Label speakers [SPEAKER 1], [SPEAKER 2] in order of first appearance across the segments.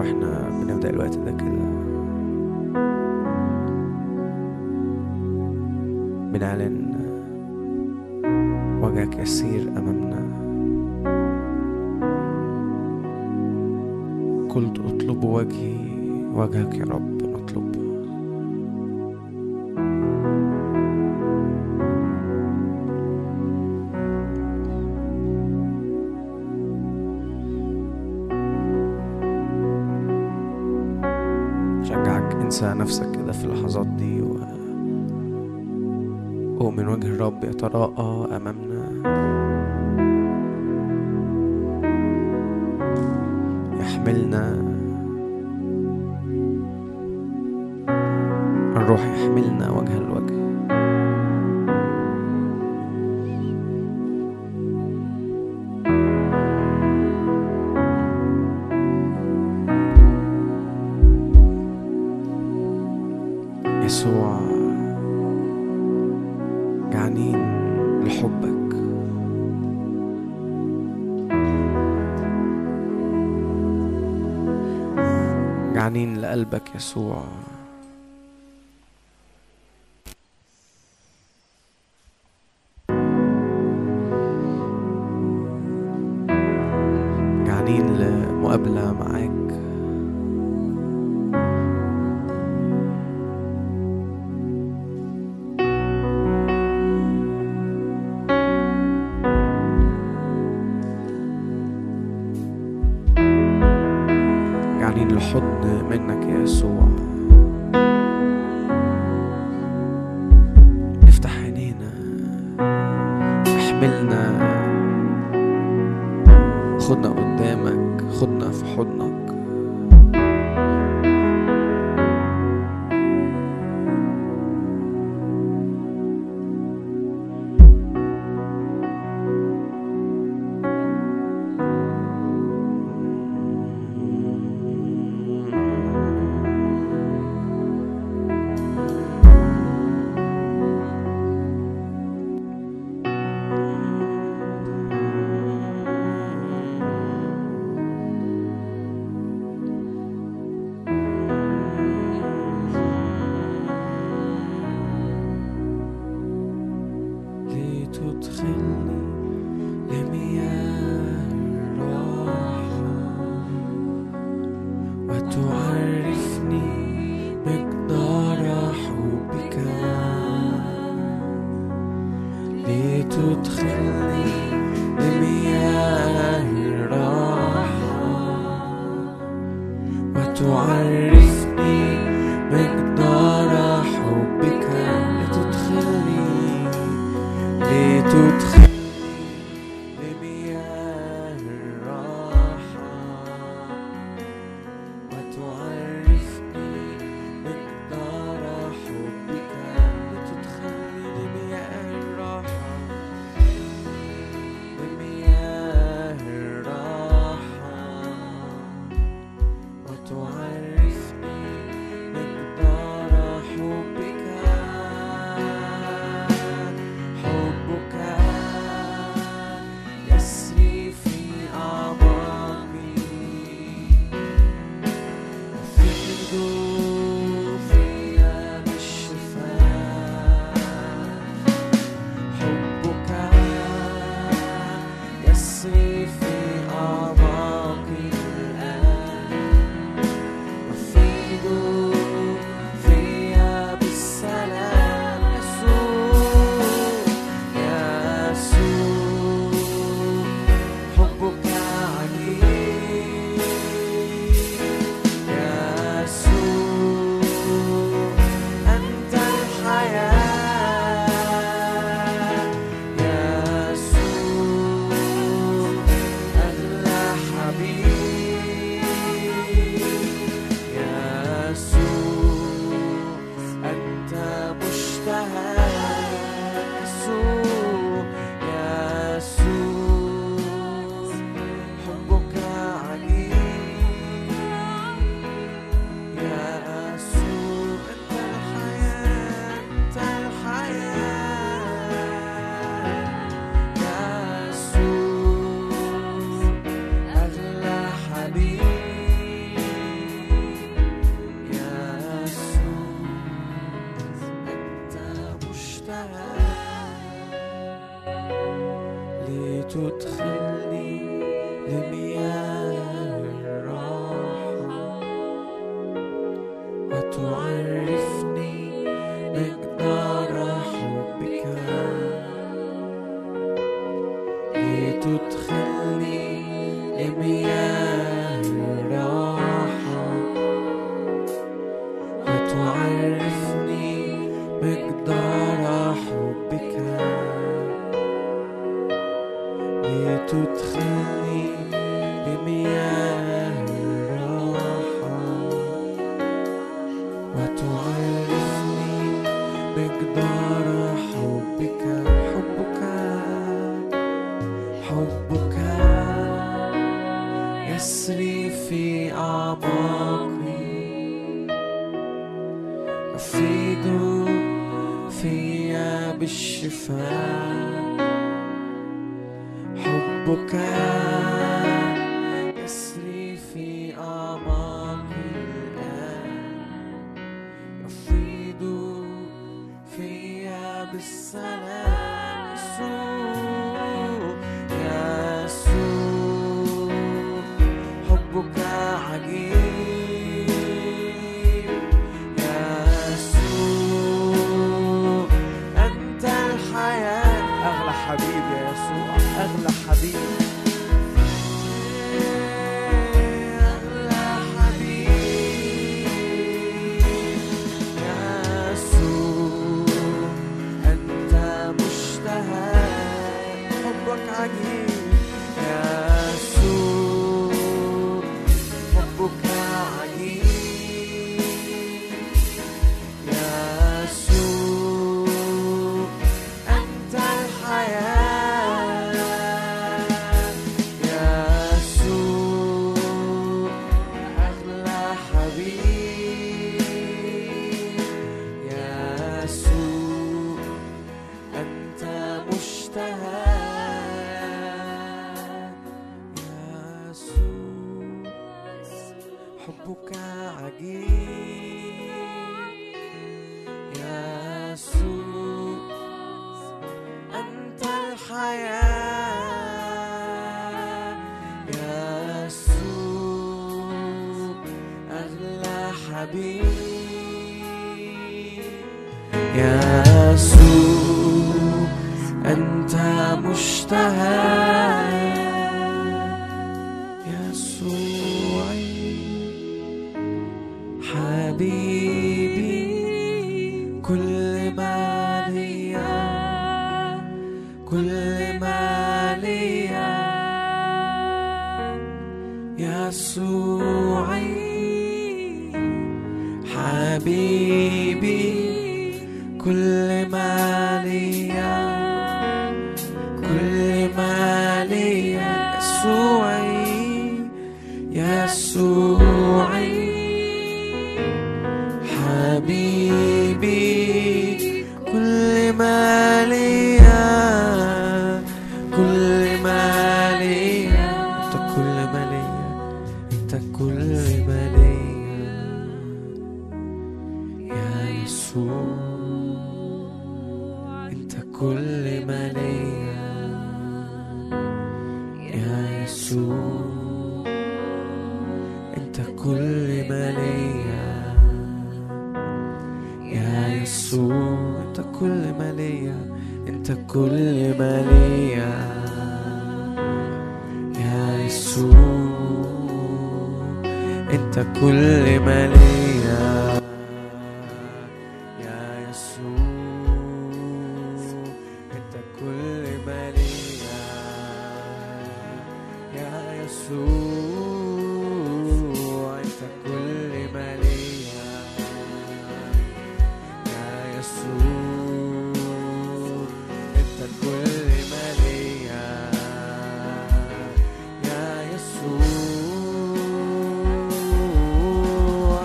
[SPEAKER 1] واحنا بنبدأ الوقت ده كده بنعلن وجهك يسير أمامنا. قلت اطلب وجهك يا رب نطلب. شجعك انسى نفسك كده في اللحظات دي ومن وجه الرب يتراءى أمامنا، يحملنا الروح، يحملنا وجه الوجه. يسوع جعانين لحبك، جعانين لقلبك يسوع. جعانين لمقابلة معاك. جعانين لحضن منك يا يسوع. افتح عينينا، احملنا، خدنا قدامك، خدنا في حضنك. تدخلني لمياه الراحة وتعرفني مقدار حبك، لتدخلني لمياه الراحة وتعرفني مقدار حبك، لتدخلني لمياه الراحة وتعرفني مقدار حبك، لتدخلني لمياه الراحة، لمياه الراحة وتعرفني مقدار حبك. حبك مشتهى لتدخلني لمياه الراحة وتعرفني مقدار حبك لتدخلني لمياه الراحة وتعرفني مقدار حبك لتدخلني لمياه الراحة وتعرفني مقدار حبك حبك يسري في أعماقي يفيض فيا بالشفاء حبك يسري في أعماقي الآن يفيض فيا بالسلام يسوع حبك عجيب يسوع أنت الحياة أغلى حبيب يا يسوع أغلى حبيب حبك عجيب يسوع أنت الحياة يسوع أغلى حبيب يسوع أنت مشتهى حبيبي كل ما ليا يسوعي حبيبي كل ما ليا يسوعي حبيبي كل ما ليا أنت كل ما ليا يا يسوع أنت كل ما ليا يا يسوع أنت كل ما ليا يا يسوع أنت كل ما ليا أنت كل ما ليا يا يسوع أنت كل ما ليا يا يسوع أنت كل ما ليا يا يسوع أنت كل ما ليا يا يسوع أنت كل ما ليا يا يسوع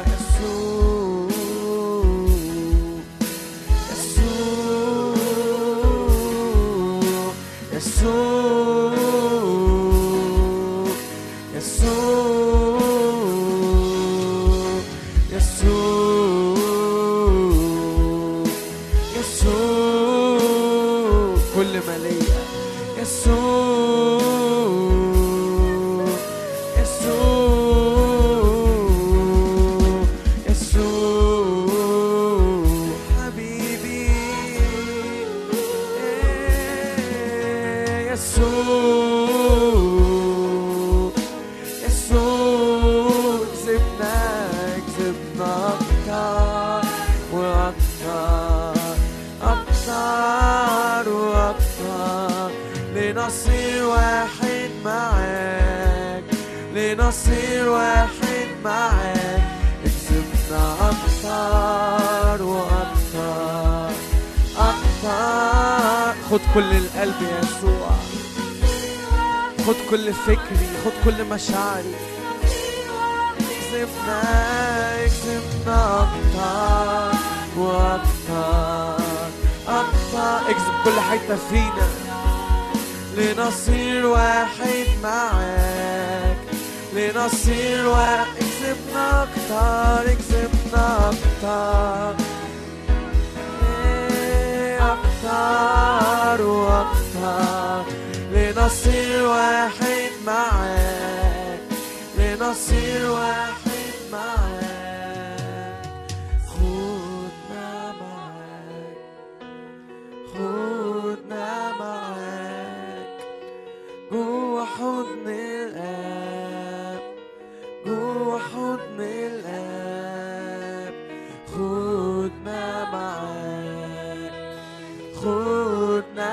[SPEAKER 1] يسوع كل ما ليا. يسوع يسوع يسوع حبيبي. يسوع يسوع كسبنا أكتر وأكتر أكتر وأكتر لنصير واحد معاك، لنصير واحد معاك. كسبنا أكتر وأكتر أكتر. خد كل القلب يا يسوع، خد كل فكري، خد كل مشاعري. كسبنا أكتر وأكتر أكتر. اكسب كل حتة فينا لنصير واحد معاك، لنصير واحد. اكسبنا أكتر، اكسبنا أكتر أكتر وأكتر لنصير واحد معاك، لنصير واحد معاك. خدنا معاك، خدنا معاك جوا حضن الآب، جوا حضن الآب. خدنا معاك، خدنا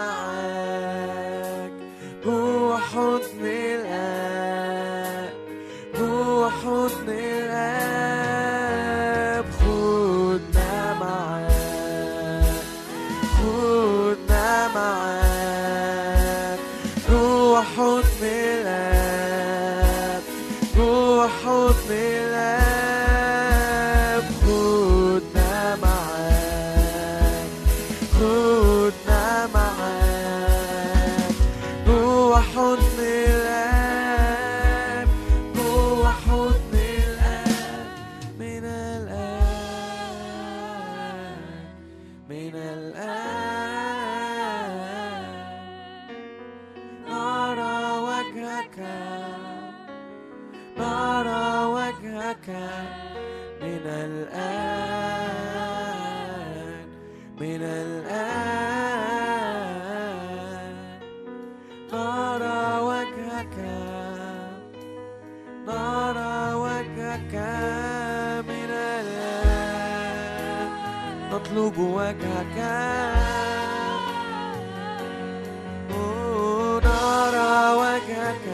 [SPEAKER 1] معاك جوا حضن الآب، جوا حضن الآب. خدنا معاك، خدنا معاك جوا حضن الآب، جوا حضن الآب. خدنا معاك، خدنا معاك جوا حضن الآب، جوا حضن الآب. من الآن، من الآن نرى وجهك، نرى وجهك. من الآن، من الآن نرى وجهك، نرى وجهك. من الآن نطلب وجهك، نرى وجهك،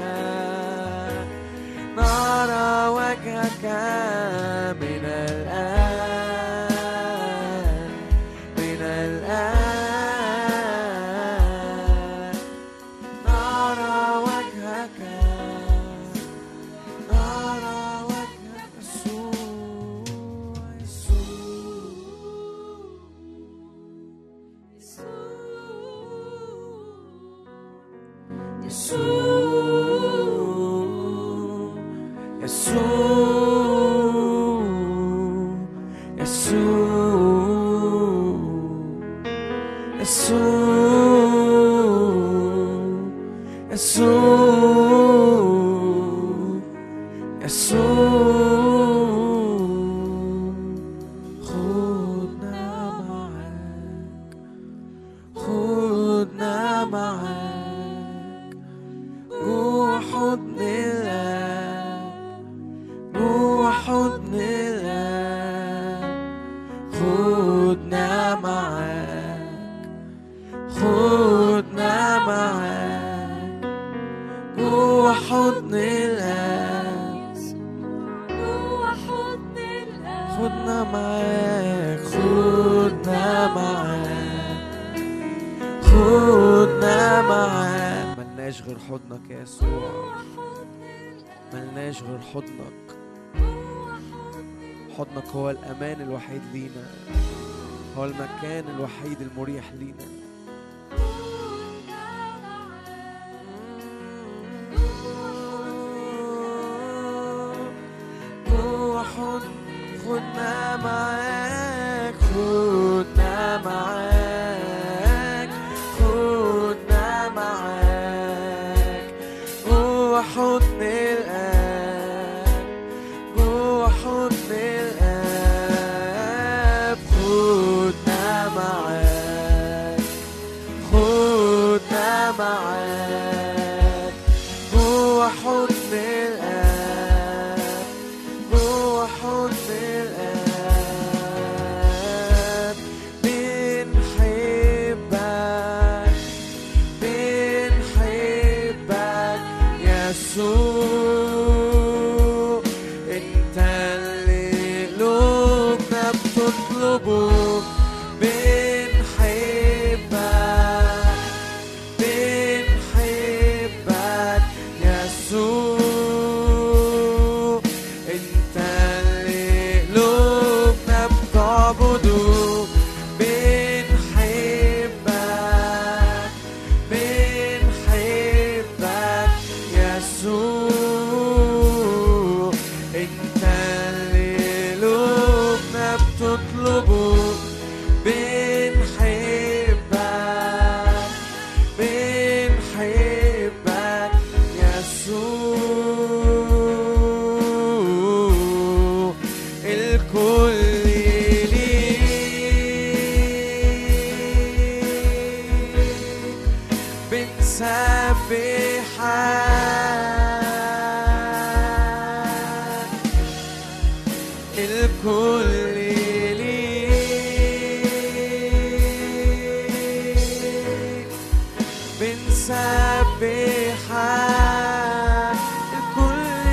[SPEAKER 1] نرى وجهك. من الآن، من الآن نرى وجهك، نرى وجهك. يسوع يسوع يسوع يسوع يسوع يسوع. خدنا معاك، خدنا معاك جوا حضن الآب، جوا حضن الآب. خدنا معاك، خدنا معاك جوا حضن الآب، جوا حضن الآب. خدنا معاك، خدنا معاك، خدنا معاك. ملناش غير حضنك يا يسوع، ملناش غير حضنك. حضنك هو الأمان الوحيد لينا، هو المكان الوحيد المريح لينا. خدنا معاك، خدنا معاك، خدنا بنسبحك الكل ليك بنسبحك الكل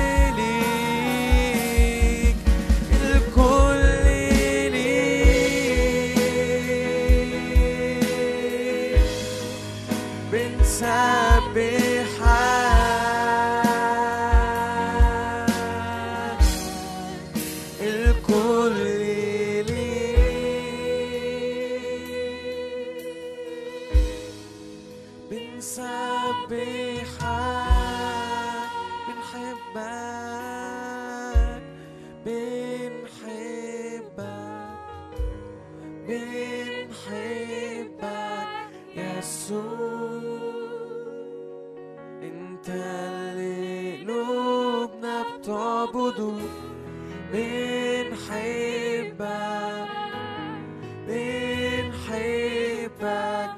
[SPEAKER 1] ليك الكل ليك بنسبحك الكل ليك بنسبحك بنحبك بنحبك يسوع انت اللي قلوبنا بتعبده بنحبك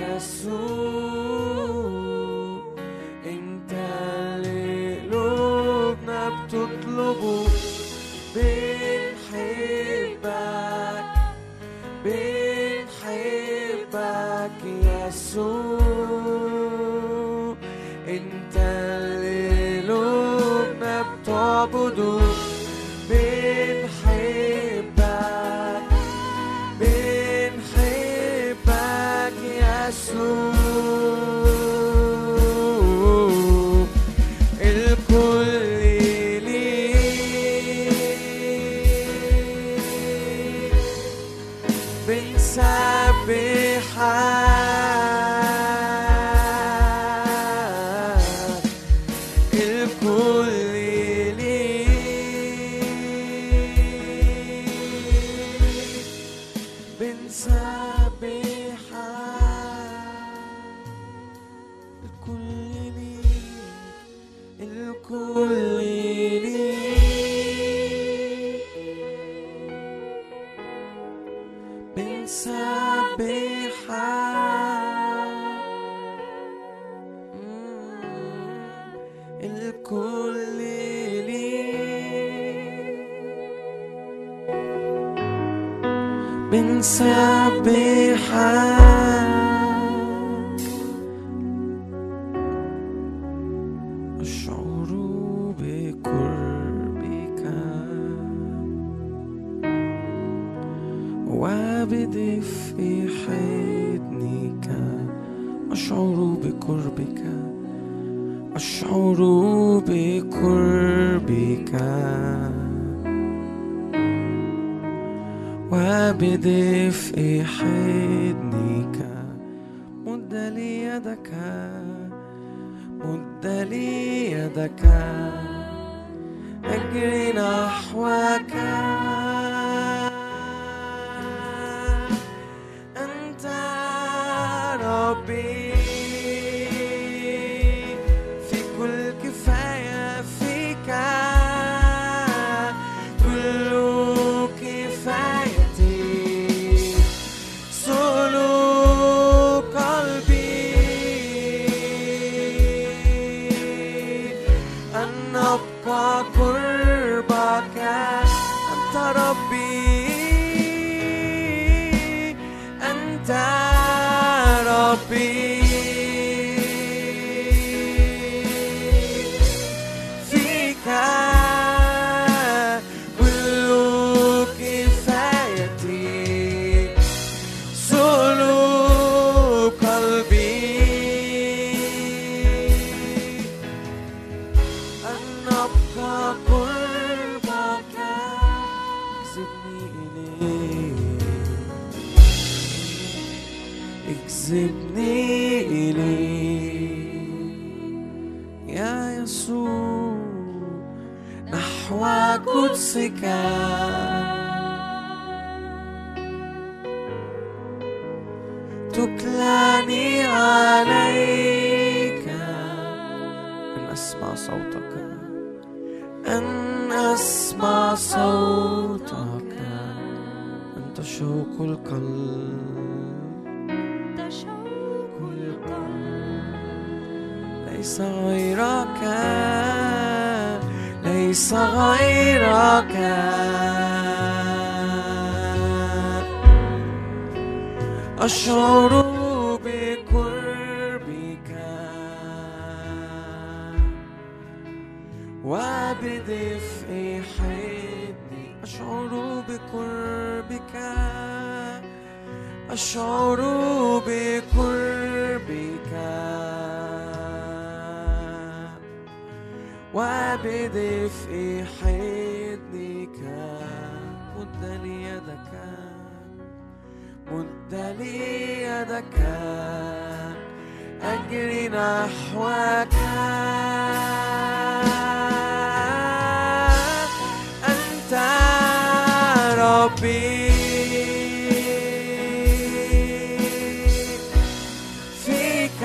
[SPEAKER 1] يسوع انت اللي قلوبنا بتطلبه بنحبك يسوع انت اللي قلوبنا بتعبده بنحبك يسوع الكل ليك بنسبحك الكل ليك بنسبحك الكل ليك الكل ليك بنسبحك الكل ليك بنسبحك أشعر بقربك وبدفء حضنك أشعر بقربك أشعر بقربك وبدفء حضنك مد لي يدك مد لي يدك أجري نحوك أنت ربي في كل كفاية فيك كل كفايتي سلوك قلبي أن أبقى قربك أنت ربي أنت ربي فيك كل كفايتي سلوك قلبي أن أبقى قربك اجذبني إليك يا يسوع نحو قدسك تكلني عليك أن أسمع صوتك أن أسمع صوتك أنت شوق القلب ليس غيرك، ليس غيرك، أشعر بقربك وبدفء حضني، أشعر بقربك، أشعر بقربك وبدفء حضنك. مد لي يدك، مد لي يدك، أجري نحوك، أنت ربي، فيك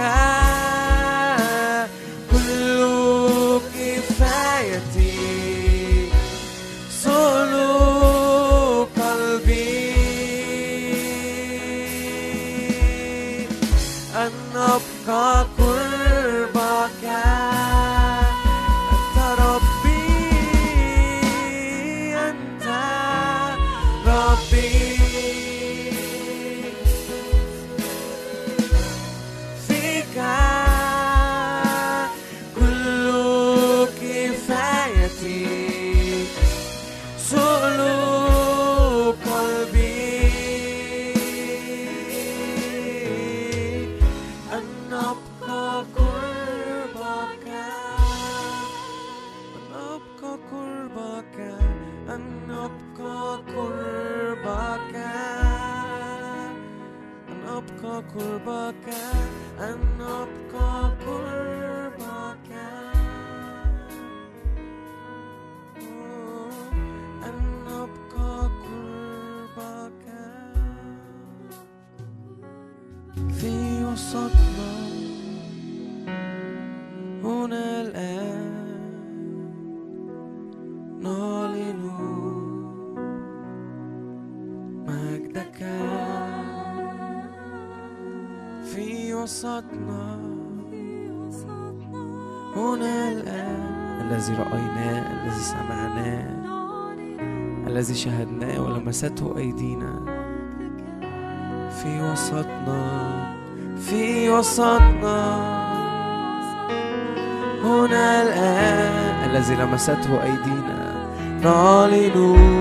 [SPEAKER 1] كل كفايتي، سلوك قلبي أن أبقى قربك، أنت ربي، أنت ربي، فيك كل كفايتي، سلوك قلبي أن أبقى قربك، أن أبقى قربك، أن أبقى قربك، أن أبقى قربك، أن أبقى قربك، أن أبقى قربك في وسطنا هنا الآن، نعلن مجدك في وسطنا هنا الآن. الذي رأيناه، الذي سمعناه، الذي شاهدناه ولمسته أيدينا في وسطنا، في وسطنا هنا الآن، الذي لمسته أيدينا، نعلن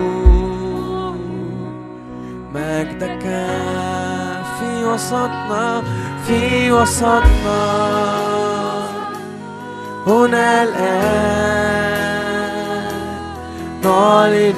[SPEAKER 1] مجدك في وسطنا، في وسطنا هنا الآن، نعلن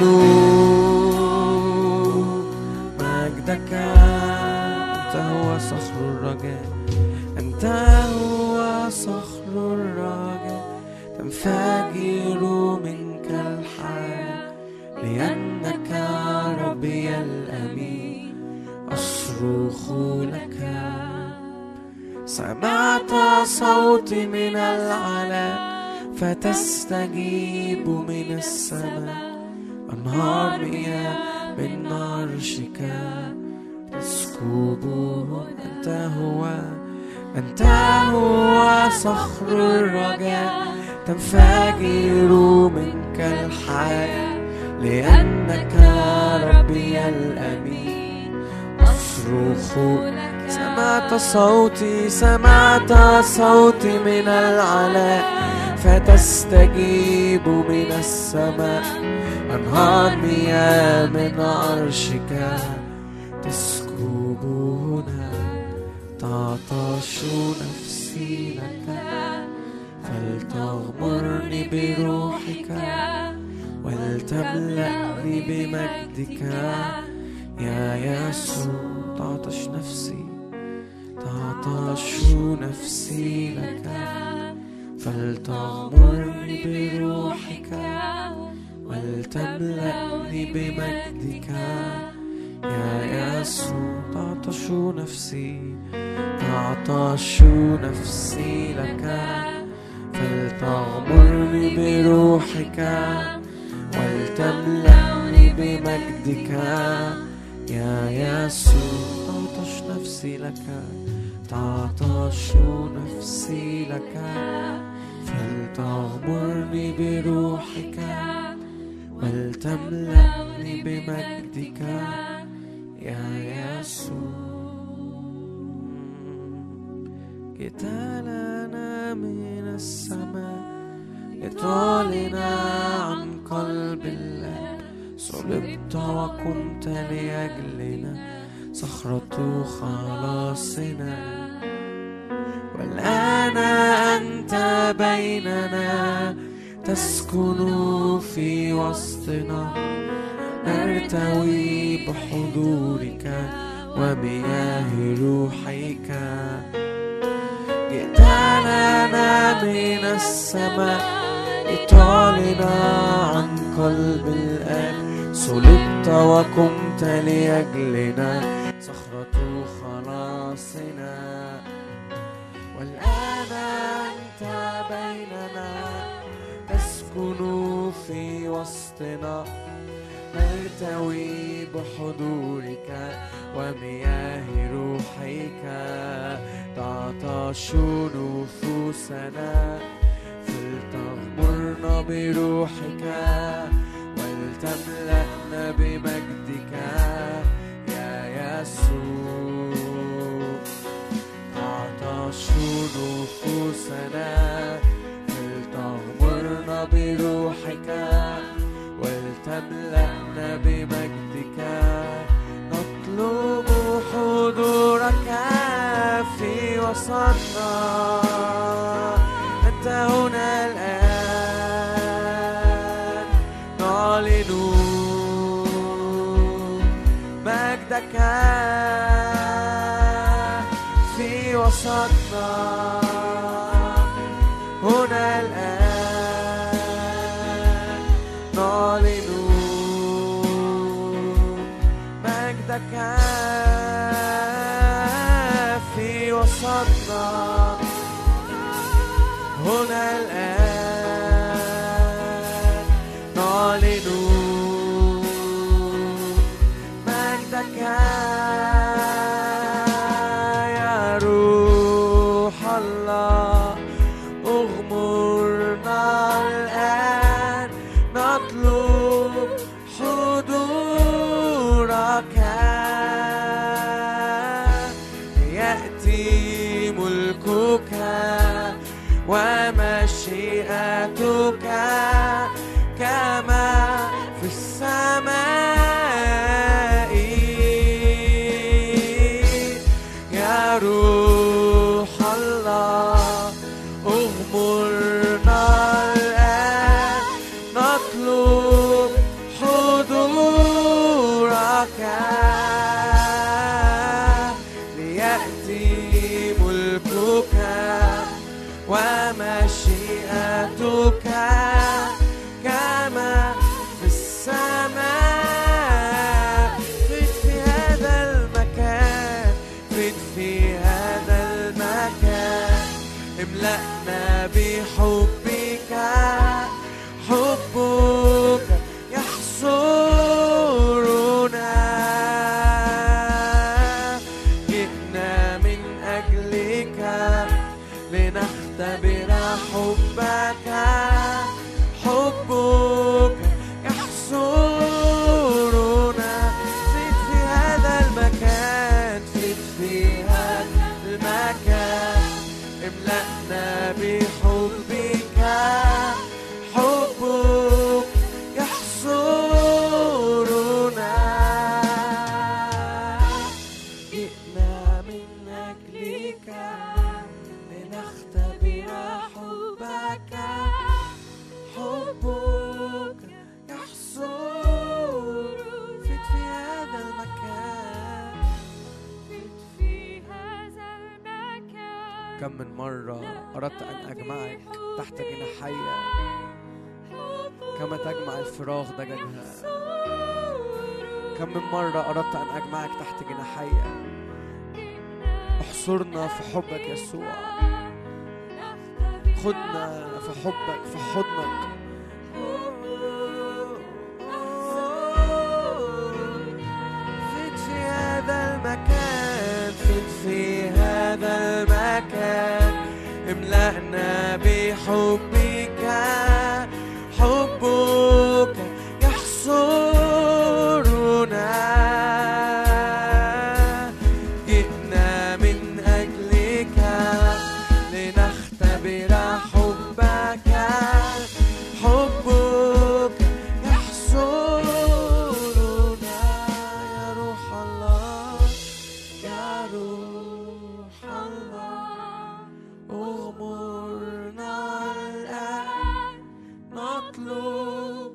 [SPEAKER 1] مجدك. أنت هو صخر الرجاء، أنت هو صخر الرجاء، تنفجر منك الحياة، لأنك ربي الأمين، أصرخ لك. سمعت صوتي من العلا، فتستجيب من السماء، أنهار مياه من عرشك تسكبه. أنت هو صخر الرجاء، تنفجر منك الحياة، لأنك ربي الأمين، أصرخ لك. سمعت صوتي من العلا، فتستجيب من السماء، أنهار مياه من عرشك تسكب هنا. تعطش نفسي لك، فلتغمرني بروحك، ولتملأني بمجدك يا يسوع. تعطش نفسي لك، فلتغمرني بروحك، ولتملأني بمجدك يا يسوع. تعطش نفسي لك، فلتغمرني بروحك، ولتملأني بمجدك يا يسوع. تعطش نفسي لك، تعطش نفسي لك، فلتغمرني بروحك ولتملأني بمجدك يا يسوع. جئت لنا من السماء لتعلن عن قلب الله، صلبت وقمت لأجلنا، صخرة خلاصنا. والآن أنت بيننا تسكن في وسطنا، نرتوي بحضورك ومياه روحك. جئت لنا من السماء لتعلن عن قلب الآب، صلبت وقمت لأجلنا، صخرة خلاصنا. والآن أنت بيننا تسكن في وسطنا، نرتوي بحضورك ومياه روحك. تعطش نفوسنا فلتغمرنا بروحك ولتملأنا بمجدك يا يسوع. تعطش نفوسنا فلتغمرنا بروحك ولتملأنا بمجدك. نطلب حضورك في وسطنا، أنت هنا الآن. نعلن مجدك في وسطنا هنا الآن. نعلن مجدك في وسطنا هنا الآن. نعلن مجدك يا روح الله. اغمرنا الآن، نطلب حضورك. يأتي ملكك ومشيئتك كما في السماء. يا روح الله اغمرنا الآن، نطلب حضورك. ليأتي ملكك ومشيئتك كما في السماء. فت في هذا المكان، فت في هذا المكان. املأنا بحبك، حبك يحصرنا. جئنا من أجلك لنختبر حبك، حبك يحصرنا. فت في هذا المكان، فت في هذا المكان. املأنا بحبك، حبك يحصرنا. جئنا من أجلك لنختبر حبك، حبك يحصر. فت في هذا المكان،
[SPEAKER 2] فت في هذا المكان.
[SPEAKER 1] كم من مرة أردت أن أجمعك تحت جناحية كما تجمع الفراخ دجاجها. كم من مرة أردت أن أجمعك تحت جناحية. احصرنا في حبك يسوع، خدنا في حبك، في حضنك. فت في هذا المكان، فت في هذا مكان املأنا بحبك حبك يحصرنا جئنا من أجلك لنختبر حبك حبك يحصرنا يا روح الله يا روح الله اغمرنا الآن نطلب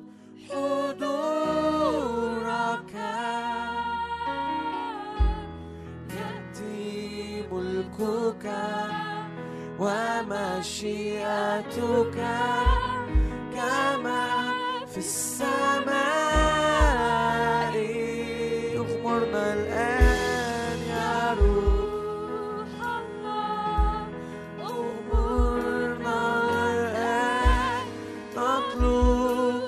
[SPEAKER 1] حضورك يأتي ملكك ومشيئتك كما في السماء اغمرنا الآن يا روح الله اغمرنا الآن نطلب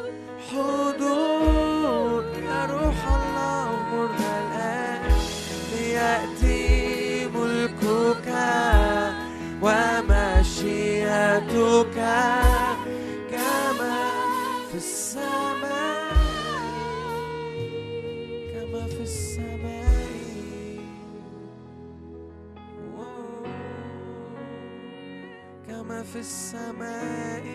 [SPEAKER 1] حضور يا روح الله اغمرنا الآن ليأتي ملكك ومشيئتك كما في السماء كما في السماء كما في السماء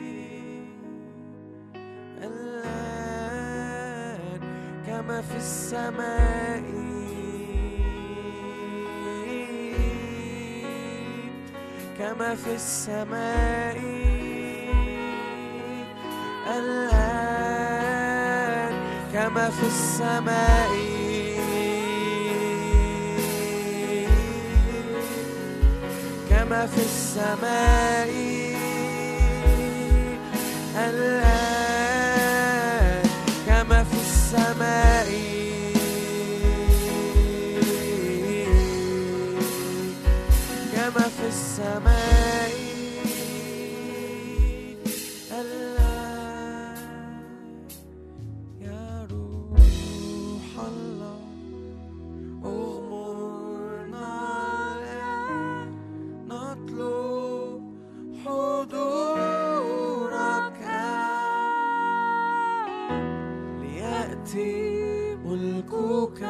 [SPEAKER 1] الآن كما في السماء كما في السماء الآن كما في السماء كما في السماء الآن كما في السماء كما في السماء الآن يا روح الله اغمرنا الآن نطلب حضورك ليأتي ملكك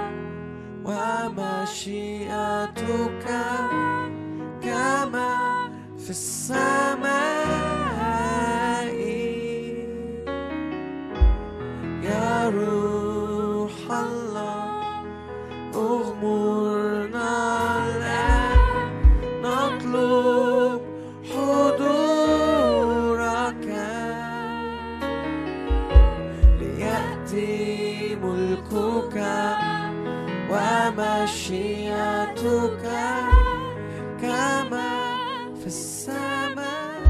[SPEAKER 1] ومشيئتك كما في السماء يا روح الله اغمرنا الآن نطلب حضورك ليأتي ملكك ومشيئتك كما في السماء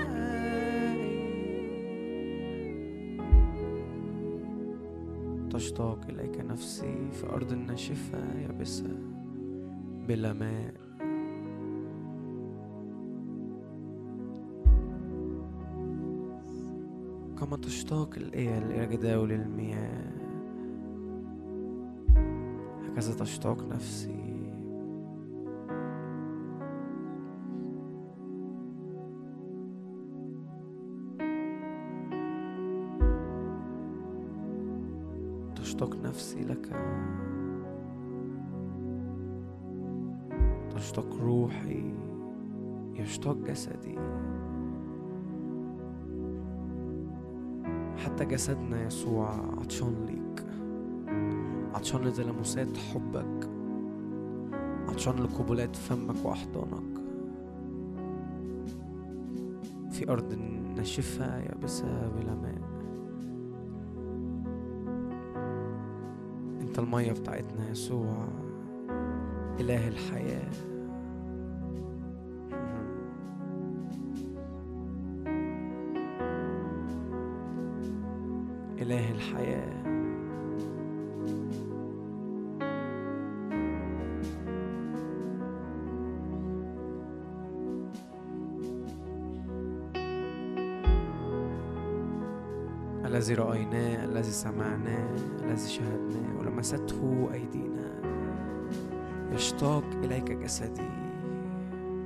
[SPEAKER 1] تشتاق إليك نفسي في أرض ناشفة يابسة بلا ماء كما تشتاق الإيل إلى جداول المياه هكذا تشتاق نفسي تشتاق نفسي لك تشتاق روحي يشتاق جسدي حتى جسدنا يسوع عطشان ليك عطشان للمسات حبك عطشان لقبلات فمك وأحضانك في أرض ناشفة يابسة بلا ماء أنت المية بتاعتنا يسوع إله الحياة إله الحياة الذي رأيناه الذي سمعناه الذي شاهدناه ولمسته أيدينا يشتاق إليك جسدي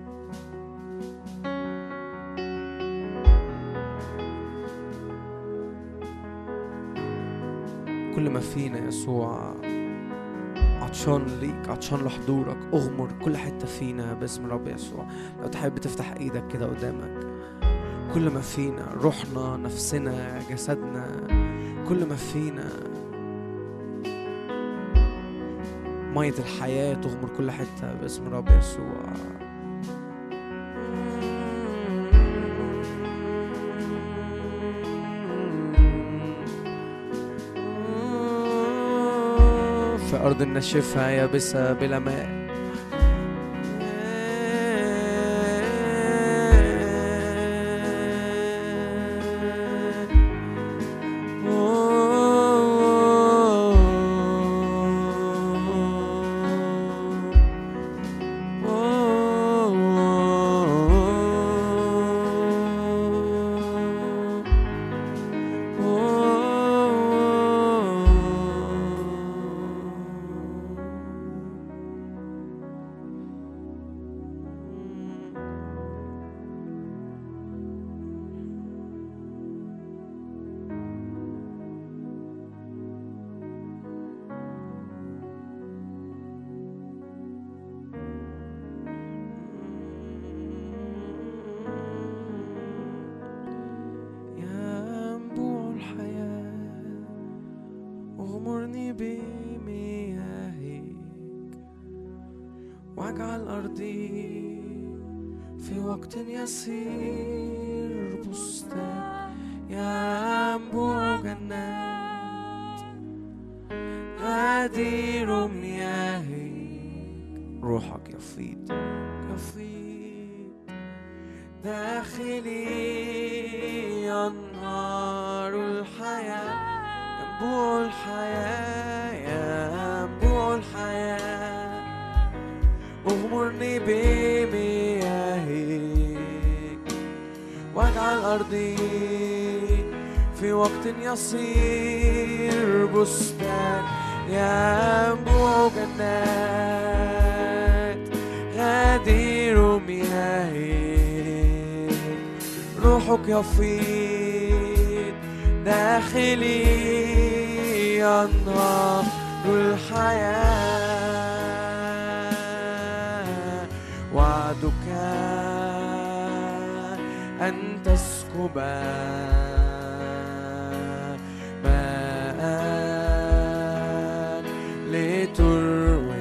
[SPEAKER 1] كل ما فينا يسوع عطشان ليك، عطشان لحضورك. اغمر كل حتة فينا باسم الرب يسوع. لو تحب تفتح ايدك كده قدامك، كل ما فينا، روحنا، نفسنا، جسدنا، كل ما فينا مية الحياة تغمر كل حتة باسم الرب يسوع. في أرض الناشفة يابسة بلا ماء، اغمرني بمياهك واجعل أرضي في وقت يسير بستان ينبوع جنات غدير مياهك. روحك يفيض يفيض داخلي أنهار الحياة، ينبوع الحياة، ينبوع الحياة. اغمرني بمياهك واجعل أرضي في وقت يصير بستان ينبوع جنات غدير مياهك. روحك يفيض داخلي أنهار الحياة. وعدك أن تسكب ماء لتروي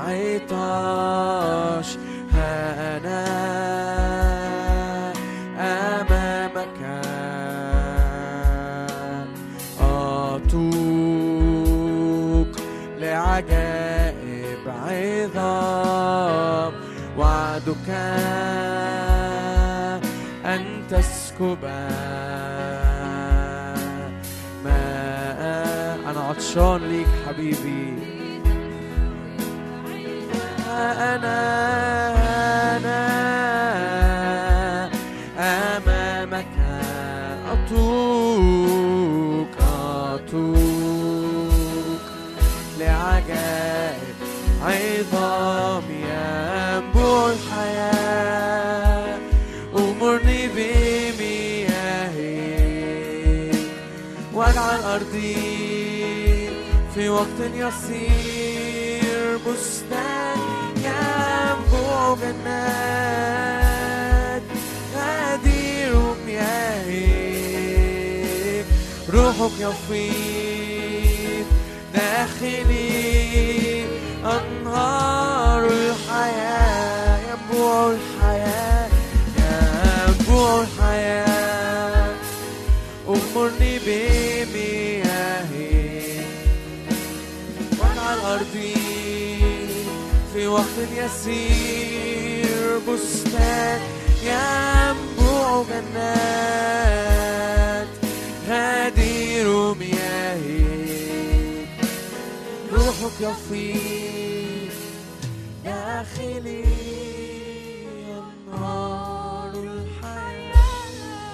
[SPEAKER 1] العطاش. ها أنا أمامك أتوق لعجائب عظام. وعدك أن تسكب ماء. أنا عطشان ليك حبيبي. أنا أمامك أتوق لعجائب عظام ينبوع الحياة. أغمرني بمياهك واجعل أرضي في وقت يصير بستان ينبوع جنات غدير مياهك. روحك يفيض داخلي أنهار الحياة. ينبوع الحياة، ينبوع الحياة. أغمرني بمياهك واجعل أرضي في وقت يسير بستان ينبوع جنات غدير مياهك. روحك يفيض داخلي أنهار الحياة.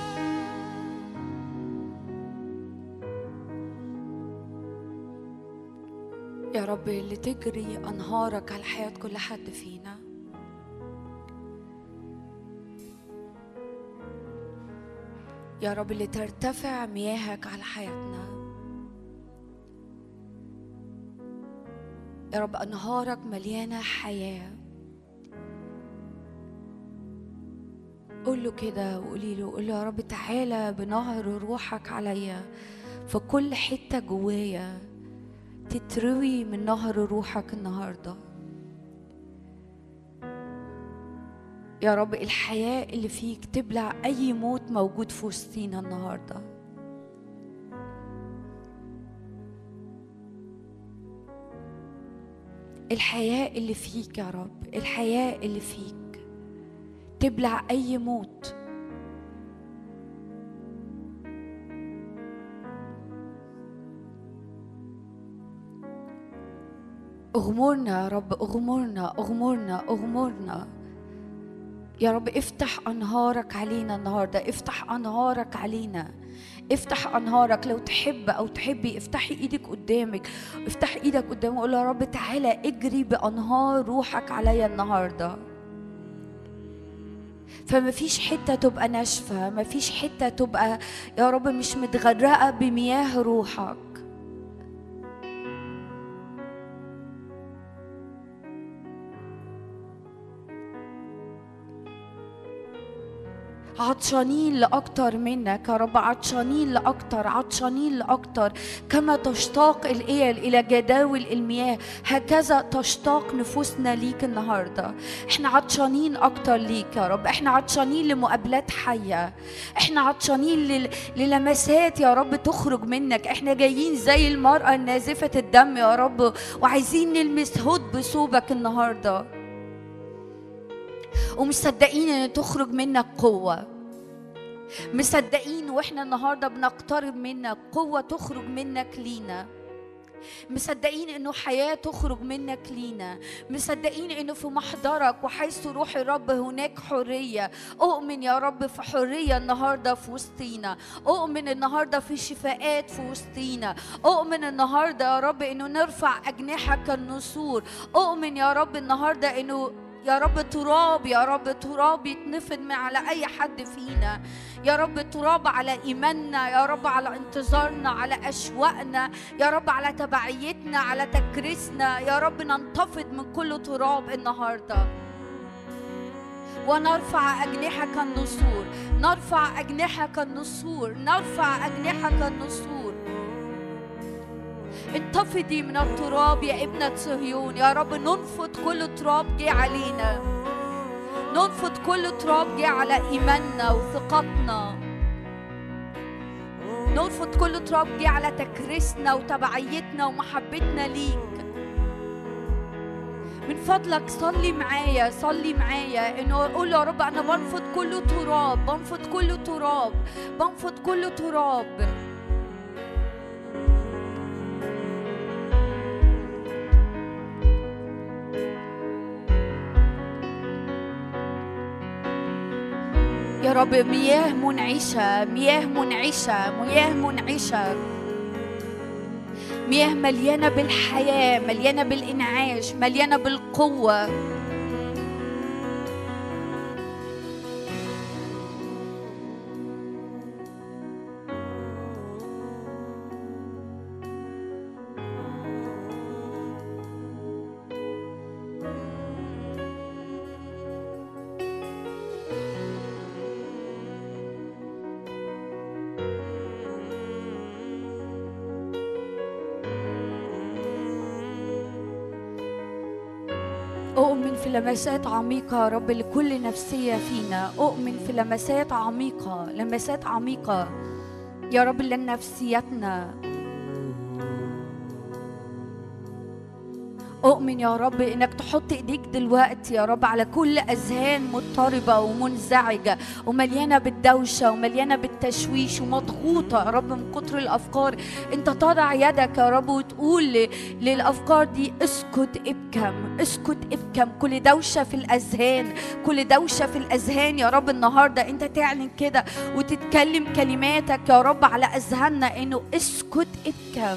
[SPEAKER 3] يا رب اللي تجري أنهارك على حياة كل حد فينا. يا رب اللي ترتفع مياهك على حياتنا. يا رب أنهارك مليانة حياة. قول له كده وقولي له، قول له يا رب تعالى بنهر روحك عليا، فكل حتة جوايا تتروي من نهر روحك النهارده. يا رب الحياة اللي فيك تبلع أي موت موجود في وسطينا النهارده. الحياة اللي فيك يا رب، الحياة اللي فيك تبلع أي موت. اغمرنا يا رب، اغمرنا اغمرنا اغمرنا يا رب. افتح أنهارك علينا النهارده، افتح أنهارك علينا، افتح أنهارك. لو تحب أو تحبي افتحي إيدك قدامك، افتحي إيدك قدامك وقول يا رب تعالى اجري بأنهار روحك عليا النهارده. فما فيش حتة تبقى ناشفة، ما فيش حتة تبقى يا رب مش متغرقة بمياه روحك. عطشانين لأكتر منك يا رب، عطشانين لأكتر، عطشانين لأكتر. كما تشتاق الإيل إلى جداول المياه هكذا تشتاق نفوسنا ليك النهاردة. احنا عطشانين أكتر ليك يا رب، احنا عطشانين لمقابلات حية، احنا عطشانين للمسات يا رب تخرج منك. احنا جايين زي المرأة النازفة الدم يا رب، وعايزين نلمس هد بثوبك النهاردة، ومصدقين ان تخرج منك قوة. مصدقين واحنا النهاردة بنقترب منك قوة تخرج منك لينا. مصدقين انه حياة تخرج منك لينا. مصدقين انه في محضرك وحيث روح الرب هناك حرية. اؤمن يا رب في حرية النهاردة في وسطينا. اؤمن النهاردة في شفاءات في وسطينا. اؤمن النهاردة يا رب انه نرفع اجنحة كالنسور. اؤمن يا رب النهاردة انه يا رب تراب، يا رب تراب يتنفض من على أي حد فينا. يا رب تراب على إيماننا، يا رب على انتظارنا، على أشواقنا، يا رب على تبعيتنا، على تكريسنا. يا رب ننتفض من كل تراب النهاردة ونرفع أجنحة كالنسور، نرفع أجنحة كالنسور، نرفع أجنحة كالنسور. انتفضي من التراب يا ابنة صهيون. يا رب ننفض كل تراب جه علينا، ننفض كل تراب جه على إيماننا وثقتنا، ننفض كل تراب جه على تكريسنا وتبعيتنا ومحبتنا ليك. من فضلك صلي معايا، صلي معايا انه اقول يا رب انا بنفض كل تراب، بنفض كل تراب، بنفض كل تراب. يا رب مياه منعشة، مياه منعشة، مياه منعشة، مياه مليانة بالحياة، مليانة بالإنعاش، مليانة بالقوة. أؤمن في لمسات عميقة يا رب لكل نفسية فينا. أؤمن في لمسات عميقة، لمسات عميقة يا رب لنفسيتنا. أؤمن يا رب إنك تحط إيديك دلوقتي يا رب على كل أذهان مضطربة ومنزعجة ومليانة بالدوشة ومليانة بالتشويش ومضغوطة يا رب من كتر الأفكار. أنت تضع يدك يا رب وتقول للأفكار دي اسكت ابكم، اسكت ابكم. كل دوشة في الأذهان، كل دوشة في الأذهان يا رب النهاردة أنت تعلن كده وتتكلم كلماتك يا رب على أذهاننا إنه اسكت ابكم.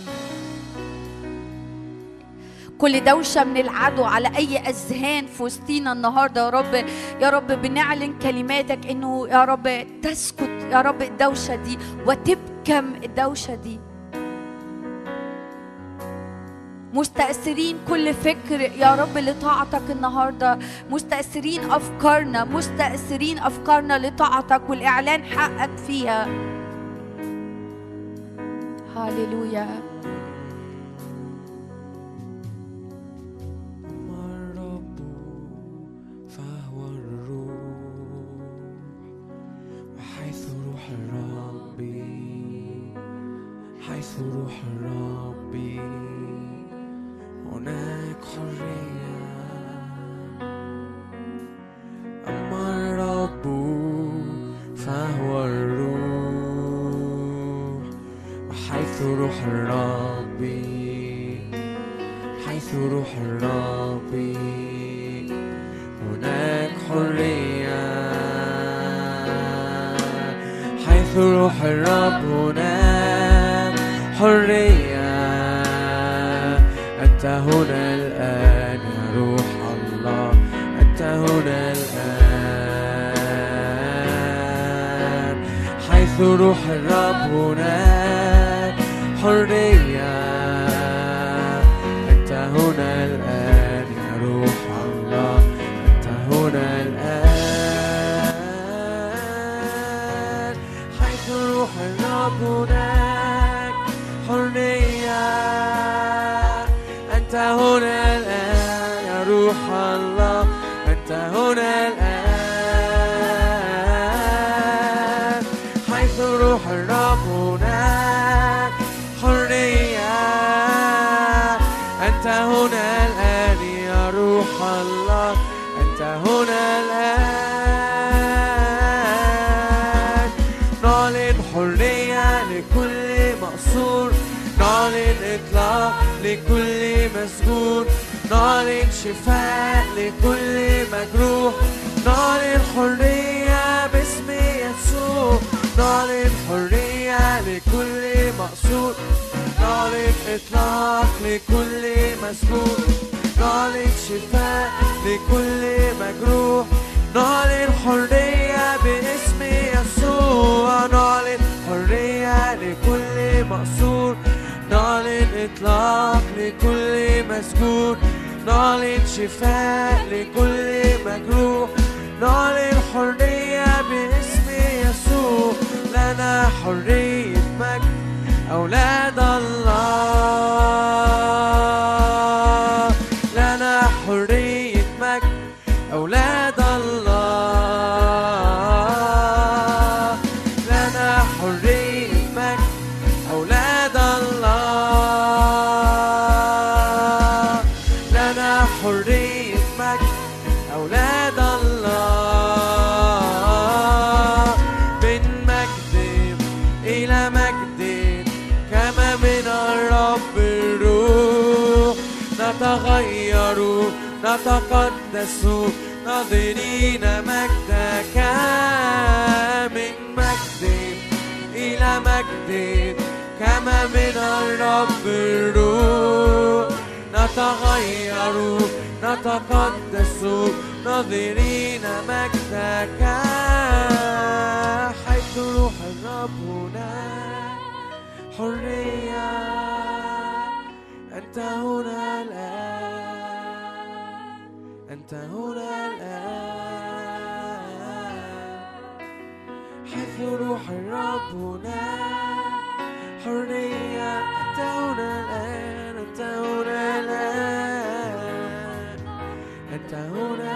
[SPEAKER 3] كل دوشة من العدو على أي أذهان في وسطينا النهاردة يا رب، يا رب بنعلن كلماتك إنه يا رب تسكت يا رب الدوشة دي وتبكم الدوشة دي. مستأثرين كل فكر يا رب لطاعتك النهاردة، مستأثرين أفكارنا، مستأثرين أفكارنا لطاعتك والإعلان حقك فيها. هاليلويا.
[SPEAKER 1] حيث روح الرب هناك حرية. أما الرب فهو الروح، وحيث روح الرب حيث روح الرب هناك حرية. حيث روح الرب هناك حرية. أنت هنا الآن يا روح الله، أنت هنا الآن. حيث روح الرب هناك حرية. أنت هنا الآن يا روح الله، أنت هنا الآن. حيث روح الرب هناك حرية. أنت هنا الآن يا روح الله، أنت هنا الآن. حيث روح الرب هناك حرية. أنت هنا الآن يا روح الله، أنت هنا الآن. نعلن حرية لكل مقصور، نعلن إطلاق لكل مسجون، نعلن شفاء لكل مجروح، نعلن حرية باسم يسوع، نعلن حرية لكل مقصور، نعلن إطلاق لكل مسجون، نعلن شفاء لكل مجروح، نعلن حرية باسم يسوع، نعلن حرية لكل مقصور، نعلن إطلاق لكل مسجون، نعلن شفاء لكل مجروح، نعلن حرية باسم يسوع. لنا حرية مجد أولاد الله، لنا حرية مجد أولاد الله، لنا حرية مجد أولاد الله، لنا حرية مجد أولاد الله. من مجد إلى مجد كما من الرب الروح، نتغير نتقدس ناظرين مجدك. من مجد إلى مجد كما من الرب الروح، نتغير نتقدس ناظرين مجدك. حيث روح الرب هناك حرية. أنت هنا الآن، أنت هنا الآن. حيث روح الرب هناك حرية. أنت هنا الآن، أنت هنا الآن، أنت هنا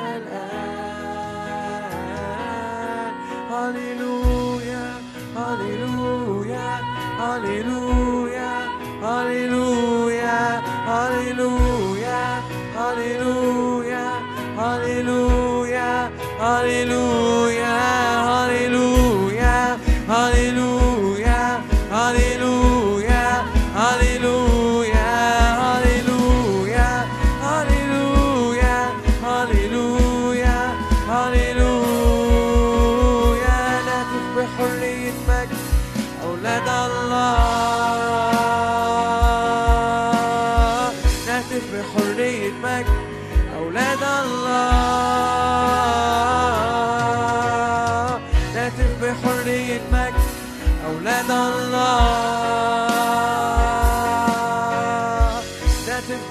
[SPEAKER 1] الآن. هاليلويا هاليلويا هاليلويا هاليلويا هاليلويا هاليلويا هاليلويا هاليلويا هاليلويا هاليلويا هاليلويا هاليلويا هاليلويا هاليلويا هاليلويا هاليلويا. نهتف بحرية مجد أولاد الله، نهتف بحرية مجد أولاد الله، نهتف بحرية مجد أولاد الله، نهتف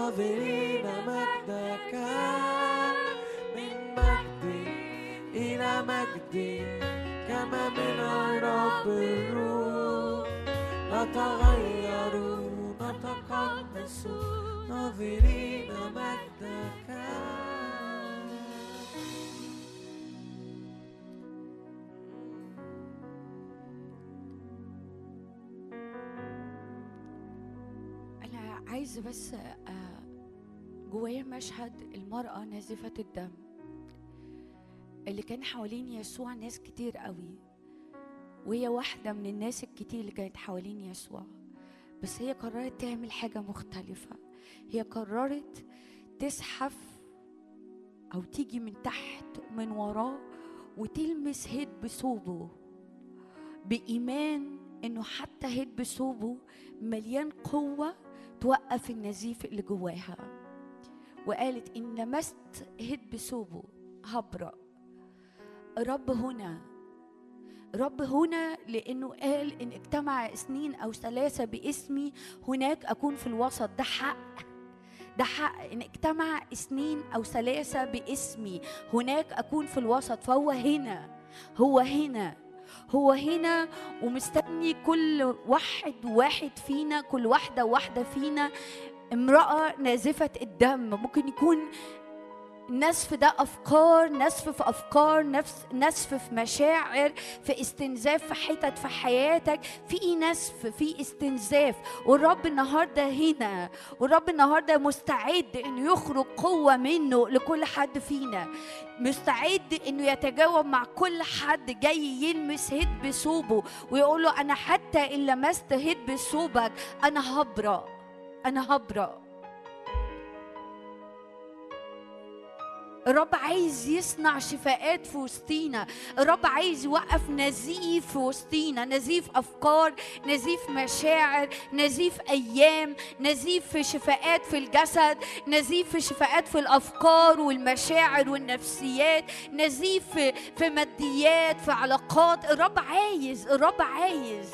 [SPEAKER 1] ناظرين مجدك من مجد إلى مجد كما من الرب الروح نتغير نتقدس ناظرين مجدك.
[SPEAKER 3] أنا عايزة بس جوايا مشهد المرأة نازفة الدم اللي كان حوالين يسوع ناس كتير قوي، وهي واحدة من الناس الكتير اللي كانت حوالين يسوع، بس هي قررت تعمل حاجة مختلفة. هي قررت تزحف أو تيجي من تحت من وراه وتلمس هيد بثوبه بإيمان إنه حتى هيد بثوبه مليان قوة توقف النزيف اللي جواها. وقالت إن لمست هيد بثوبه هبرأ. رب هنا لأنه قال إن اجتمع 2 أو 3 باسمي هناك أكون في الوسط. ده حق إن اجتمع 2 أو 3 باسمي هناك أكون في الوسط. فهو هنا ومستني كل واحد فينا، كل واحدة فينا امرأة نازفة الدم. ممكن يكون نسف ده أفكار، نسف في أفكار، نسف في مشاعر، في استنزاف في حتت في حياتك، في نسف، في استنزاف. والرب النهاردة هنا، والرب النهاردة مستعد إنه يخرج قوة منه لكل حد فينا، مستعد إنه يتجاوب مع كل حد جاي يلمس هيد بثوبه ويقول له أنا حتى إن لمست هيد بثوبك أنا هبرأ. الرب عايز يصنع شفاءات في وسطينا. الرب عايز يوقف نزيف في وسطينا، نزيف أفكار، نزيف مشاعر، نزيف أيام، نزيف في شفاءات في الجسد، نزيف في شفاءات في الأفكار والمشاعر والنفسيات، نزيف في ماديات، في علاقات. الرب عايز.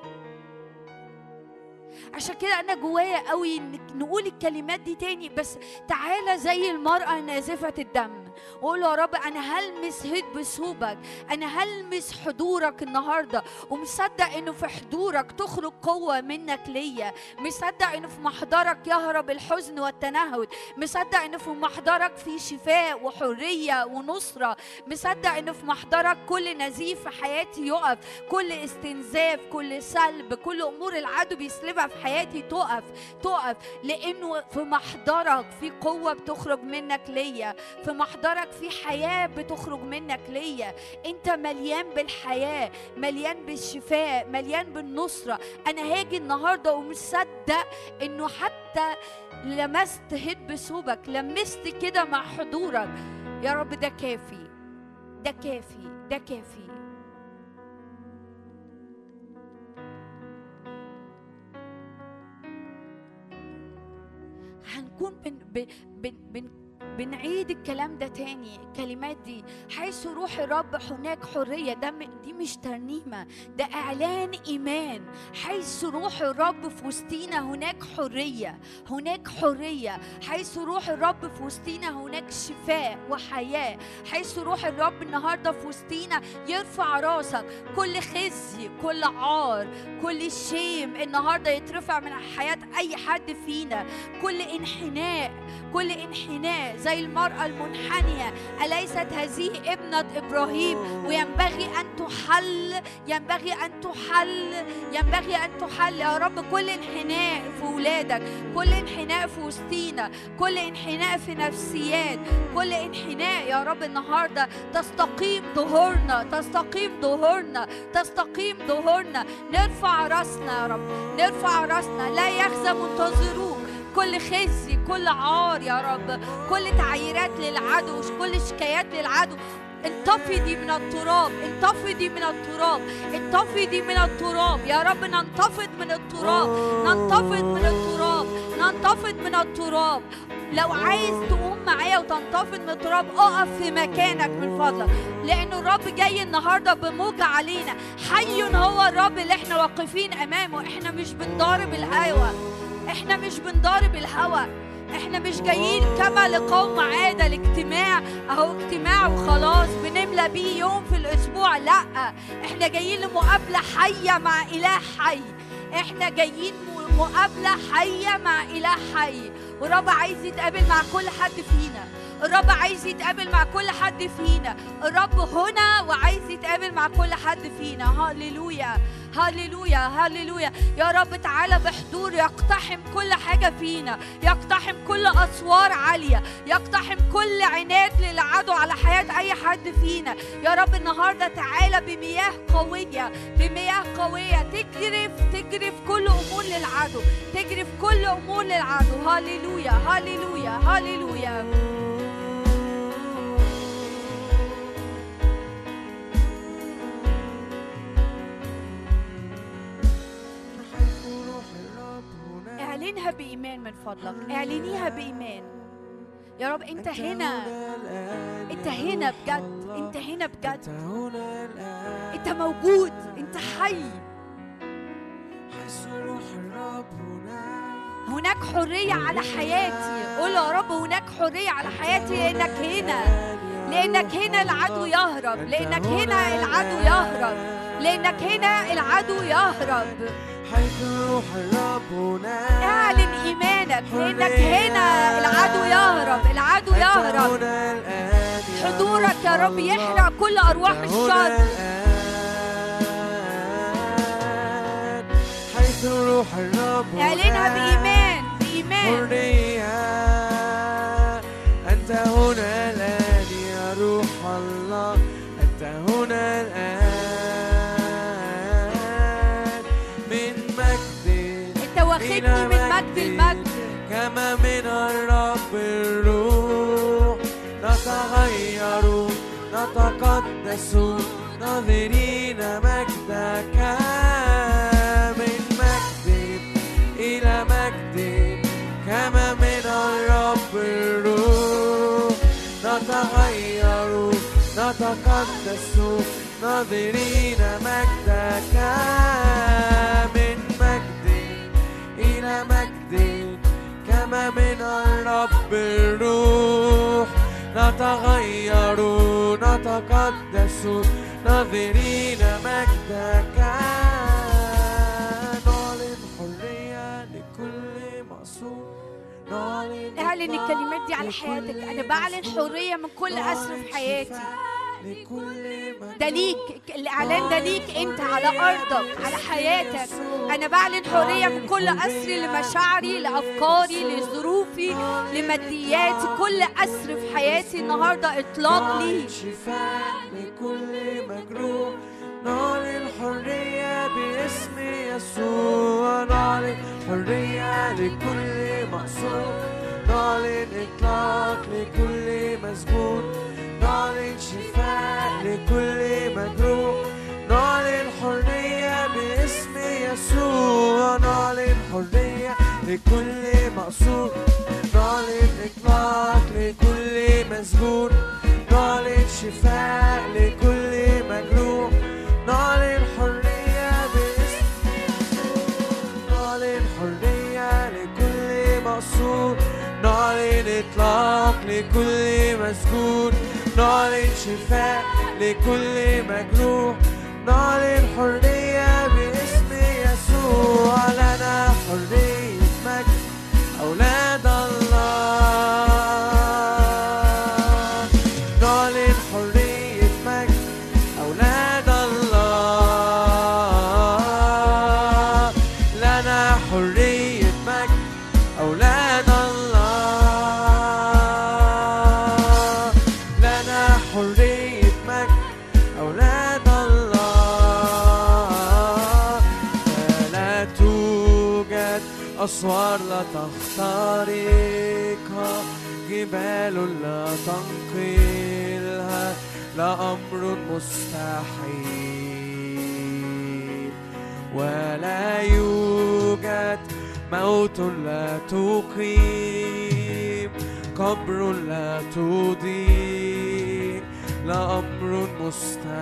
[SPEAKER 3] عشان كده أنا جوايا قوي نقول الكلمات دي تاني، بس تعالى زي المرأة نازفة الدم وقول له يا رب أنا هلمس هيد بثوبك، أنا هلمس حضورك النهاردة، ومصدق إنه في حضورك تخرج قوة منك ليا، مصدق إنه في محضرك يهرب الحزن والتنهد، مصدق إنه في محضرك في شفاء وحرية ونصرة، مصدق إنه في محضرك كل نزيف في حياتي يقف، كل استنزاف، كل سلب، كل أمور العدو بيسلبها في حياتي تقف، لأنه في محضرك في قوة بتخرج منك ليا، في محضرك في حياة بتخرج منك ليا. أنت مليان بالحياة، مليان بالشفاء، مليان بالنصرة. أنا هاجي النهاردة ومصدق إنه حتى لمست هيد بثوبك، لمست كده مع حضورك يا رب. ده كافي. هنكون بنعيد الكلام ده تاني، الكلمات دي. حيث روح الرب هناك حرية. دي مش ترنيمة، ده إعلان إيمان. حيث روح الرب في وسطينا هناك حرية. حيث روح الرب في وسطينا هناك شفاء وحياة. حيث روح الرب النهاردة في وسطينا يرفع راسك. كل خزي، كل عار، كل شيم النهاردة يترفع من حياة أي حد فينا. كل انحناء زي المرأة المنحنية. أليست هذه ابنة إبراهيم؟ وينبغي أن تحل يا رب. كل انحناء في ولادك، كل انحناء في وسطينا، كل انحناء في نفسيات، كل انحناء يا رب النهاردة تستقيم ظهورنا. نرفع راسنا يا رب، لا يخزى منتظروك. كل خزي، كل عار يا رب، كل تعييرات للعدو، كل شكايات للعدو، انتفضي من التراب يا رب. ننتفض من التراب. لو عايز تقوم معايا وتنتفض من التراب، اقف في مكانك من فضلك، لأن الرب جاي النهارده بموجة علينا. حي هو الرب اللي احنا واقفين امامه. احنا مش بنضارب الهوى، احنا مش جايين كما لقوم عادة الاجتماع اهو اجتماع وخلاص بنملى بيه يوم في الاسبوع. لا، احنا جايين لمقابلة حية مع اله حي. احنا جايين مقابلة حية مع اله حي، والرب عايز يتقابل مع كل حد فينا. الرب عايز يتقابل مع كل حد فينا. الرب هنا وعايز يتقابل مع كل حد فينا. هاليلويا هاليلويا هاليلويا. يا رب تعالى بحضور يقتحم كل حاجة فينا، يقتحم كل أسوار عالية، يقتحم كل عناد للعدو على حياة أي حد فينا. يا رب النهاردة تعالى بمياه قوية، بمياه قوية تجري في كل أمور للعدو، تجري في كل أمور للعدو. هاليلويا هاليلويا هاليلويا. اعلنها بإيمان من فضلك، اعلنيها بإيمان. يا رب انت هنا، انت هنا بجد، انت هنا بجد، انت موجود، انت حي. هناك حرية على حياتي. قول يا رب هناك حرية على حياتي لأنك هنا، لأنك هنا العدو يهرب، لأنك هنا العدو يهرب، لأنك هنا العدو يهرب.
[SPEAKER 1] حيث روح الرب هناك.
[SPEAKER 3] اعلن إيمانك لأنك هنا العدو يهرب، العدو يهرب. حضورك يا رب يحرق كل أرواح الشر.
[SPEAKER 1] حيث روح الرب
[SPEAKER 3] اعلنها بإيمان، بإيمان.
[SPEAKER 1] أنت هنا الآن يا روح الله، أنت هنا الآن.
[SPEAKER 3] واخدني من مجد المجد،
[SPEAKER 1] كما من الرب الروح. نتغير نتقدس ناظرين مجدك، من مجد إلى مجد كما من الرب الروح. نتغير نتقدس ناظرين مجدك، من مجد إلى مجد كما من الرب الروح. نتغير نتقدس ناظرين مجدك. نعلن حرية لكل مقصود.
[SPEAKER 3] اعلن الكلمات دي على حياتك. أنا بعلن حرية من كل أسر في حياتي. ده ليك، الإعلان ده ليك أنت على أرضك، على حياتك. أنا بعلن حرية من كل أسر لمشاعري، لأفكاري، لظروفي، لمادياتي. كل أسر في حياتي النهاردة إطلاق لي.
[SPEAKER 1] شفاء لكل مجروح. نعلن حرية باسم يسوع. نعلن حرية لكل مقصود. نعلن إطلاق لكل مسجون. نعلن شفاء لكل مجروح. نعلن حرية باسم يسوع. نعلن حرية لكل مقصود. نعلن إطلاق لكل مسجون. نعلن شفاء لكل مجروح. نعلن حرية باسم يسوع. نعلن حرية لكل مقصود. نعلن إطلاق لكل مسجون. نعلن شفاء لكل مجروح. نعلن حرية باسم يسوع. لنا حرية مجد أولاد الله. نعلن حرية مجد أولاد الله. لنا حرية مجد أولاد الله. لنا حرية مجد أولاد الله. فلا توجد أسوار لا تخترقها، جبال لا تنقلها، لا أمر مستحيل. ولا يوجد موت لا تقيم، قبر لا تضيء، لا أمر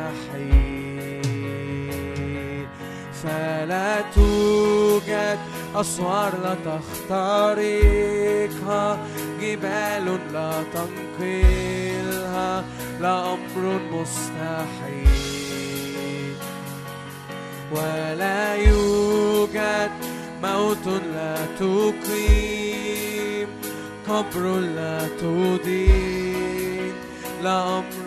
[SPEAKER 1] مستحيل. فلا توجد أسوار لا تخترقها، جبال لا تنقلها، لا أمر مستحيل. ولا يوجد موت لا تقيم، قبر لا تدين، لا أمر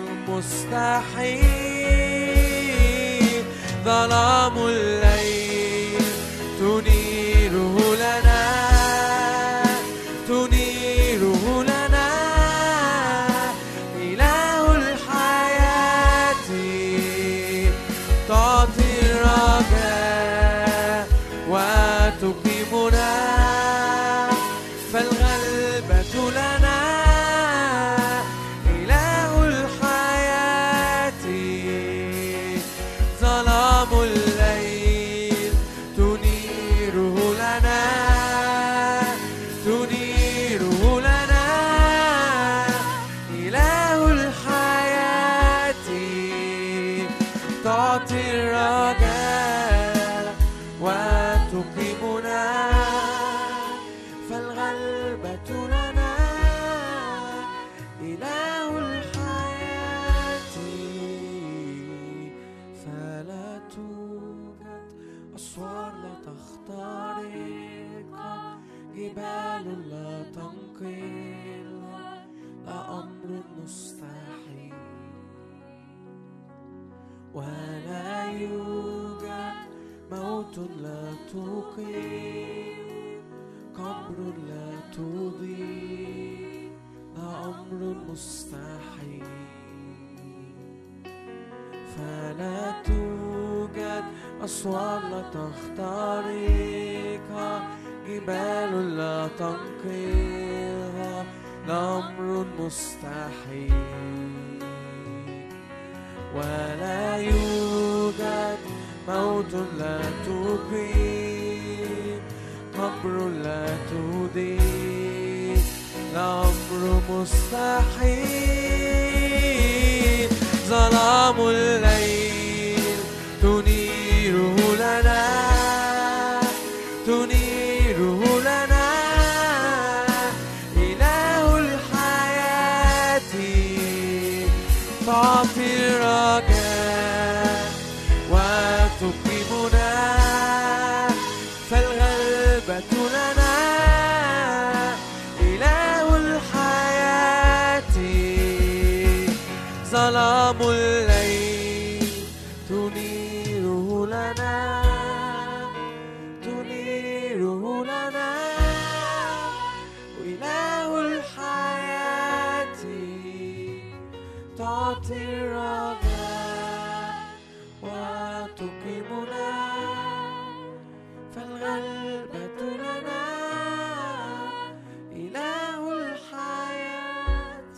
[SPEAKER 1] مستحيل. ظلام الليل تنيره لنا، تنيره لنا، إله الحياة تعطي الرجاء وتقيمنا، فالغلبة لنا، إله الحياة. ظلام الليل تنيره لنا، تنيره لنا، إله الحياة تعطي الرجاء وتقيمنا، فالغلبة لنا، إله الحياة. فلا توجد أسوار لا تخترقها، جبال لا تنقلها، لا أمر مستحيل. ولا يوجد موت لا تقيم، قبر لا تضيء، لا أمر مستحيل. فلا توجد أسوار لا تخترقها، جبال لا تنقلها، لا أمر مستحيل. ولا يوجد موت لا تقيم، قبر لا تضيء، لا أمر مستحيل. ظلام الليل تنيره لنا، تنيره لنا، إله الحياة تعطي الرجاء وتقيمنا، فالغلبة لنا، إله الحياة. ظلام الليل تنيره لنا، تنيره لنا، وإله الحياة تعطي الرجاء وتقيمنا، فالغلبة لنا، إله الحياة.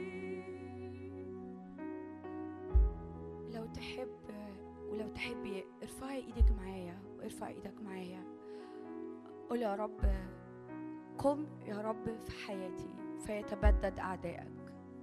[SPEAKER 3] لو تحب ولو تحبي ارفعي ايدك معايا وارفع ايدك معايا. قول يا رب قم يا رب في حياتي فيتبدد أعدائك.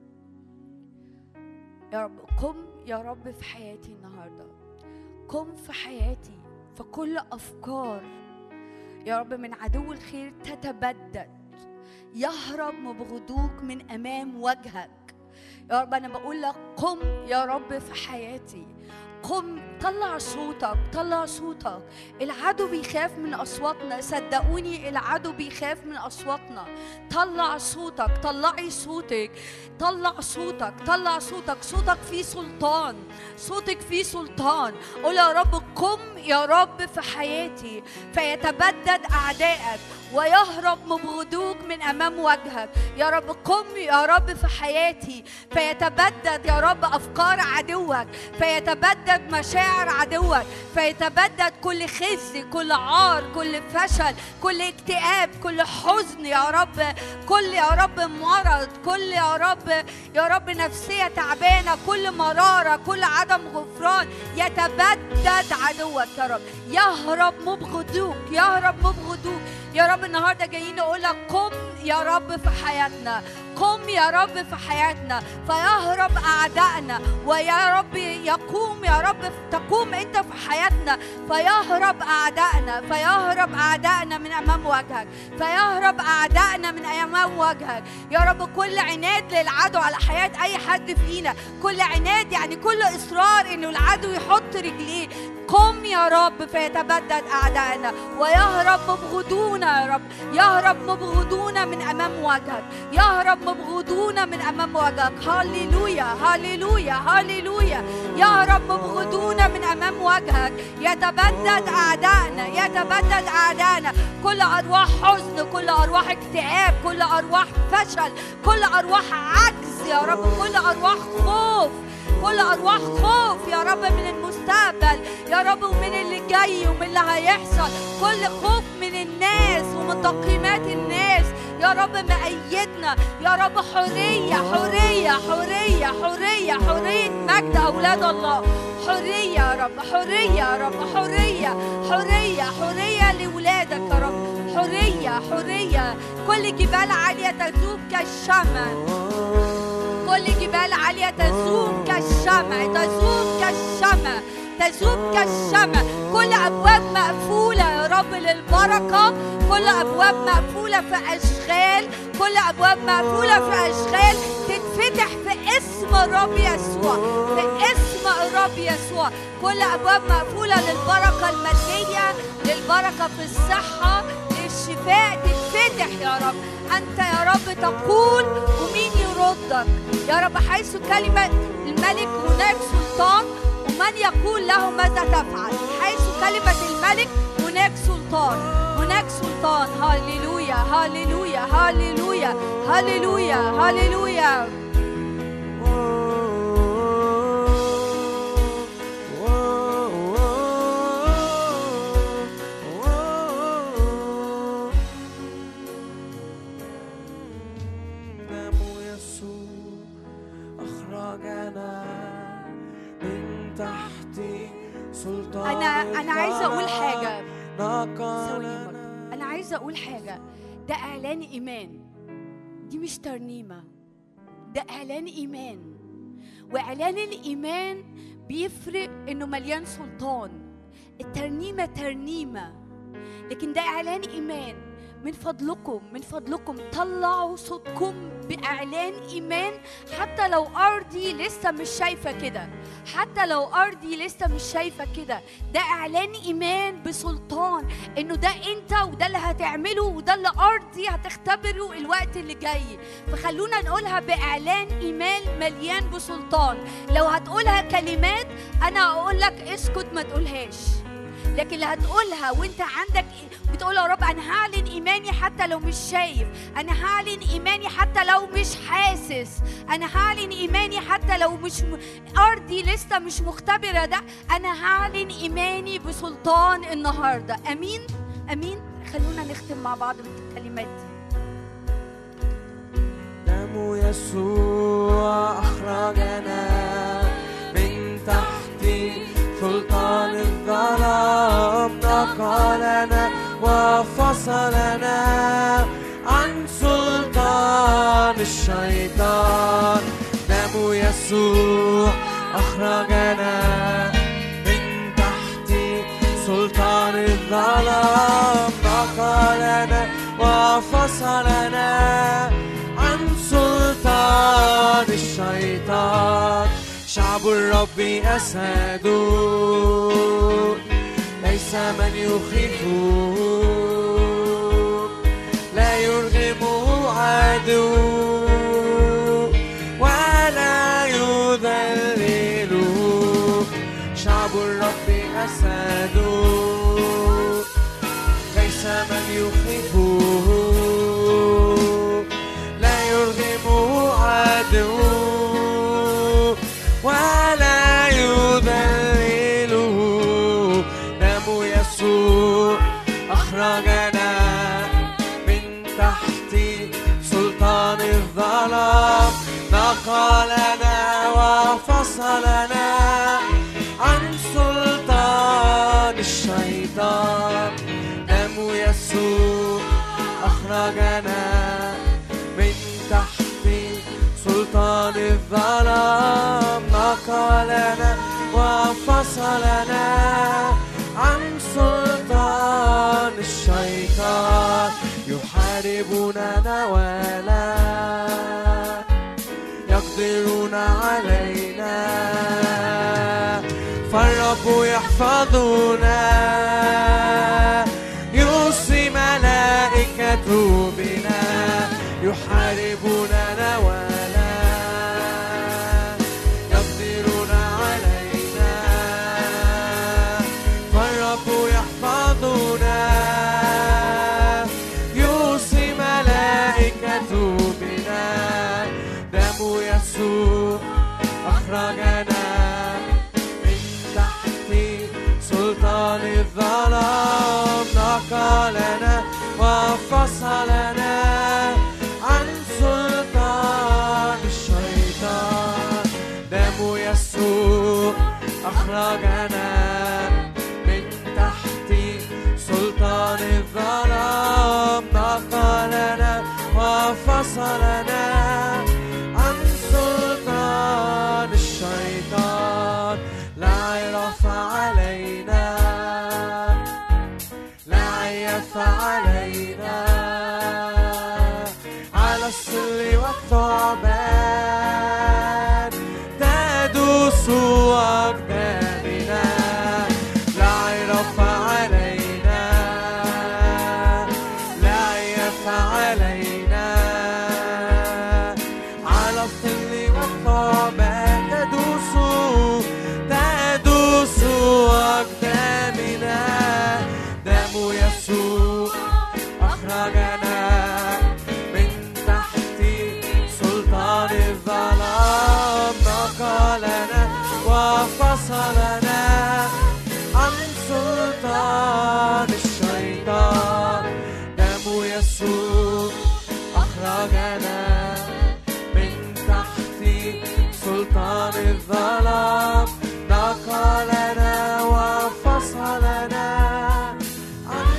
[SPEAKER 3] يا رب قم يا رب في حياتي النهاردة، قم في حياتي، فكل أفكار يا رب من عدو الخير تتبدد، يهرب مبغضوك من أمام وجهك. يا رب أنا بقول لك قم يا رب في حياتي، قم، طلع صوتك، طلع صوتك. العدو بيخاف من أصواتنا، صدقوني العدو بيخاف من أصواتنا. طلع صوتك، طلعي صوتك، طلع صوتك، طلع صوتك. صوتك فيه سلطان، صوتك فيه سلطان. قول يا رب قم يا رب في حياتي فيتبدد أعدائك ويهرب مبغضوك من أمام وجهك. يا رب قم يا رب في حياتي فيتبدد يا رب أفكار عدوك، فيتبدد مشاعر عدوك، فيتبدد كل خزي، كل عار، كل فشل، كل اكتئاب، كل حزن يا رب، كل يا رب مرض، كل يا رب نفسية تعبانة، كل مرارة، كل عدم غفران. يتبدد عدوك يا رب، يهرب مبغضوك، يهرب مبغضوك. يا رب النهارده جايين نقول لك قم يا رب في حياتنا، قم يا رب في حياتنا فيهرب أعدائنا، ويا رب يقوم يا رب تقوم أنت في حياتنا فيهرب أعدائنا، فيهرب أعدائنا من أمام وجهك، فيهرب أعدائنا من أمام وجهك يا رب. كل عناد للعدو على حياة أي حد فينا، كل عناد يعني كل إصرار إنه العدو يحط رجليه، قم يا رب فيتبدد أعدائنا ويهرب مبغضونا يا رب، يهرب مبغضونا من أمام وجهك، يهرب مبغضونا من أمام وجهك. هاليلويا هاليلويا هاليلويا. يهرب مبغضونا من أمام وجهك، يتبدد أعدائنا، يتبدد أعدائنا. كل أرواح حزن، كل أرواح اكتئاب، كل أرواح فشل، كل أرواح عجز يا رب، كل أرواح خوف، كل أرواح خوف يا رب من المستقبل يا رب ومن اللي جاي ومن اللي هيحصل، كل خوف من الناس ومن تقييمات الناس يا رب مأيدنا يا رب. حرية حرية حرية حرية حرية مجد أولاد الله، حرية يا رب، حرية يا رب، حرية حرية حرية لولادك يا رب، حرية حرية. كل جبال عالية تذوب كالشمع، كل جبال عالية تذوب كالشمع، تذوب كالشمع، تذوب كالشمع. كل أبواب مقفولة يا رب للبركة، كل أبواب مقفولة في أشغال، كل أبواب مقفولة في أشغال تتفتح في اسم الرب يسوع، في اسم الرب يسوع. كل أبواب مقفولة للبركة المادية، للبركة في الصحة، للشفاء تتفتح يا رب. أنت يا رب تقول ومين يردك يا رب. حيث كلمة الملك هناك سلطان، ومن يقول له ماذا تفعل. حيث كلمة الملك هناك سلطان، هناك سلطان. هاليلويا هاليلويا هاليلويا هاليلويا هاليلويا. أنا عايزة أقول حاجة، أنا عايزة أقول حاجة. ده إعلان إيمان، دي مش ترنيمة، ده إعلان إيمان. وإعلان الإيمان بيفرق إنه مليان سلطان. الترنيمة ترنيمة، لكن ده إعلان إيمان. من فضلكم من فضلكم طلعوا صوتكم بإعلان إيمان، حتى لو أرضي لسه مش شايفة كده، حتى لو أرضي لسه مش شايفة كده. ده إعلان إيمان بسلطان، إنه ده أنت وده اللي هتعمله وده اللي أرضي هتختبره الوقت اللي جاي. فخلونا نقولها بإعلان إيمان مليان بسلطان. لو هتقولها كلمات أنا أقول لك اسكت ما تقولهاش، لكن اللي هتقولها وانت عندك بتقول يا رب انا هعلن ايماني حتى لو مش شايف، انا هعلن ايماني حتى لو مش حاسس، انا هعلن ايماني حتى لو مش ارضي لسه مش مختبره ده، انا هعلن ايماني بسلطان النهارده. امين امين. خلونا نختم مع بعض بالكلمات دي.
[SPEAKER 1] دم يسوع اخرجنا من تحت سلطان الظلام، نقلنا وفصلنا عن سلطان الشيطان. دم يسوع أخرجنا من تحت سلطان الظلام، نقلنا وفصلنا عن سلطان الشيطان. شعب الرب أسد ليس من يخيفه، لا يرغمه عدو ولا يذلله. شعب الرب أسد ليس من يخيفه، لا يرغمه عدو ولا يذلله. دم يسوع أخرجنا من تحت سلطان الظلام، نقلنا وفصلنا عن سلطان الشيطان. دم يسوع أخرجنا من تحت سلطان الظلام، نقلنا وفصلنا عن سلطان الشيطان. يحاربوننا ولا يقدرون علينا، فالرب يحفظنا، يوصي ملائكته بنا. يحاربوننا ولا يقدرون علينا، فالرب يحفظنا، يوصي ملائكته بنا. دم يسوع أخرجنا من تحت سلطان الظلام، نقلنا وفصلنا عن سلطان الشيطان. دم يسوع أخرجنا من تحت سلطان الظلام، نقلنا وفصلنا عن سلطان الشيطان. لا عرف علينا، لا عيف علينا، على السل والثعبان تدوس أقدامنا. لا عرف علينا، لا عيف علينا، على السل والثعبان تدوس أقدامنا. دم يسوع أخرجنا من تحت سلطان الظلام، نقلنا وفصلنا عن سلطان الشيطان. دم يسوع أخرجنا من تحت سلطان الظلام، نقلنا وفصلنا عن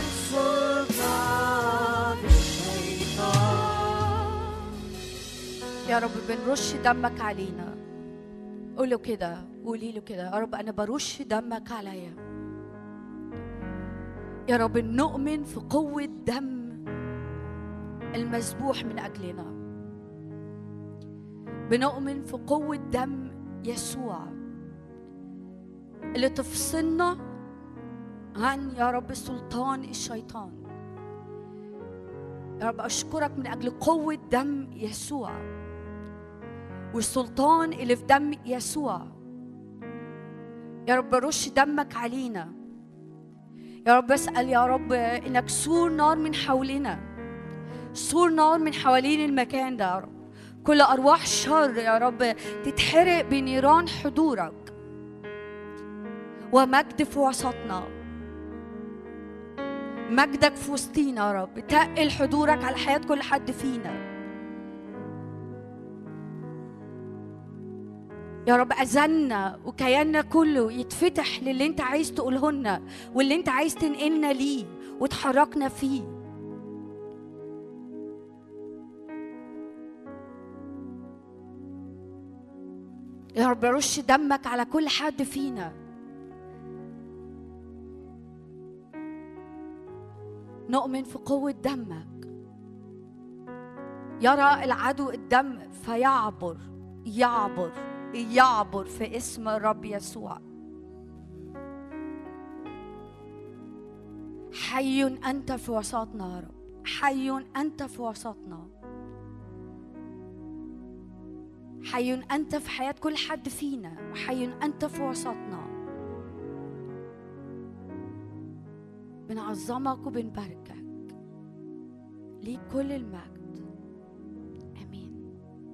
[SPEAKER 1] سلطان الشيطان.
[SPEAKER 3] يا رب بنرش دمك علينا. قول له كده، قولي له كده، يا رب أنا برش دمك عليا. يا رب نؤمن في قوة دم المذبوح من أجلنا، بنؤمن في قوة دم يسوع اللي تفصلنا عن يا رب سلطان الشيطان. يا رب أشكرك من أجل قوة دم يسوع والسلطان اللي في دم يسوع. يا رب رش دمك علينا. يا رب بسأل يا رب إنك سور نار من حولنا، سور نار من حوالين المكان ده. يا رب كل أرواح شر يا رب تتحرق بنيران حضورك، ومجد في وسطنا، مجدك في وسطينا. يا رب تقل حضورك على حياة كل حد فينا. يا رب أذنا وكياننا كله يتفتح للي انت عايز تقوله لنا واللي انت عايز تنقلنا ليه وتحركنا فيه. يا رب رش دمك على كل حد فينا. نؤمن في قوة دمك. يرى العدو الدم فيعبر، يعبر في اسم الرب يسوع. حي أنت في وسطنا يا رب، حي أنت في وسطنا، حي أنت في حياة كل حد فينا، وحي أنت في وسطنا. بنعظمك وبنباركك، ليك كل المجد. آمين.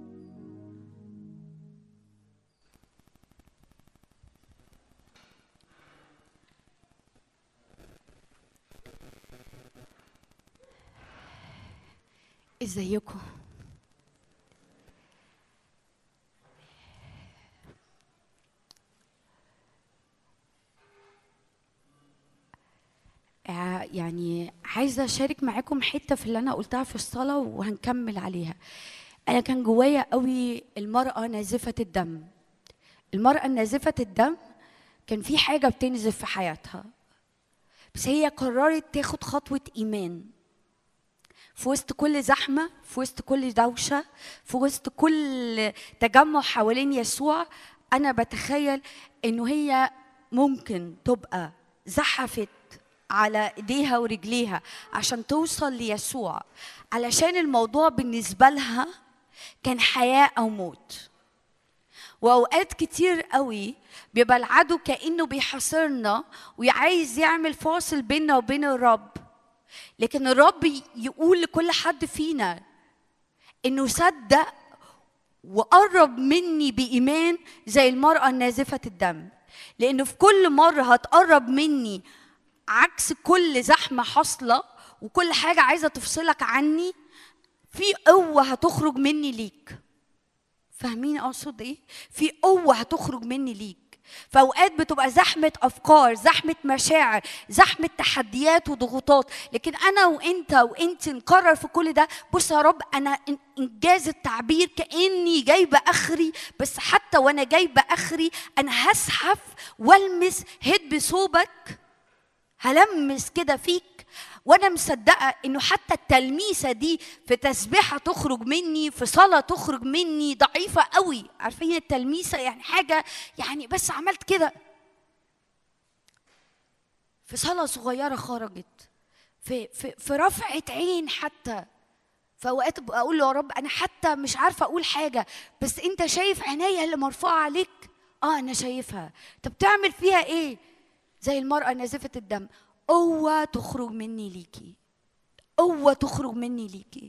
[SPEAKER 3] ازيكم؟ يعني عايزة أشارك معاكم حتة في اللي أنا قلتها في الصلاة وهنكمل عليها. أنا كان جوايا قوي المرأة نازفة الدم. المرأة النازفة الدم كان في حاجة بتنزف في حياتها، بس هي قررت تاخد خطوة إيمان في وسط كل زحمة، في وسط كل دوشة، في وسط كل تجمع حوالين يسوع. أنا بتخيل إنه هي ممكن تبقى زحفت على ايديها ورجليها عشان توصل ليسوع، علشان الموضوع بالنسبة لها كان حياة أو موت. وأوقات كتير قوي بيبقى العدو كأنه بيحاصرنا وعايز يعمل فاصل بيننا وبين الرب، لكن الرب يقول لكل حد فينا إنه صدق وقرب مني بإيمان زي المرأة النازفة الدم، لأنه في كل مرة هتقرب مني عكس كل زحمة حاصلة وكل حاجة عايزة تفصلك عني، في قوة هتخرج مني ليك. فاهمين أقصد إيه؟ في قوة هتخرج مني ليك. فأوقات بتبقى زحمة أفكار، زحمة مشاعر، زحمة تحديات وضغوطات، لكن أنا وإنت نقرر في كل ده، بص يا رب أنا إنجاز التعبير كأني جايبة آخري، بس حتى وأنا جايبة آخري أنا هسحف والمس هد بصوبك، هلمس كده فيك، وانا مصدقه انه حتى التلميسه دي في تسبيحه تخرج مني، في صلاه تخرج مني ضعيفه قوي. عارفين التلميسه يعني حاجه، يعني بس عملت كده، في صلاه صغيره خرجت، في رفعه عين حتى. فاوقات اقول له يا رب انا حتى مش عارفه اقول حاجه، بس انت شايف عينيا اللي مرفوعه عليك. انا شايفها. طب تعمل فيها ايه؟ زي المرأة نازفة الدم، قوة تخرج مني ليكي، قوة تخرج مني ليكي.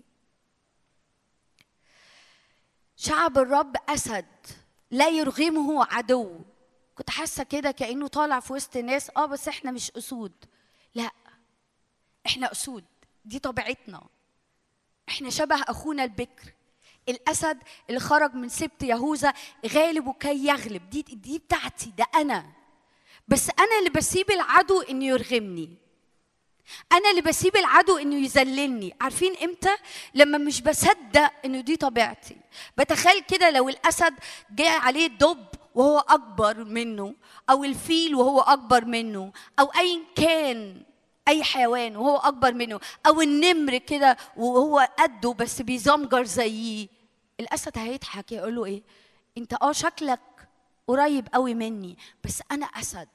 [SPEAKER 3] شعب الرب أسد لا يرغمه عدو. كنت حاسة كده كأنه طالع في وسط ناس بس احنا مش أسود. لا، احنا أسود، دي طبيعتنا. احنا شبه أخونا البكر الأسد اللي خرج من سبط يهوذا غالب وكي يغلب. دي بتاعتي، ده أنا. بس أنا اللي بسيب العدو إنه يرغمني، أنا اللي بسيب العدو إنه يذللني. عارفين إمتى؟ لما مش بصدق إنه دي طبيعتي. بتخيل كده لو الأسد جاء عليه الدب وهو أكبر منه، أو الفيل وهو أكبر منه، أو أي كان أي حيوان وهو أكبر منه، أو النمر كده وهو قده بس بيزمجر زيه، الأسد هيضحك يقول له إيه؟ أنت شكلك قريب قوي مني، بس أنا أسد،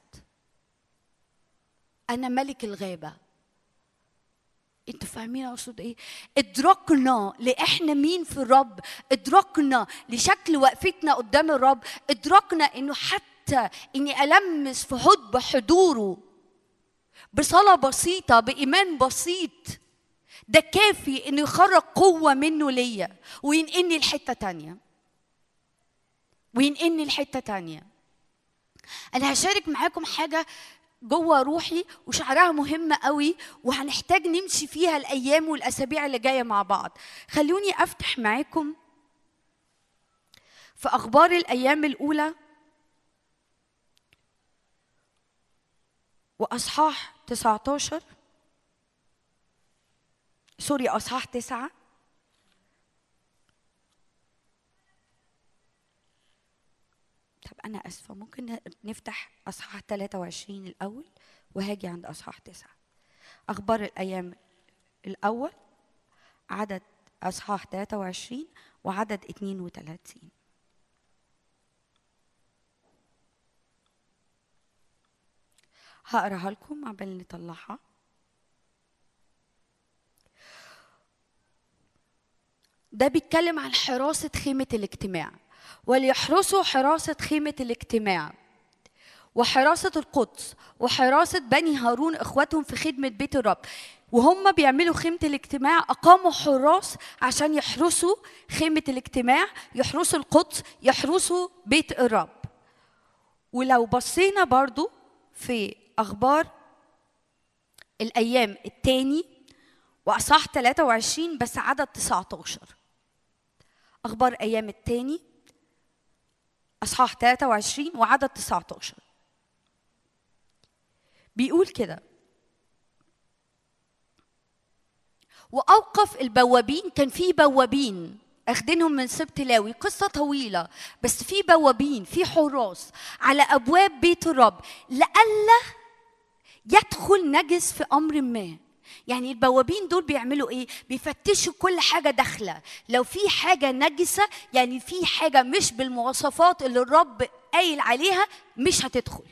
[SPEAKER 3] أنا ملك الغابة. انتوا فاهمين اقصد ايه؟ ادركنا لإحنا مين في الرب، ادركنا لشكل وقفتنا قدام الرب، ادركنا انه حتى اني ألمس في حب حضوره بصلاة بسيطة بإيمان بسيط، ده كافي انه يخرج قوة منه ليا وينقلني لحتة تانية، وينقلني لحتة تانية. أنا هشارك معاكم حاجة جوه روحي وشعرها مهمة قوي، وهنحتاج نمشي فيها الأيام والأسابيع اللي جاية مع بعض. خلوني أفتح معاكم في أخبار الأيام الأولى وأصحاح 19، أصحاح 9. طب أنا أسفة، ممكن نفتح أصحاح 23 الأول وهاجي عند أصحاح 9. أخبار الأيام الأول عدد أصحاح 23 وعدد 32. هقراها لكم عبال نطلعها. ده بيتكلم عن حراسة خيمة الاجتماع، وليحرسوا حراسة خيمة الاجتماع وحراسة القدس وحراسة بني هارون إخواتهم في خدمة بيت الرب. وهم بيعملوا خيمة الاجتماع أقاموا حراس عشان يحرسوا خيمة الاجتماع، يحرسوا القدس، يحرسوا بيت الرب. ولو بصينا برضو في أخبار الأيام الثاني وأصحاح 23 بس عدد 19. أخبار أيام الثاني أصحاح 23 وعدد 19 بيقول كده: واوقف البوابين. كان في بوابين اخدينهم من سبط لاوي، قصه طويله، بس في بوابين، في حراس على ابواب بيت الرب لئلا يدخل نجس في امر ما. يعني البوابين دول بيعملوا ايه؟ بيفتشوا كل حاجه داخله، لو في حاجه نجسه يعني في حاجه مش بالمواصفات اللي الرب قايل عليها مش هتدخل.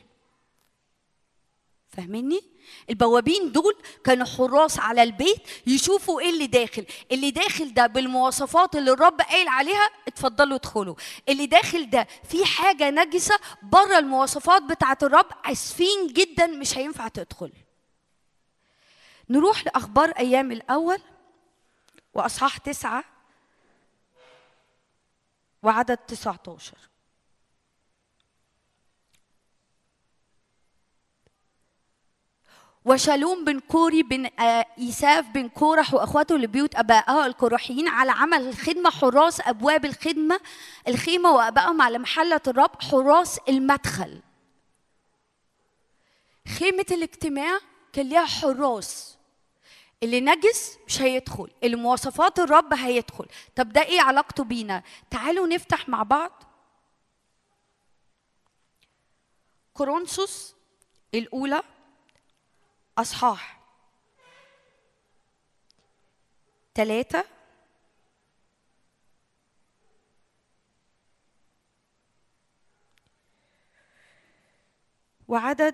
[SPEAKER 3] فاهميني؟ البوابين دول كانوا حراس على البيت يشوفوا ايه اللي داخل، اللي داخل ده بالمواصفات اللي الرب قايل عليها اتفضلوا ادخلوا، اللي داخل ده في حاجه نجسه بره المواصفات بتاعه الرب اسفين جدا مش هينفع تدخل. نروح لأخبار أيام الأول وأصحاح 9 وعدد 19. وشالوم بن كوري بن إيساف بن كورح وأخواته لبيوت أبائها الكورحيين على عمل الخدمة حراس أبواب الخيمة وأبائهم على محلة الرب حراس المدخل. خيمة الاجتماع كان ليها حراس، اللي نجس مش هيدخل، اللي مواصفات الرب هيدخل. طب ده ايه علاقته بينا؟ تعالوا نفتح مع بعض كورنثوس الأولى أصحاح 3 وعدد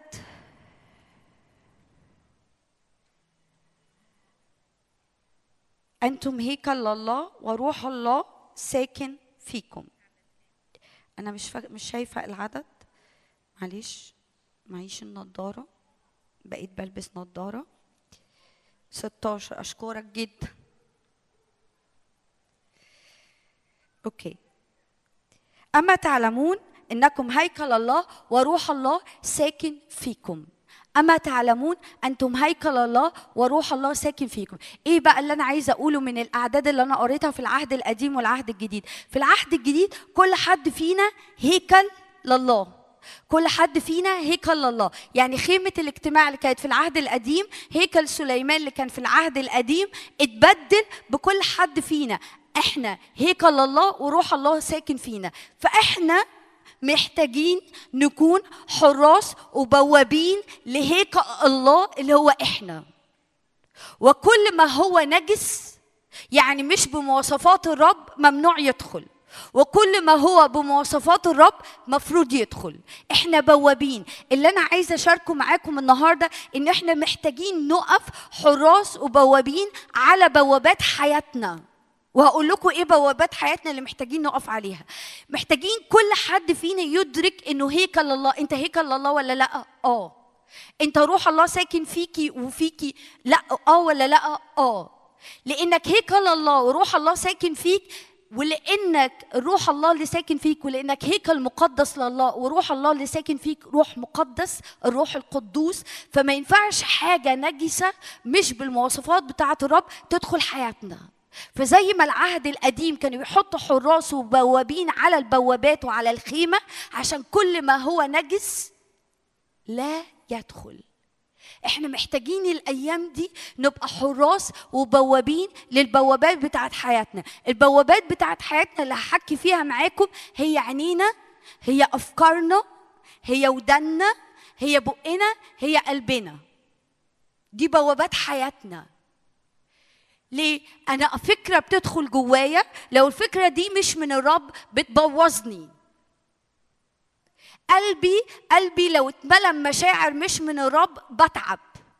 [SPEAKER 3] 'أنتم هيكل الله وروح الله ساكن فيكم'. أنا مش شايفة العدد، معلش معيش النضارة، بقيت بلبس نضارة. 16 أشكرك جدا. أوكي. أما تعلمون إنكم هيكل الله وروح الله ساكن فيكم. أما تعلمون أنتم هيكل الله وروح الله ساكن فيكم. إيه بقى اللي أنا عايزة أقوله من الأعداد اللي أنا قريتها في العهد القديم والعهد الجديد؟ في العهد الجديد كل حد فينا هيكل لله، كل حد فينا هيكل لله. يعني خيمة الاجتماع اللي كانت في العهد القديم، هيكل سليمان اللي كان في العهد القديم، اتبدل بكل حد فينا. احنا هيكل الله وروح الله ساكن فينا، فاحنا محتاجين نكون حراس وبوابين لهيكل الله اللي هو احنا. وكل ما هو نجس يعني مش بمواصفات الرب ممنوع يدخل، وكل ما هو بمواصفات الرب مفروض يدخل. احنا بوابين. اللي انا عايزه اشاركه معاكم النهارده ان احنا محتاجين نقف حراس وبوابين على بوابات حياتنا. وهقول لكم ايه بوابات حياتنا اللي محتاجين نقف عليها. محتاجين كل حد فينا يدرك انه هيكل الله. انت هيكل الله ولا لا؟ انت روح الله ساكن فيكي وفيكي؟ لا. ولا لا؟ لانك هيكل الله وروح الله ساكن فيك، ولانك روح الله اللي ساكن فيك، ولانك هيكل مقدس لله وروح الله اللي ساكن فيك روح مقدس الروح القدوس، فما ينفعش حاجه نجسه مش بالمواصفات بتاعه الرب تدخل حياتنا. فزي ما العهد القديم كانوا يحطوا حراس وبوابين على البوابات وعلى الخيمه عشان كل ما هو نجس لا يدخل. احنا محتاجين الايام دي نبقى حراس وبوابين للبوابات بتاعت حياتنا. البوابات بتاعت حياتنا اللي هحكي فيها معاكم هي عينينا، هي افكارنا، هي ودنا، هي بقنا، هي قلبنا. دي بوابات حياتنا. ليه؟ انا فكره بتدخل جوايا، لو الفكره دي مش من الرب بتبوظني. قلبي لو اتملى مشاعر مش من الرب بتعب.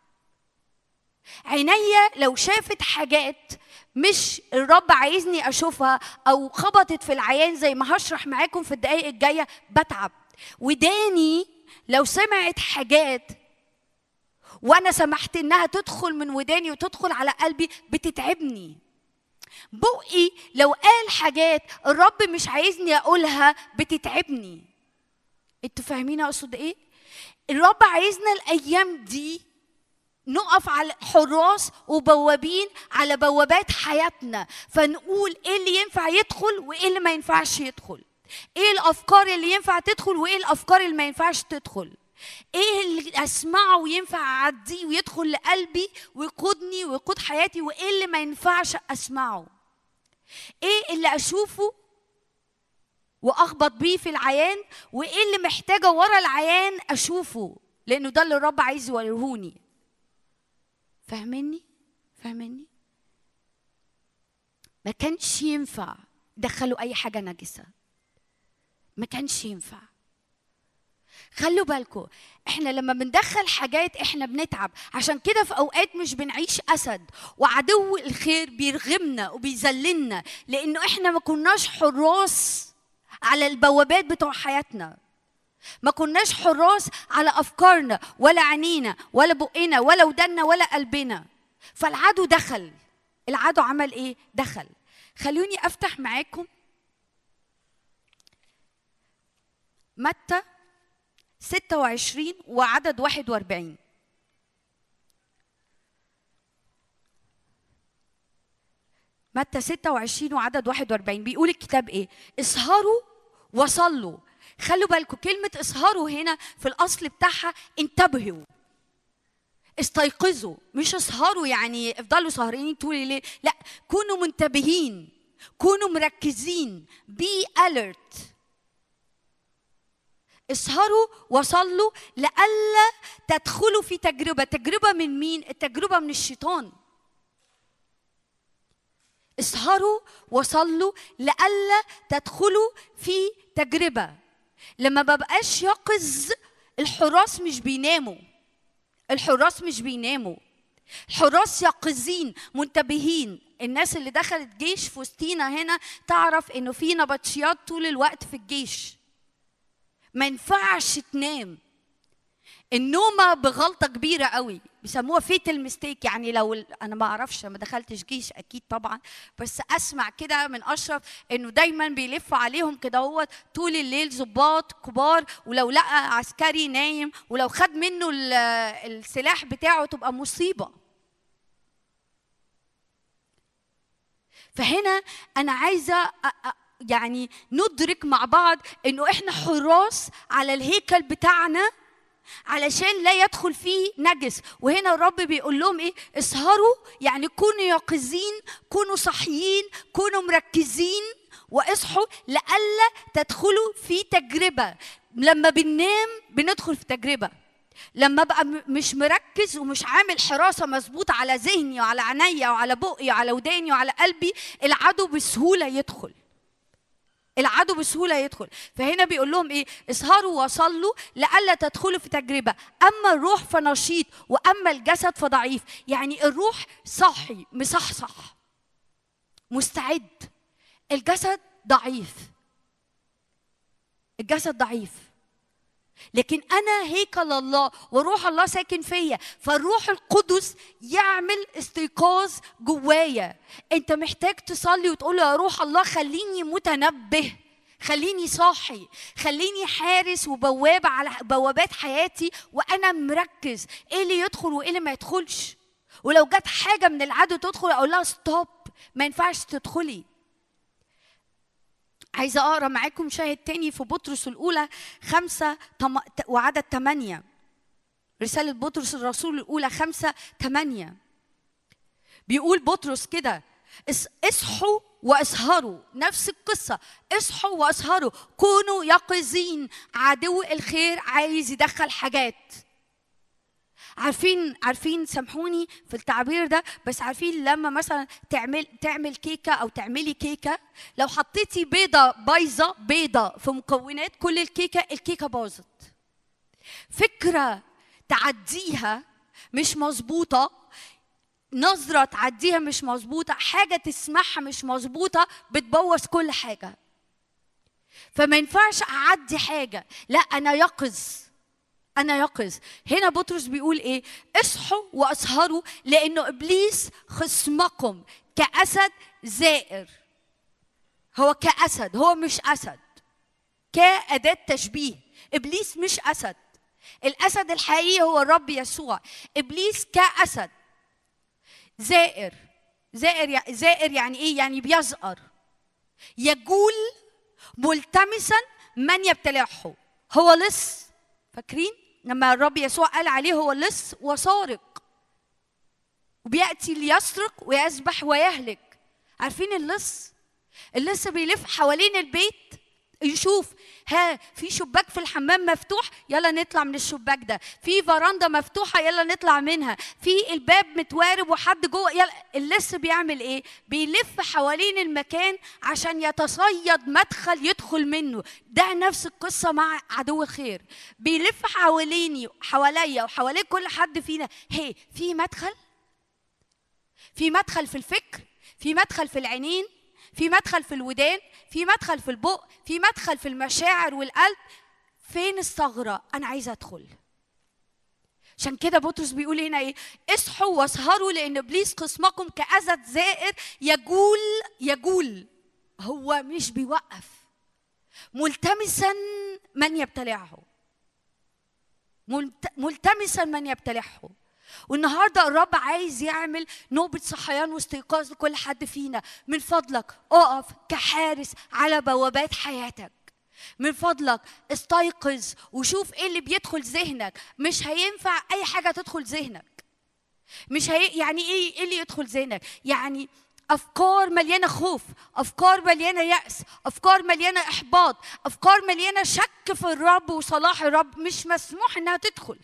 [SPEAKER 3] عينيا لو شافت حاجات مش الرب عايزني اشوفها او خبطت في العيان زي ما هشرح معاكم في الدقايق الجايه بتعب. وداني لو سمعت حاجات وانا سمحت انها تدخل من وداني وتدخل على قلبي بتتعبني. بقي لو قال حاجات الرب مش عايزني اقولها بتتعبني. انتوا فاهمين اقصد ايه؟ الرب عايزنا الايام دي نقف على حراس وبوابين على بوابات حياتنا، فنقول ايه اللي ينفع يدخل وايه اللي ما ينفعش يدخل، ايه الافكار اللي ينفع تدخل وايه الافكار اللي ما ينفعش تدخل. ايه اللي اسمعه وينفع اعديه ويدخل لقلبي ويقودني ويقود حياتي، وايه اللي ما ينفعش اسمعه. ايه اللي اشوفه واخبط بيه في العيان، وايه اللي محتاجه ورا العيان اشوفه، لانه ده اللي الرب عايز يوريهوني. فاهمني؟ ما كانش ينفع دخلوا اي حاجه نجسه، ما كانش ينفع. خلوا بالكم، احنا لما بندخل حاجات احنا بنتعب. عشان كده في اوقات مش بنعيش اسد، وعدو الخير بيرغمنا وبيذللنا، لانه احنا ما كناش حراس على البوابات بتوع حياتنا، ما كناش حراس على افكارنا ولا عينينا ولا بقنا ولا ودنا ولا قلبنا. فالعدو دخل. العدو عمل ايه؟ دخل. خلوني افتح معاكم متى 26 وعدد 41. متى 26 وعدد 41 بيقول الكتاب ايه؟ اسهروا وصلوا. خلوا بالكم، كلمة اسهروا هنا في الأصل بتاعها انتبهوا، استيقظوا. مش اسهروا يعني افضلوا سهرانين طول الليل، لا، كونوا منتبهين، كونوا مركزين، be alert. اسهروا وصلوا لئلا تدخلوا في تجربة. تجربة من مين؟ التجربة من الشيطان. اسهروا وصلوا لئلا تدخلوا في تجربة. لما ببقاش يقظ، الحراس مش بيناموا، الحراس مش بيناموا، الحراس يقظين منتبهين. الناس اللي دخلت جيش في وسطينا هنا تعرف انه في نبطشيات طول الوقت في الجيش. ما ينفعش تنام. النومة بغلطة كبيرة قوي، بيسموها فيتال ميستيك. يعني لو انا ما اعرفش، ما دخلتش جيش اكيد طبعا، بس اسمع كده من اشرف انه دايما بيلفوا عليهم كده هو طول الليل ضباط كبار، ولو لقى عسكري نايم ولو خد منه السلاح بتاعه تبقى مصيبة. فهنا انا عايزة يعني ندرك مع بعض انه احنا حراس على الهيكل بتاعنا علشان لا يدخل فيه نجس. وهنا الرب بيقول لهم ايه؟ اسهروا، يعني كونوا يقظين، كونوا صحيين، كونوا مركزين، واصحوا لئلا تدخلوا في تجربة. لما بننام بندخل في تجربة. لما ابقى مش مركز ومش عامل حراسة مظبوطة على ذهني وعلى عينيا وعلى بقي وعلى وداني وعلى قلبي، العدو بسهولة يدخل، العدو بسهولة يدخل. فهنا بيقول لهم ايه؟ اسهروا وصلوا لئلا تدخلوا في تجربة. اما الروح فنشيط واما الجسد فضعيف. يعني الروح صاحي مصحصح مستعد، الجسد ضعيف، الجسد ضعيف. لكن انا هيكل الله وروح الله ساكن فيا، فالروح القدس يعمل استيقاظ جوايا. انت محتاج تصلي وتقول يا روح الله خليني متنبه، خليني صاحي، خليني حارس وبواب على بوابات حياتي وانا مركز ايه اللي يدخل وايه اللي ما يدخلش. ولو جت حاجه من العدو تدخل اقول لها ستوب، ما ينفعش تدخلي. عايزة أقرأ معاكم شاهد تاني في بطرس الأولى 5 وعدد 8. رسالة بطرس الرسول الأولى 5:8 بيقول بطرس كده: اصحوا واسهروا. نفس القصة، اصحوا واسهروا، كونوا يقظين. عدو الخير عايز يدخل حاجات. عارفين سامحوني في التعبير ده، بس عارفين لما مثلا تعمل كيكه او تعملي كيكه، لو حطيتي بيضه بايظه، بيضه في مكونات كل الكيكه باظت. فكره تعديها مش مظبوطه، نظره تعديها مش مظبوطه، حاجه تسمعها مش مظبوطه، بتبوظ كل حاجه. فما ينفعش اعدي حاجه، لا، انا يقظ، أنا يقظ. هنا بطرس بيقول إيه؟ اصحوا واسهروا لأنه إبليس خصمكم كأسد زائر. هو كأسد، هو مش أسد، كأداة تشبيه. إبليس مش أسد، الأسد الحقيقي هو الرب يسوع. إبليس كأسد زائر. زائر يعني إيه؟ يعني بيزقر، يجول ملتمسا من يبتلعه. هو لص، فاكرين؟ لما الرب يسوع قال عليه هو لص وسارق وبيأتي ليسرق ويذبح ويهلك. عارفين اللص بيلف حوالين البيت يشوف في شباك في الحمام مفتوح، يلا نطلع من الشباك ده، في فراندا مفتوحه يلا نطلع منها، في الباب متوارب وحد جوه، يلا. اللص بيعمل ايه؟ بيلف حوالين المكان عشان يتصيد مدخل يدخل منه. ده نفس القصه مع عدو الخير، بيلف حواليا وحوالين كل حد فينا. في مدخل في الفكر، في مدخل في العينين، في مدخل في الودان، في مدخل في البق، في مدخل في المشاعر والقلب. فين الثغرة؟ أنا عايزة أدخل. عشان كده بطرس بيقول هنا إيه؟ اصحوا واسهروا لأن إبليس خصمكم كأسد زائر يجول. هو مش بيوقف، ملتمسا من يبتلعه، ملتمسا من يبتلعه. والنهارده الرب عايز يعمل نوبة صحيان واستيقاظ لكل حد فينا. من فضلك اقف كحارس على بوابات حياتك. من فضلك استيقظ وشوف ايه اللي بيدخل ذهنك. مش هينفع اي حاجة تدخل ذهنك. يعني ايه اللي يدخل ذهنك؟ يعني أفكار مليانة خوف، أفكار مليانة يأس، أفكار مليانة إحباط، أفكار مليانة شك في الرب وصلاح الرب، مش مسموح إنها تدخل.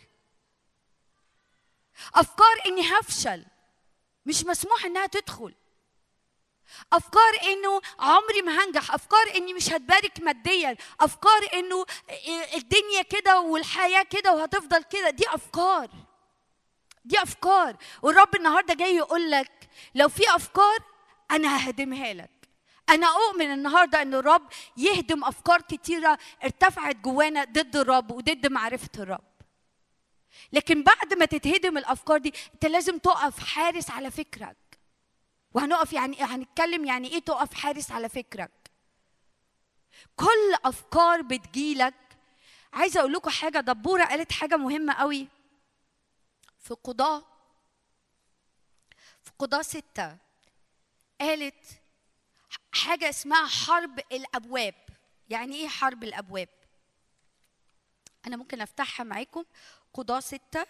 [SPEAKER 3] أفكار إني هفشل، مش مسموح إنها تدخل. أفكار إنه عمري ما هنجح، أفكار إني مش هتبارك ماديا، أفكار إنه الدنيا كده والحياة كده وهتفضل كده. دي أفكار. والرب النهاردة جاي يقول لك لو في أفكار أنا ههدمها لك. أنا أؤمن النهاردة إن الرب يهدم أفكار كتيرة ارتفعت جوانا ضد الرب وضد معرفة الرب. لكن بعد ما تتهدم الأفكار دي أنت لازم تقف حارس على فكرك. وهنقف هنتكلم يعني إيه تقف حارس على فكرك. كل أفكار بتجيلك. عايزة أقول لكم حاجة، دبورة قالت حاجة مهمة قوي في قضاء 6. قالت حاجة اسمها حرب الأبواب. يعني إيه حرب الأبواب؟ أنا ممكن أفتحها معاكم. قضاء 6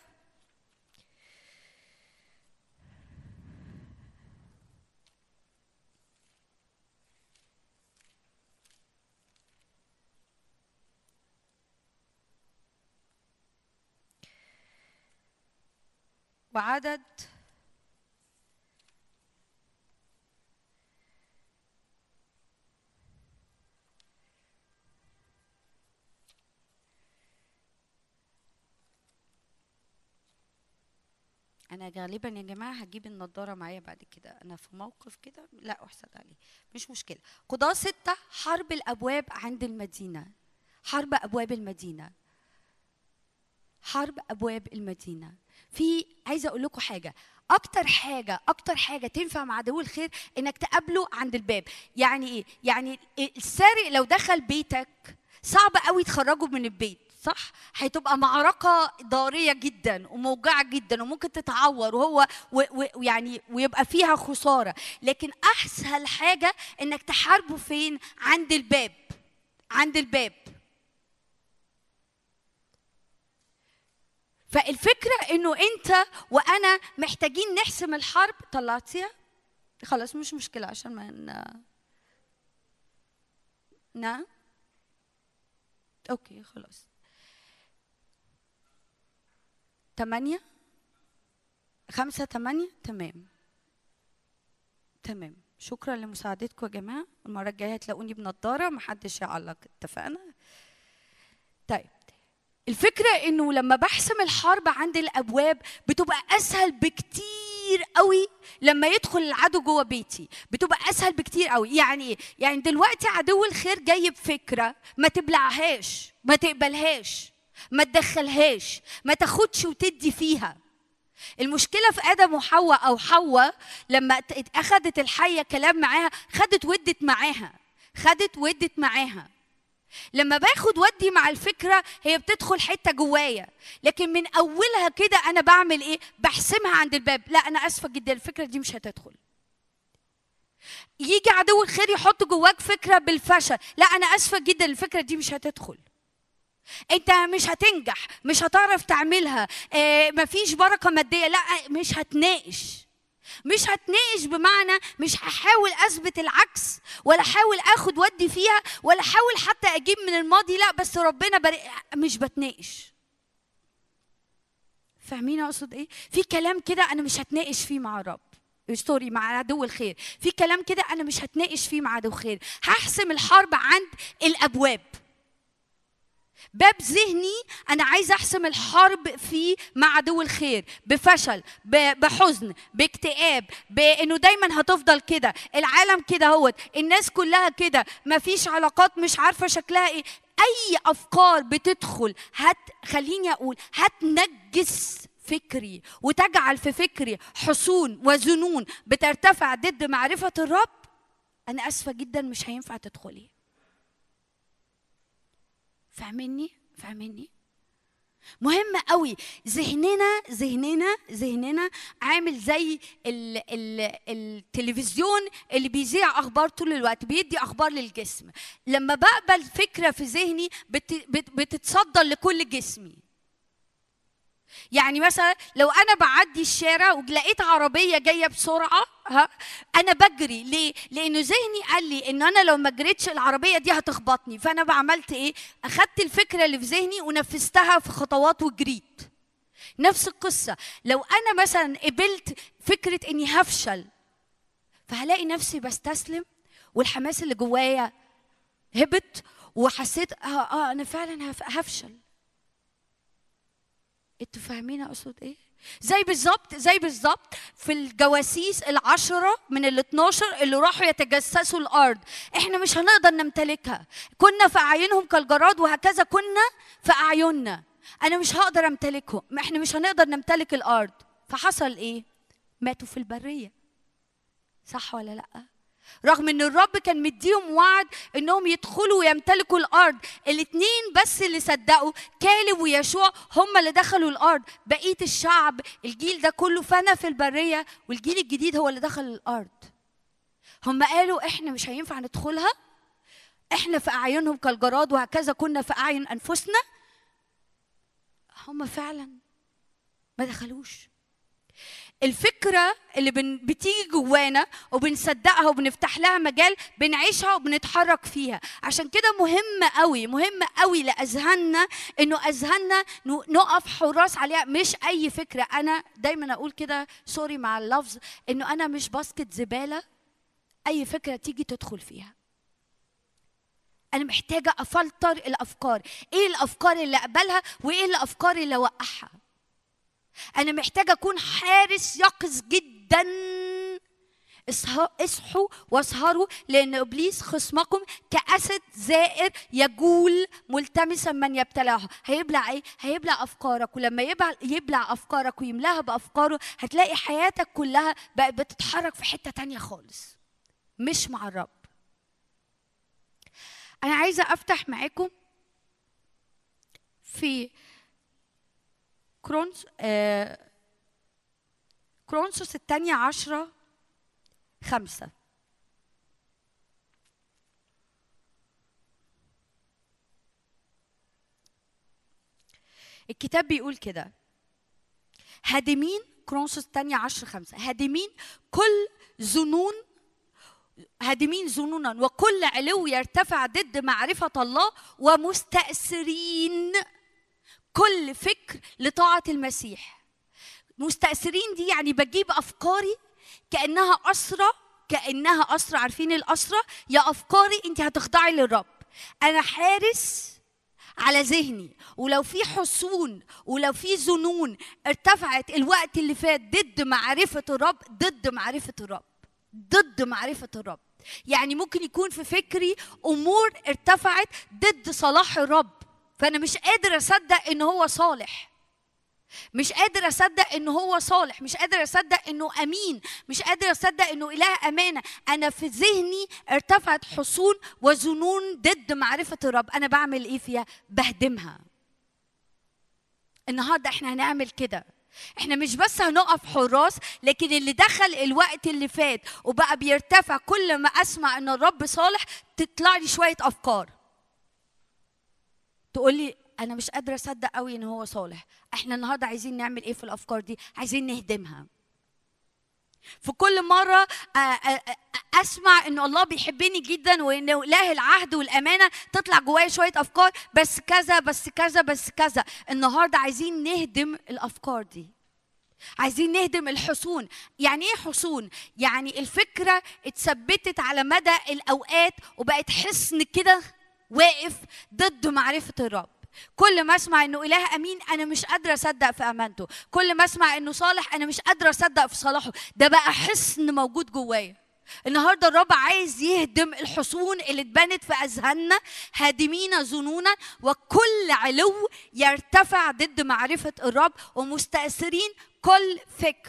[SPEAKER 3] وعدد 'أنا غالبا يا جماعة هجيب النضارة معايا بعد كده، أنا في موقف كده لا أحسد عليه، مش مشكلة. قضاء 6 حرب الأبواب عند المدينة. حرب أبواب المدينة. حرب أبواب المدينة. عايزة أقول لكم حاجة، أكتر حاجة تنفع مع عدو الخير إنك تقابله عند الباب. يعني إيه؟ يعني السارق لو دخل بيتك صعب قوي تخرجه من البيت، صح؟ هتبقى معركة ضارية جدا وموجعة جدا وممكن تتعور ويعني ويبقى فيها خسارة. لكن أسهل حاجة إنك تحاربه فين؟ عند الباب. فالفكرة إنه أنت وأنا محتاجين نحسم الحرب. طلعتيها؟ خلاص مش مشكلة عشان ما نعم؟ أوكي خلاص. 8 5 8 تمام. شكرا لمساعدتكم يا جماعة. المرة الجاية هتلاقوني بنضارة، محدش يعلق. اتفقنا؟ طيب، الفكرة إنه لما بحسم الحرب عند الأبواب بتبقى أسهل بكتير قوي. لما يدخل العدو جوه بيتي بتبقى أسهل بكتير قوي. يعني إيه؟ يعني دلوقتي عدو الخير جاي بفكرة، ما تبلعهاش، ما تقبلهاش، ما تدخلهاش، ما تاخدش وتدي فيها. المشكلة في آدم وحواء، أو حواء لما أخذت الحية كلام معاها خدت ودت معاها. لما باخد ودي مع الفكرة هي بتدخل حتة جوايا، لكن من أولها كده أنا بعمل إيه؟ بحسمها عند الباب. لا أنا أسفة جدا، الفكرة دي مش هتدخل. يجي عدو الخير يحط جواك فكرة بالفشل. لا أنا أسفة جدا، الفكرة دي مش هتدخل. انت مش هتنجح، مش هتعرف تعملها، مفيش بركه ماديه. لا، مش هتناقش. مش هتناقش بمعنى مش هحاول اثبت العكس، ولا احاول اخد ودي فيها، ولا احاول حتى اجيب من الماضي. لا، بس ربنا مش بتناقش. فاهمين اقصد ايه؟ في كلام كده انا مش هتناقش فيه مع الرب، سوري، مع عدو الخير. في كلام كده انا مش هتناقش فيه مع عدو الخير. هحسم الحرب عند الابواب. باب ذهني انا عايز احسم الحرب فيه مع عدو الخير، بفشل، بحزن، باكتئاب، بانه دايما هتفضل كده، العالم كده هوت، الناس كلها كده، مفيش علاقات مش عارفه شكلها ايه. اي افكار بتدخل خليني اقول هتنجس فكري وتجعل في فكري حصون وظنون بترتفع ضد معرفه الرب. انا اسفه جدا، مش هينفع تدخلي. فاهميني؟ مهم قوي. ذهننا عامل زي التلفزيون اللي بيذيع اخبار طول الوقت، بيدي اخبار للجسم. لما بقبل فكره في ذهني بتتصدر لكل جسمي. يعني مثلا لو انا بعدي الشارع ولقيت عربيه جايه بسرعه، انا بجري. ليه؟ لانه ذهني قال لي ان انا لو ما جريتش العربيه دي هتخبطني. فانا عملت ايه؟ اخدت الفكره اللي في ذهني ونفذتها في خطوات وجريت. نفس القصه، لو انا مثلا قبلت فكره اني هفشل، فهلاقي نفسي بستسلم والحماس اللي جوايا هبط، وحسيت انا فعلا هفشل. انتوا فاهمين اقصد ايه؟ زي بالظبط في الجواسيس 10 من 12 اللي راحوا يتجسسوا الارض. احنا مش هنقدر نمتلكها. كنا في اعينهم كالجراد، وهكذا كنا في اعيننا. انا مش هقدر امتلكهم. احنا مش هنقدر نمتلك الارض. فحصل ايه؟ ماتوا في البريه. صح ولا لا؟ رغم ان الرب كان مديهم وعد انهم يدخلوا ويمتلكوا الارض. الاثنين بس اللي صدقوا، كالب ويشوع، هم اللي دخلوا الارض. بقيه الشعب، الجيل ده كله فنى في البريه، والجيل الجديد هو اللي دخل الارض. هم قالوا احنا مش هينفع ندخلها، احنا في اعينهم كالجراد وهكذا كنا في اعين انفسنا. هم فعلا ما دخلوش. الفكرة اللي بتيجي جوانا وبنصدقها وبنفتح لها مجال، بنعيشها وبنتحرك فيها. عشان كده مهم قوي لأذهاننا، إنه أذهاننا نقف حراس عليها. مش أي فكرة. أنا دايما أقول كده، سوري مع اللفظ، إنه أنا مش باسكت زبالة أي فكرة تيجي تدخل فيها. أنا محتاجة أفلتر الأفكار. إيه الأفكار اللي أقبلها وإيه الأفكار اللي أوقعها. أنا محتاجة أكون حارس يقظ جدا. اصحوا واسهروا، لأن إبليس خصمكم كأسد زائر يجول ملتمسا من يبتلعه. هيبلع إيه؟ هيبلع أفكارك. ولما يبلع أفكارك ويملاها بأفكاره، هتلاقي حياتك كلها بقت بتتحرك في حتة تانية خالص، مش مع الرب. أنا عايزة أفتح معاكم في كورنثوس 12:5. الكتاب بيقول كده: هادمين، كورنثوس 12:5، هادمين ظنونا وكل علو يرتفع ضد معرفة الله، ومستأثرين كل فكر لطاعة المسيح. مستأثرين دي يعني بجيب أفكاري كأنها أسرة. عارفين الأسرة؟ يا أفكاري أنت هتخضعي للرب. أنا حارس على ذهني، ولو في حصون ولو في ظنون ارتفعت الوقت اللي فات ضد معرفة الرب، يعني ممكن يكون في فكري أمور ارتفعت ضد صلاح الرب، فأنا مش قادر أصدق إنه هو صالح، مش قادر أصدق إنه هو صالح، مش قادر أصدق إنه أمين، مش قادر أصدق إنه إله أمانة. أنا في ذهني ارتفعت حصون وظنون ضد معرفة الرب. أنا بعمل إيه فيها؟ بهدمها. النهاردة إحنا هنعمل كده. إحنا مش بس هنقف حراس، لكن اللي دخل الوقت اللي فات وبقى بيرتفع كل ما أسمع إن الرب صالح، تطلع لي شوية أفكار تقول لي انا مش قادره اصدق قوي ان هو صالح. احنا النهارده عايزين نعمل ايه في الافكار دي؟ عايزين نهدمها. في كل مره اسمع ان الله بيحبني جدا وانه اله العهد والامانه، تطلع جوايا شويه افكار بس كذا بس كذا بس كذا. النهارده عايزين نهدم الافكار دي، عايزين نهدم الحصون. يعني ايه حصون؟ يعني الفكره اتثبتت على مدى الاوقات وبقت حصن كده واقف ضد معرفه الرب. كل ما اسمع انه اله امين انا مش قادره اصدق في امانته، كل ما اسمع انه صالح انا مش قادره اصدق في صلاحه. ده بقى حصن موجود جوايا. النهارده الرب عايز يهدم الحصون اللي اتبنت في اذهاننا، هادمين ظنونا وكل علو يرتفع ضد معرفه الرب، ومستأثرين كل فكر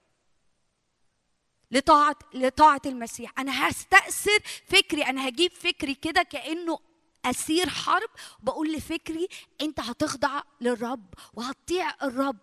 [SPEAKER 3] لطاعه المسيح. انا هستأثر فكري، انا هجيب فكري كده كأنه أسير حرب، بقول لفكري أنت هتخضع للرب وهتطيع الرب.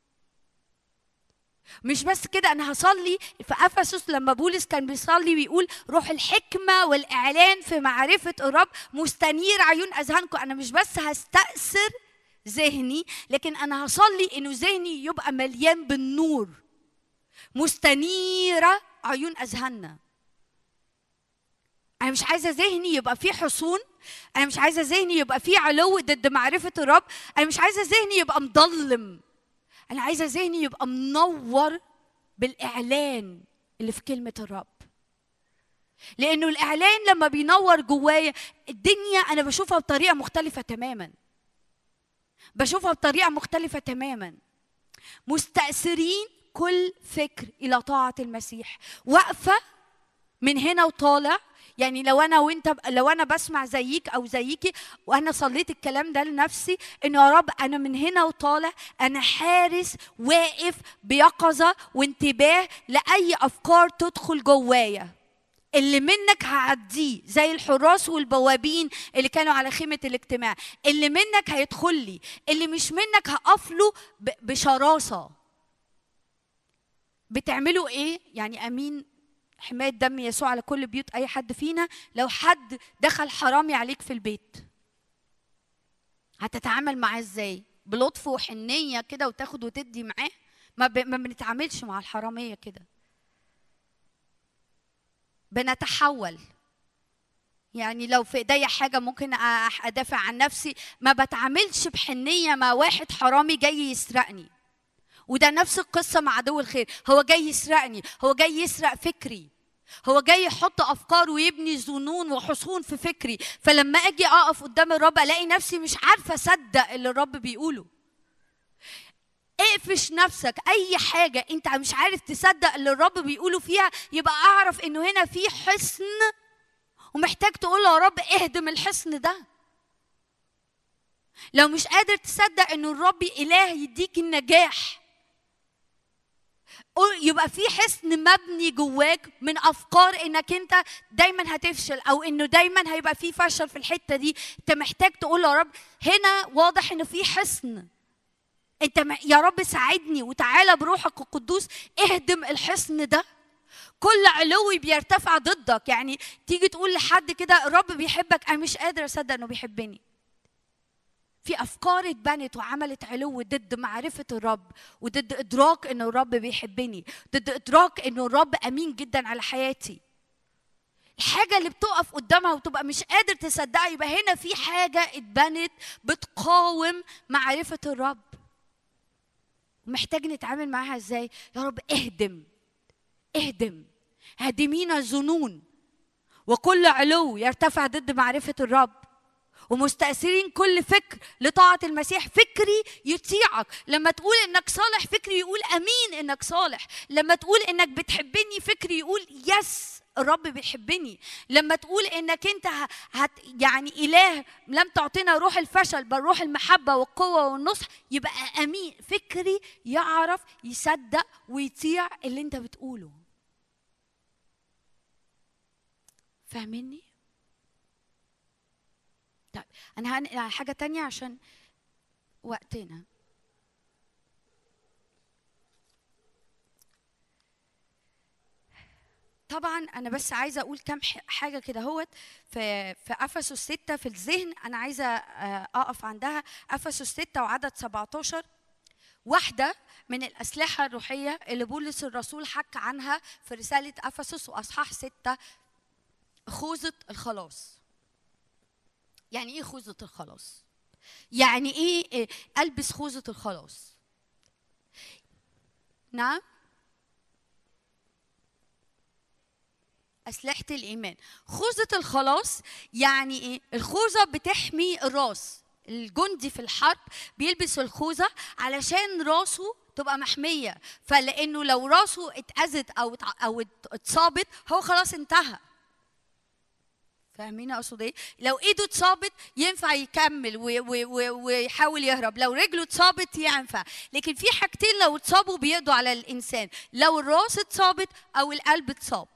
[SPEAKER 3] مش بس كده، أنا هصلي في أفسس لما بولس كان بيصلي ويقول روح الحكمة والإعلان في معرفة الرب مستنير عيون أذهانكم. أنا مش بس هستأثر ذهني، لكن أنا هصلي إنه ذهني يبقى مليان بالنور، مستنيرة عيون أذهاننا. أنا مش عايزة ذهني يبقى فيه حصون، أنا مش عايزة ذهني يبقى فيه علو ضد معرفة الرب، أنا مش عايزة ذهني يبقى مضلم، أنا عايزة ذهني يبقى منور بالإعلان اللي في كلمة الرب. لأنه الإعلان لما بينور جوايا الدنيا أنا بشوفها بطريقة مختلفة تماما، بشوفها بطريقة مختلفة تماما. مستأثرين كل فكر إلى طاعة المسيح، واقفة من هنا وطالع. يعني لو انا وانت، لو انا بسمع زيك او زيكي وانا صليت الكلام ده لنفسي، انه يا رب انا من هنا وطالع انا حارس واقف بيقظه وانتباه لاي افكار تدخل جوايا. اللي منك هعديه زي الحراس والبوابين اللي كانوا على خيمه الاجتماع، اللي منك هيدخل لي، اللي مش منك هقفله بشراسه. بتعملوا ايه؟ يعني امين حماية دم يسوع على كل بيوت أي حد فينا. لو حد دخل حرامي عليك في البيت هتتعامل معاه ازاي؟ بلطف وحنية كده وتاخد وتدي معاه؟ ما بنتعاملش مع الحرامية كده، بنتحول. يعني لو في ايديا حاجة ممكن أدافع عن نفسي، ما بتعاملش بحنية مع واحد حرامي جاي يسرقني. وده نفس القصة مع عدو الخير، هو جاي يسرقني، هو جاي يسرق فكري، هو جاي يحط أفكار ويبني ظنون وحصون في فكري. فلما أجي أقف قدام الرب ألاقي نفسي مش عارفة أصدق اللي الرب بيقوله. اقفش نفسك، أي حاجة أنت مش عارف تصدق اللي الرب بيقوله فيها، يبقى أعرف إنه هنا في حصن ومحتاج تقول له يا رب اهدم الحصن ده. لو مش قادر تصدق إنه الرب إله يديك النجاح، يبقى في حصن مبني جواك من افكار انك انت دايما هتفشل او انه دايما هيبقى في فشل في الحته دي. انت محتاج تقول يا رب هنا واضح انه في حصن، انت يا رب ساعدني وتعالى بروحك القدوس اهدم الحصن ده. كل علوي بيرتفع ضدك. يعني تيجي تقول لحد كده الرب بيحبك، انا مش قادر اصدق انه بيحبني. في أفكار اتبنت وعملت علو ضد معرفة الرب وضد إدراك إنه الرب بيحبني، ضد إدراك إنه الرب أمين جدا على حياتي. الحاجة اللي بتقف قدامها وتبقى مش قادر تصدقها، يبقى هنا في حاجة اتبنت بتقاوم معرفة الرب. محتاج نتعامل معاها ازاي؟ يا رب اهدم اهدم، هادمين الظنون وكل علو يرتفع ضد معرفة الرب، ومستأثرين كل فكر لطاعة المسيح. فكري يطيعك. لما تقول انك صالح فكري يقول امين انك صالح. لما تقول انك بتحبني فكري يقول يس الرب بيحبني. لما تقول انك انت يعني اله لم تعطينا روح الفشل بل روح المحبة والقوة والنصح، يبقى امين. فكري يعرف يصدق ويطيع اللي انت بتقوله. فاهميني؟ طيب أنا هنقل على حاجة تانية عشان وقتنا. طبعا انا بس عايزه اقول كام حاجه كده هوت في افسس 6 في الذهن، انا عايزه اقف عندها. افسس 6 وعدد 17، واحده من الاسلحه الروحيه اللي بولس الرسول حكى عنها في رساله افسس واصحاح 6، خوذه الخلاص. يعني ايه خوذه الخلاص؟ يعني ايه البس خوذه الخلاص؟ نعم، أسلحة الإيمان. خوذة الخلاص يعني إيه؟ الخوذة بتحمي الراس. الجندي في الحرب بيلبس الخوذة علشان راسه تبقى محمية، فلأنه لو راسه اتأذت أو اتصابت هو خلاص انتهى. فاهمين أقصد إيه؟ لو إيده اتصابت ينفع يكمل ويحاول يهرب، لو رجله اتصابت ينفع. لكن في حاجتين لو اتصابوا بيقضوا على الإنسان، لو الراس اتصابت أو القلب اتصاب.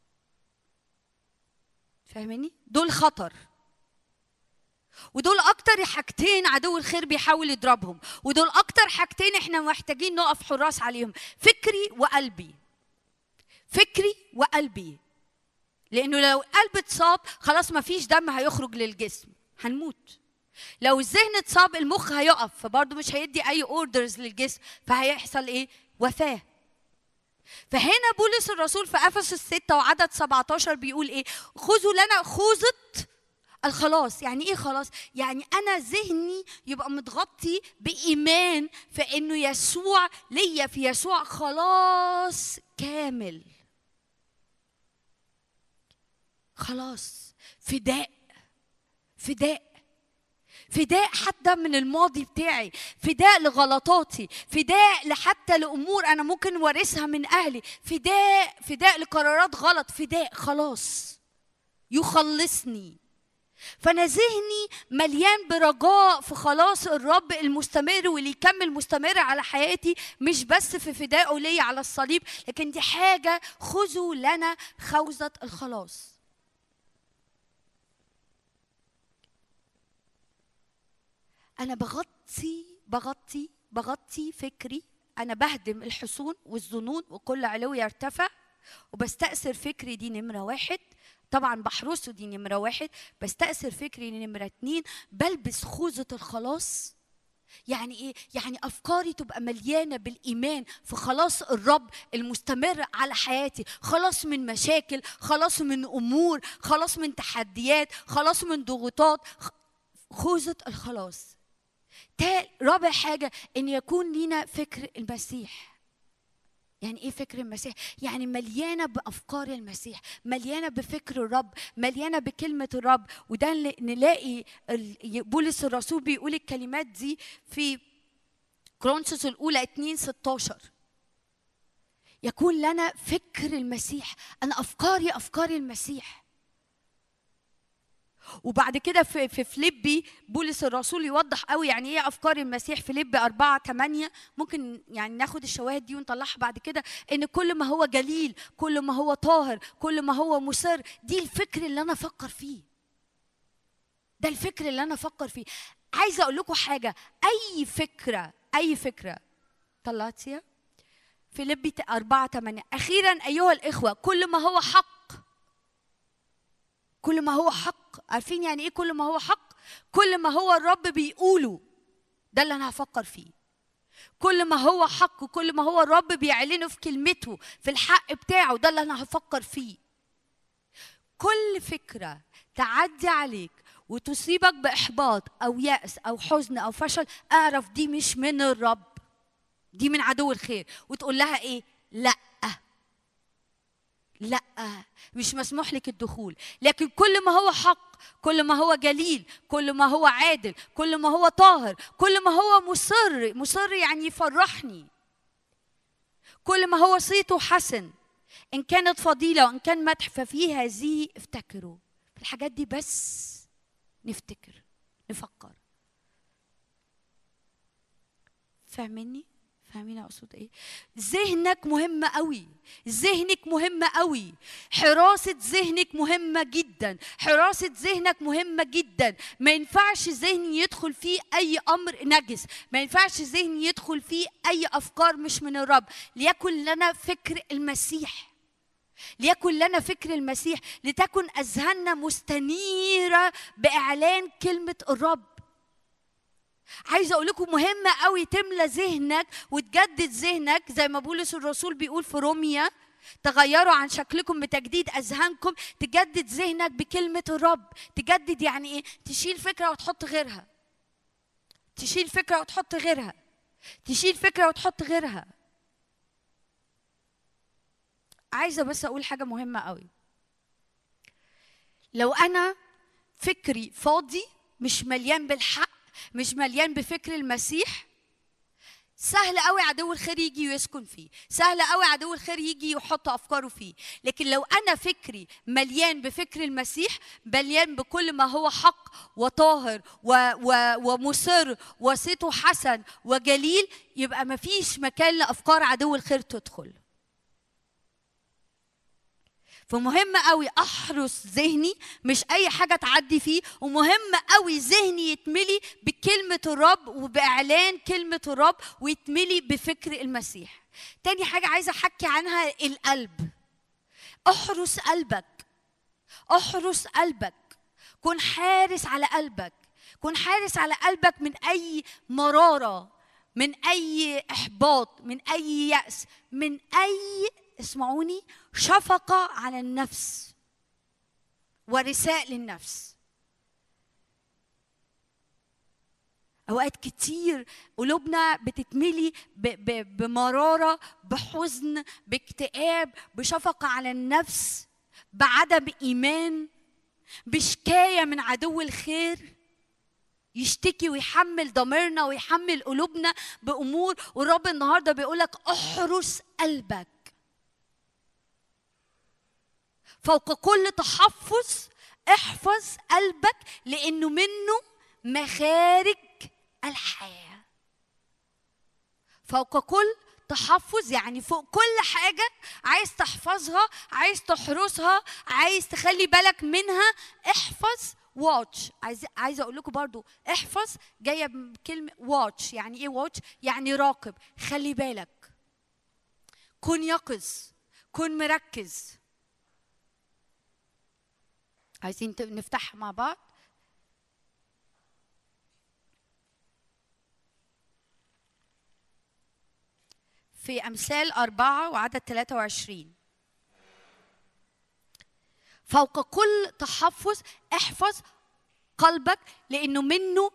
[SPEAKER 3] فاهميني؟ دول خطر، ودول اكتر حاجتين عدو الخير بيحاول يضربهم، ودول اكتر حاجتين احنا محتاجين نقف حراس عليهم، فكري وقلبي. فكري وقلبي، لانه لو القلب اتصاب خلاص ما فيش دم هيخرج للجسم، هنموت. لو الذهن اتصاب المخ هيقف، فبرضه مش هيدي اي اوردرز للجسم، فهيحصل ايه؟ وفاه. فهنا بولس الرسول في افسس 6 وعدد 17 بيقول ايه؟ خذوا لنا خوذة الخلاص. يعني ايه خلاص؟ يعني انا ذهني يبقى متغطي بايمان في انه يسوع ليا، في يسوع خلاص كامل، خلاص فداء، فداء، فداء حتى من الماضي بتاعي، فداء لغلطاتي، فداء لحتى لأمور أنا ممكن وارثها من أهلي، فداء لقرارات غلط، فداء خلاص يخلصني. فأنا ذهني مليان برجاء في خلاص الرب المستمر واللي يكمل مستمر على حياتي، مش بس في فدائه لي على الصليب، لكن دي حاجة خذوا لنا خوذة الخلاص. أنا بغطي فكري، أنا بهدم الحصون والظنون وكل علو يرتفع، وبستأثر فكري، دي نمرة 1. طبعا بحرسه، دي نمرة 1. بستأثر فكري، دي نمرة 2. بلبس خوذة الخلاص. يعني إيه؟ يعني أفكاري تبقى مليانة بالإيمان في خلاص الرب المستمر على حياتي، خلاص من مشاكل، خلاص من أمور، خلاص من تحديات، خلاص من ضغوطات، خوذة الخلاص. رابع حاجة إن يكون لينا فكر المسيح. يعني إيه فكر المسيح؟ يعني مليانة بأفكار المسيح، مليانة بفكر الرب، مليانة بكلمة الرب. وده اللي نلاقي بولس الرسول بيقول الكلمات دي في كورنثوس الأولى 2:16. يكون لنا فكر المسيح، أنا أفكار المسيح. وبعد كده في فيليبي بولس الرسول يوضح قوي يعني ايه افكار المسيح. فيليبي 4:8 ممكن يعني ناخد الشواهد دي ونطلعها بعد كده، ان كل ما هو جليل، كل ما هو طاهر، كل ما هو مسر، دي الفكر اللي انا افكر فيه، ده الفكر اللي انا افكر فيه. عايزه اقول لكم حاجه، اي فكره طلعتيها. فيليبي 4:8 اخيرا ايها الاخوه كل ما هو حق، كل ما هو حق. عارفين يعني ايه كل ما هو حق؟ كل ما هو الرب بيقوله ده اللي انا هفكر فيه. كل ما هو حق وكل ما هو الرب بيعلنه في كلمته في الحق بتاعه ده اللي انا هفكر فيه. كل فكرة تعدي عليك وتصيبك بإحباط أو يأس أو حزن أو فشل، اعرف دي مش من الرب، دي من عدو الخير. وتقول لها ايه؟ لا، لا، مش مسموح لك الدخول. لكن كل ما هو حق، كل ما هو جليل، كل ما هو عادل، كل ما هو طاهر، كل ما هو مصر يعني يفرحني، كل ما هو صيته حسن، إن كانت فضيلة وإن كان مدح ففي هذه افتكروا. في الحاجات دي بس نفتكر، نفكر. فاهميني اقصد ايه؟ ذهنك مهم قوي، ذهنك مهم قوي. حراسة ذهنك مهمة جدا، حراسة ذهنك مهمة جدا. ما ينفعش ذهني يدخل فيه اي امر نجس، ما ينفعش ذهني يدخل فيه اي افكار مش من الرب. ليكن لنا فكر المسيح. ليكن لنا فكر المسيح، لتكن أذهاننا مستنيرة بإعلان كلمة الرب. عايزة أقول لكم مهمة قوي تملى ذهنك وتجدد ذهنك، زي ما بولس الرسول بيقول في روميا: تغيروا عن شكلكم بتجديد أذهانكم. تجدد ذهنك بكلمة الرب. تجدد يعني إيه؟ تشيل فكرة وتحط غيرها، تشيل فكرة وتحط غيرها، تشيل فكرة وتحط غيرها. عايزة بس أقول حاجة مهمة قوي. لو أنا فكري فاضي، مش مليان بالحق، مش مليان بفكر المسيح، سهل قوي عدو الخير يجي ويسكن فيه، سهل قوي عدو الخير يجي ويحط أفكاره فيه. لكن لو أنا فكري مليان بفكر المسيح، مليان بكل ما هو حق وطاهر ومصر وصيته حسن وجليل، يبقى مفيش مكان لأفكار عدو الخير تدخل. فمهم قوي احرس ذهني، مش اي حاجه تعدي فيه، ومهم قوي ذهني يتملي بكلمه الرب وباعلان كلمه الرب، ويتملي بفكر المسيح. تاني حاجه عايزه احكي عنها القلب. احرس قلبك، احرس قلبك، كن حارس على قلبك، كن حارس على قلبك من اي مراره، من اي احباط، من اي يأس، من اي، اسمعوني، شفقة على النفس ورثاء للنفس. أوقات كتير قلوبنا بتتملي بمرارة، بحزن، باكتئاب، بشفقة على النفس، بعدم إيمان، بشكاية من عدو الخير يشتكي ويحمل ضميرنا ويحمل قلوبنا بأمور. والرب النهاردة بيقولك احرس قلبك فوق كل تحفظ. احفظ قلبك لأنه منه مخارج الحياة. فوق كل تحفظ يعني فوق كل حاجة عايز تحفظها، عايز تحرسها، عايز تخلي بالك منها. احفظ، واتش. عايزه اقول لكم برضو احفظ جايه بكلمه واتش. يعني ايه واتش؟ يعني راقب، خلي بالك، كن يقظ، كن مركز. عايزين نفتح مع بعض في أمثال 4 وعدد 23. فوق كل تحفظ احفظ قلبك لأنه منه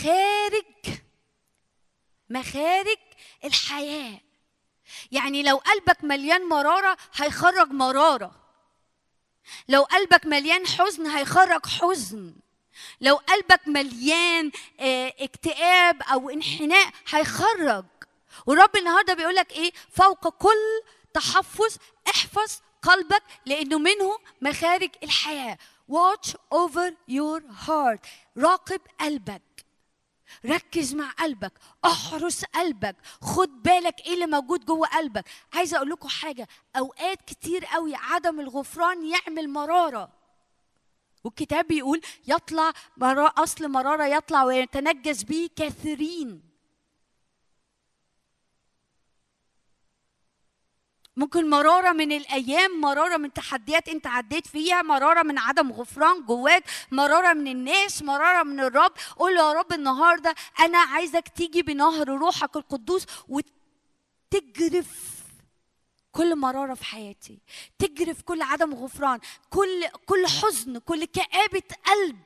[SPEAKER 3] مخارج الحياة. يعني لو قلبك مليان مرارة هيخرج مرارة، لو قلبك مليان حزن هيخرج حزن، لو قلبك مليان اكتئاب أو انحناء هيخرج. والرب النهارده بيقول لك ايه؟ فوق كل تحفظ احفظ قلبك لأنه منه مخارج الحياة. Watch over your heart. راقب قلبك، ركز مع قلبك، احرس قلبك، خد بالك ايه اللي موجود جوه قلبك. عايزه اقول لكم حاجه، اوقات كتير قوي عدم الغفران يعمل مراره، والكتاب بيقول يطلع اصل مراره يطلع ويتنجس به كثيرين. ممكن مرارة من الأيام، مرارة من تحديات أنت عديت فيها، مرارة من عدم غفران جواك، مرارة من الناس، مرارة من الرب. قول له يا رب النهاردة أنا عايزك تيجي بنهر روحك القدوس وتجرف كل مرارة في حياتي، تجرف كل عدم غفران، كل حزن، كل كآبة قلب.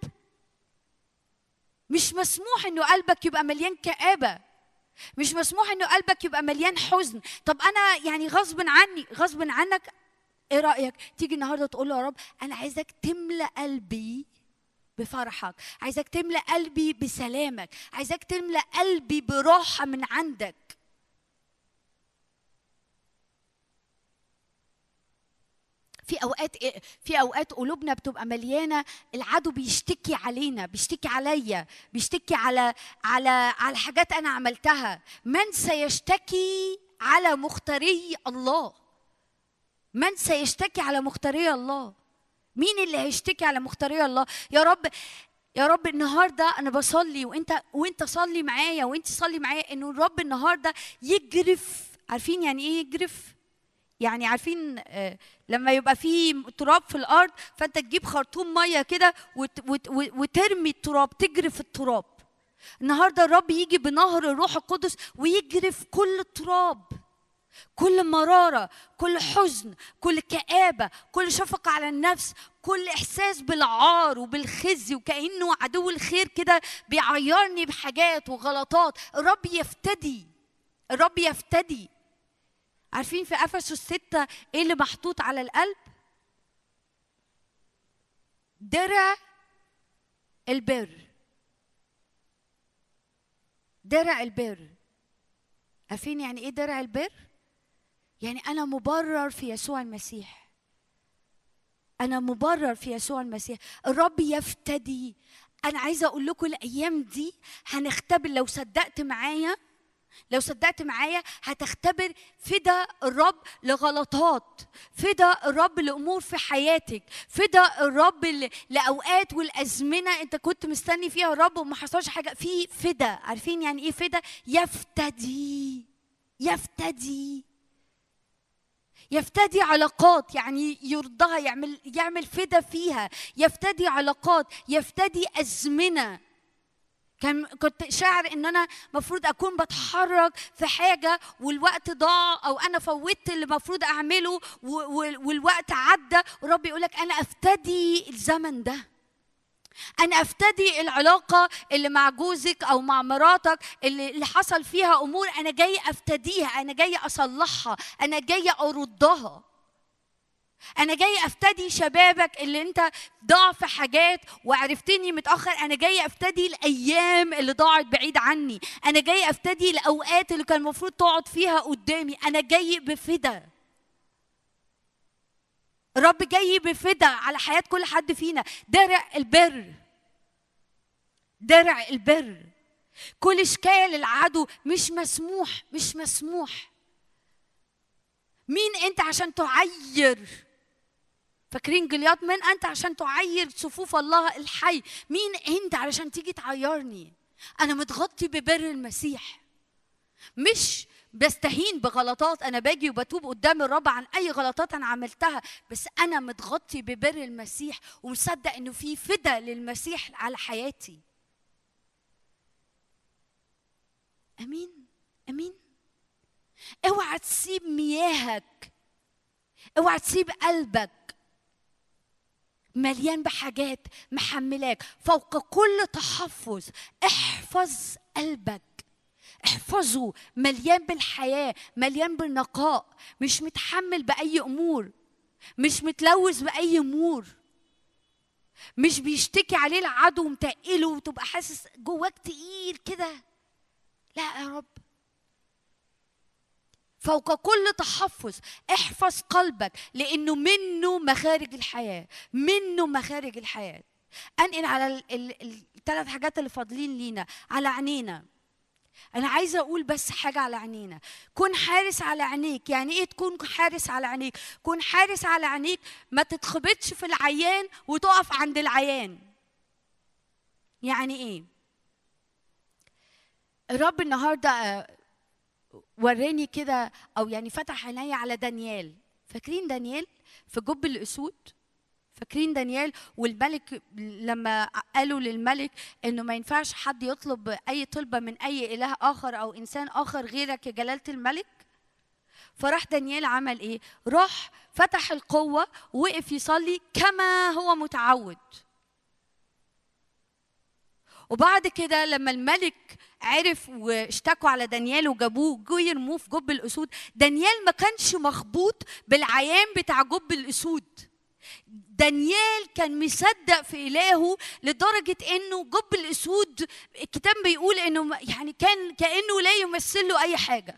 [SPEAKER 3] مش مسموح إنه قلبك يبقى مليان كآبة، مش مسموح انه قلبك يبقى مليان حزن. طب انا يعني غصب عنك، ايه رايك تيجي النهارده تقول له يا رب انا عايزك تملى قلبي بفرحك، عايزك تملى قلبي بسلامك، عايزك تملى قلبي براحه من عندك. في اوقات قلوبنا بتبقى مليانه، العدو بيشتكي علينا، بيشتكي عليا، بيشتكي على حاجات انا عملتها. من سيشتكي على مختاري الله؟ من سيشتكي على مختاري الله؟ مين اللي هيشتكي على مختاري الله؟ يا رب النهارده انا بصلي وانت صلي معايا وانت صلي معايا انه الرب النهارده يجرف. عارفين يعني ايه يجرف؟ يعني عارفين لما يبقى في تراب في الارض فانت تجيب خرطوم ميه كده وترمي التراب، تجرف التراب. النهارده الرب يجي بنهر الروح القدس ويجرف كل التراب، كل مراره، كل حزن، كل كآبه، كل شفقه على النفس، كل احساس بالعار وبالخزي وكأنه عدو الخير كده بيعيرني بحاجات وغلطات. الرب يفتدي، الرب يفتدي. عارفين في افسس 6 ايه اللي محطوط على القلب؟ درع البر. درع البر. عارفين يعني ايه درع البر؟ يعني انا مبرر في يسوع المسيح. انا مبرر في يسوع المسيح. الرب يفتدي. انا عايزه اقول لكم الايام دي هنختبر، لو صدقت معايا، لو صدقت معايا هتختبر فدا الرب لغلطات، فدا الرب لأمور في حياتك، فدا الرب لأوقات والأزمنة أنت كنت مستني فيها الرب وما حصلش حاجة. في فدا. عارفين يعني إيه فدا؟ يفتدي. يفتدي. يفتدي علاقات، يعني يرضها، يعمل فدا فيها. يفتدي علاقات، يفتدي أزمنة. كنت شاعر ان انا مفروض اكون بتحرك في حاجه والوقت ضاع، او انا فوتت اللي مفروض اعمله والوقت عدى، ورب يقولك انا افتدي الزمن ده، انا افتدي العلاقه اللي مع جوزك او مع مراتك اللي حصل فيها امور، انا جاي افتديها، انا جاي اصلحها، انا جاي اردها. أنا جاي أفتدي شبابك اللي أنت ضاع في حاجات وعرفتني متأخر. أنا جاي أفتدي الأيام اللي ضاعت بعيد عني. أنا جاي أفتدي الأوقات اللي كان المفروض تقعد فيها قدامي. أنا جاي بفدا. الرب جاي بفدا على حياة كل حد فينا. درع البر. درع البر. كل إشكال العدو مش مسموح، مش مسموح. مين أنت عشان تعير؟ فاكرين جليات؟ من أنت عشان تعير صفوف الله الحي؟ مين أنت علشان تيجي تعيرني؟ أنا متغطي ببر المسيح. مش بستهين بغلطات، أنا باجي وبتوب قدام الرب عن أي غلطات أنا عملتها، بس أنا متغطي ببر المسيح ومصدق إنه في فدا للمسيح على حياتي. أمين؟ أمين؟ اوعى تسيب مياهك، اوعى تسيب قلبك مليان بحاجات محملاك. فوق كل تحفظ احفظ قلبك، احفظه مليان بالحياة، مليان بالنقاء، مش متحمل بأي أمور، مش متلوث بأي أمور، مش بيشتكي عليه العدو ومتقله وتبقى حاسس جواك تقيل كده. لا يا رب، فوق كل تحفظ احفظ قلبك لأنه منه مخارج الحياة، منه مخارج الحياة. أنقل على الثلاث حاجات اللي فاضلين لينا. على عينينا. أنا عايزة أقول بس حاجة على عينينا. كن حارس على عينيك. يعني إيه تكون حارس على عينيك؟ كن حارس على عينيك، ما تتخبطش في العيان وتقف عند العيان. يعني إيه؟ الرب النهارده وراني كده، او يعني فتح عيني على دانيال. فاكرين دانيال في جب الاسود؟ فاكرين دانيال والملك لما قالوا للملك انه ما ينفعش حد يطلب اي طلبه من اي اله اخر او انسان اخر غيرك يا جلاله الملك؟ فراح دانيال عمل ايه؟ راح فتح القوه ووقف يصلي كما هو متعود. وبعد كده لما الملك عرف واشتكوا على دانيال وجابوه جه يرموه في جب الاسود، دانيال ما كانش مخبوط بالعيان بتاع جب الاسود. دانيال كان مصدق في إلهه لدرجة انه جب الاسود الكتاب بيقول انه يعني كان كأنه لا يمثل له اي حاجة.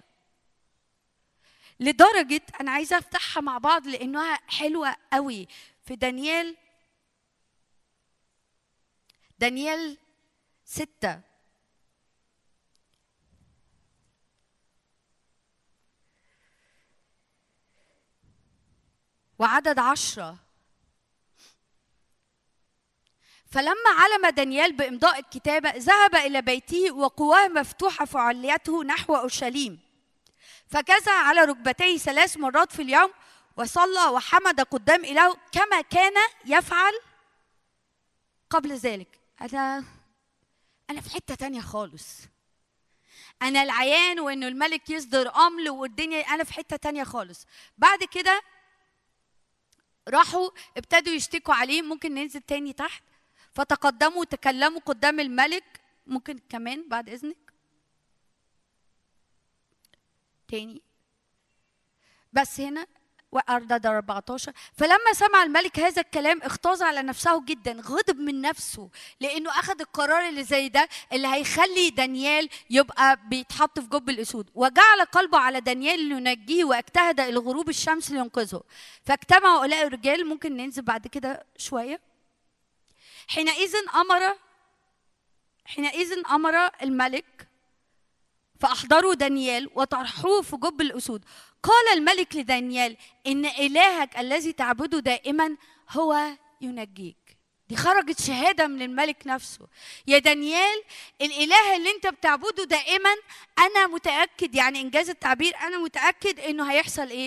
[SPEAKER 3] لدرجة انا عايزة افتحها مع بعض لانها حلوة قوي. في دانيال 6 وعدد 10. فلما علم دانيال بإمضاء الكتابة ذهب إلى بيته وقواه مفتوحة في عليته نحو أورشليم. فجزع على ركبتيه 3 مرات في اليوم وصلى وحمد قدام إلهه كما كان يفعل قبل ذلك. أنا في حتة تانية خالص. أنا العيان وإنه الملك يصدر أمر والدنيا، أنا في حتة تانية خالص. بعد كده راحوا ابتدوا يشتكوا عليه. ممكن ننزل تاني تحت. فتقدموا وتكلموا قدام الملك. ممكن كمان بعد إذنك تاني بس هنا وأردد 14. فلما سمع الملك هذا الكلام اغتاظ على نفسه جدا، غضب من نفسه لأنه أخذ القرار اللي زي ده اللي هيخلي دانيال يبقى بيتحط في جب الأسود، وجعل قلبه على دانيال لينجيه واجتهد إلى غروب الشمس لينقذه. فاجتمعوا هؤلاء الرجال. ممكن ننزل بعد كده شوية. حينئذ أمر الملك فأحضروا دانيال وطرحوه في جب الأسود. قال الملك لدانيال إن إلهك الذي تعبده دائما هو ينجيك. دي خرجت شهادة من الملك نفسه. يا دانيال، الإله اللي أنت بتعبده دائما أنا متأكد، يعني إنجاز التعبير، أنا متأكد إنه هيحصل إيه؟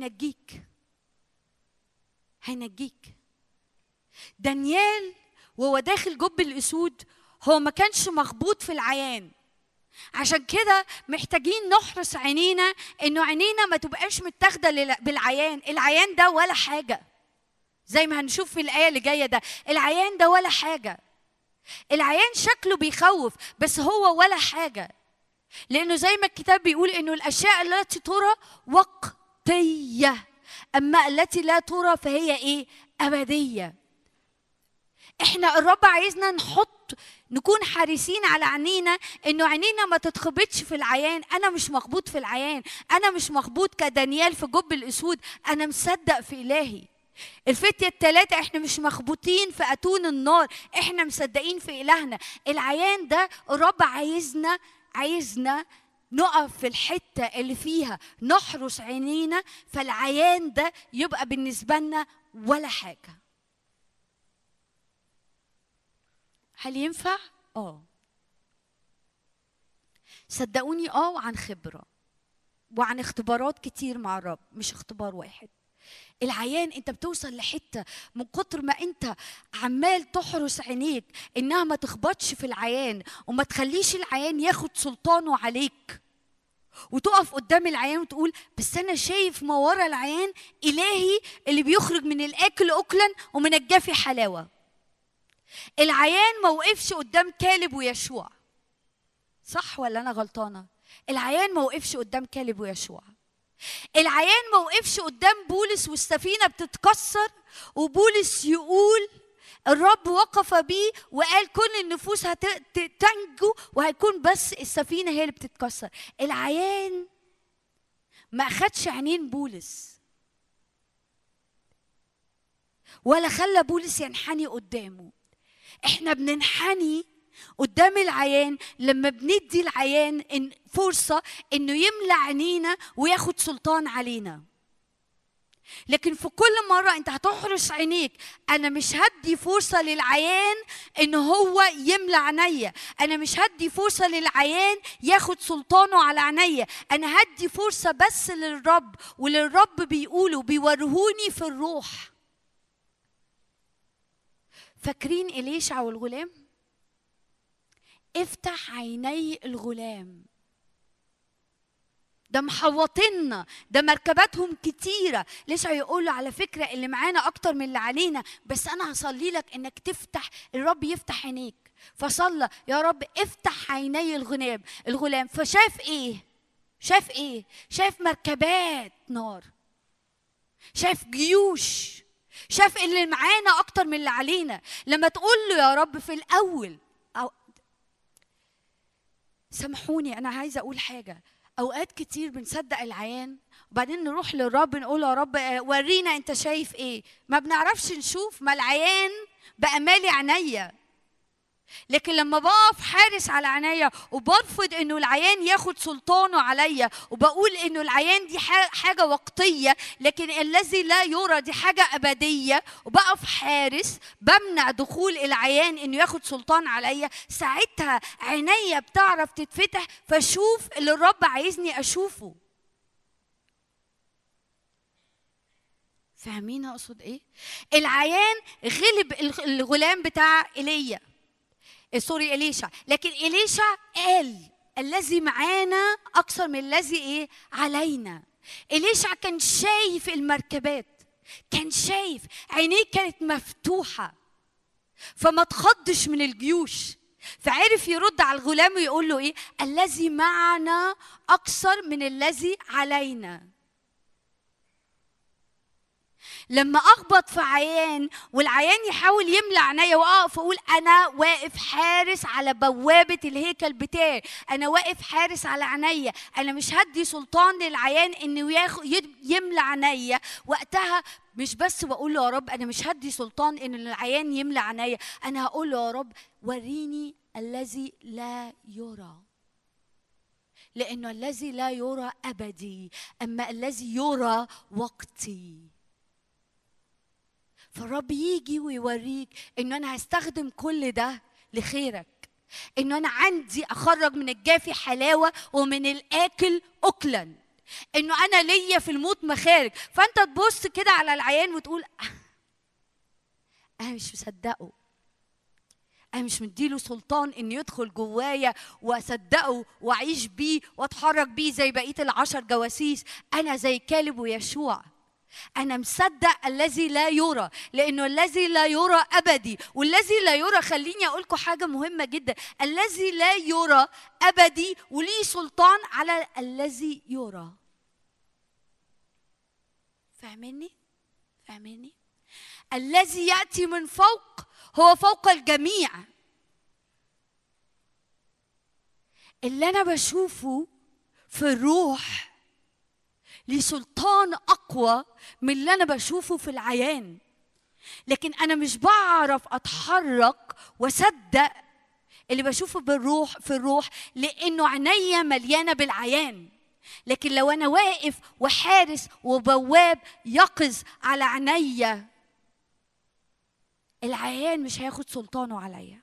[SPEAKER 3] هينجيك. دانيال وهو داخل جب الأسود هو ما كانش مخبوط في العيان. عشان كده محتاجين نحرص عينينا انه عينينا ما تبقاش متاخده بالعيان. العيان ده ولا حاجه، زي ما هنشوف في الايه اللي جايه ده. العيان ده ولا حاجه. العيان شكله بيخوف بس هو ولا حاجه، لانه زي ما الكتاب بيقول انه الاشياء التي ترى وقتيه اما التي لا ترى فهي ايه؟ ابديه. احنا الرب عايزنا نكون حريصين على عينينا، انه عينينا ما تتخبطش في العيان. انا مش مخبوط في العيان، انا مش مخبوط كدانيال في جب الاسود، انا مصدق في الهي. الفتية ال3 احنا مش مخبوطين في اتون النار، احنا مصدقين في الهنا. العيان ده الرب عايزنا نقف في الحتة اللي فيها نحرس عينينا، فالعيان ده يبقى بالنسبة لنا ولا حاجة. هل ينفع؟ صدقوني وعن خبرة وعن اختبارات كتير مع الرب، مش اختبار واحد. العيان انت بتوصل لحتة من كتر ما انت عمال تحرس عينيك انها ما تخبطش في العيان وما تخليش العيان ياخد سلطانه عليك، وتقف قدام العيان وتقول بس انا شايف ما ورا العيان الهي اللي بيخرج من الاكل اكلا ومن الجافي حلاوة. العيان ما وقفش قدام كالب ويشوع، صح ولا أنا غلطانة؟ العيان ما وقفش قدام كالب ويشوع. العيان ما وقفش قدام بولس والسفينة بتتكسر وبولس يقول الرب وقف بيه وقال كل النفوس هتنجو وهيكون بس السفينة هي اللي بتتكسر. العيان ما أخدش عينين بولس ولا خلى بولس ينحني قدامه. احنا بننحني قدام العيان لما بندي العيان فرصة انه يملى عينينا وياخد سلطان علينا. لكن في كل مرة انت هتحرس عينيك، انا مش هدي فرصة للعيان انه هو يملى عينيا، انا مش هدي فرصة للعيان ياخد سلطانه على عينيا، انا هدي فرصة بس للرب، وللرب بيقولوا بيورهوني في الروح. فاكرين إليشع والغلام؟ افتح عيني الغلام. ده محوطنا، ده مركباتهم كتيرة. إليشع يقول له على فكرة اللي معانا أكتر من اللي علينا، بس أنا هصلي لك إنك تفتح، الرب يفتح عينيك. فصلى يا رب افتح عيني الغلام. فشاف إيه؟ شاف مركبات نار، شاف جيوش، شاف اللي معانا اكتر من اللي علينا. لما تقول له يا رب في الاول سامحوني انا عايزه اقول حاجه، اوقات كتير بنصدق العيان وبعدين نروح للرب نقول يا رب ورينا انت شايف ايه. ما بنعرفش نشوف، ما العيان بقى مالي عينيا. لكن لما بقف حارس على عينيا وبرفض انه العيان ياخد سلطانه عليا وبقول انه العيان دي حاجه وقتيه، لكن الذي لا يرى دي حاجه ابديه، وبقف حارس بمنع دخول العيان انه ياخد سلطان عليا، ساعتها عينيا بتعرف تتفتح فاشوف اللي الرب عايزني اشوفه. فاهمين اقصد ايه؟ العيان غلب الغلام بتاع ايليا، سوري إليشع، لكن إليشع قال الذي معانا أكثر من الذي إيه علينا. إليشع كان شايف المركبات، كان شايف، عينيه كانت مفتوحة، فما تخضش من الجيوش، فعرف يرد على الغلام ويقول له إيه؟ الذي معنا أكثر من الذي علينا. لما اخبط في عيان والعيان يحاول يملى عينيا واقف اقول انا واقف حارس على بوابه الهيكل بتاعي، انا واقف حارس على عينيا، انا مش هدي سلطان للعيان انه يملى عينيا. وقتها مش بس بقول له يا رب انا مش هدي سلطان ان العيان يملى عينيا، انا هقول له يا رب وريني الذي لا يرى، لانه الذي لا يرى ابدي، اما الذي يرى وقتي. فالرب يجي ويوريك انه انا هستخدم كل ده لخيرك، انه انا عندي اخرج من الجافي حلاوه ومن الاكل اكلا، انه انا ليا في الموت مخارج. فانت تبص كده على العيان وتقول انا مش مصدقه، انا مش مديله سلطان انه يدخل جوايا واصدقه واعيش بيه واتحرك بيه زي بقيه ال10 جواسيس. انا زي كالب ويشوع، أنا مصدق الذي لا يرى، لأنه الذي لا يرى أبدي. والذي لا يرى، خليني أقول لكم حاجة مهمة جدا، الذي لا يرى أبدي وليه سلطان على الذي يرى. فاهميني؟ فاهميني؟ الذي يأتي من فوق هو فوق الجميع. اللي أنا بشوفه في الروح ليه سلطان أقوى من اللي أنا بشوفه في العيان، لكن أنا مش بعرف أتحرك وأصدق اللي بشوفه بالروح في الروح لأنه عينيا مليانة بالعيان. لكن لو أنا واقف وحارس وبواب يقظ على عينيا، العيان مش هياخد سلطانه عليا.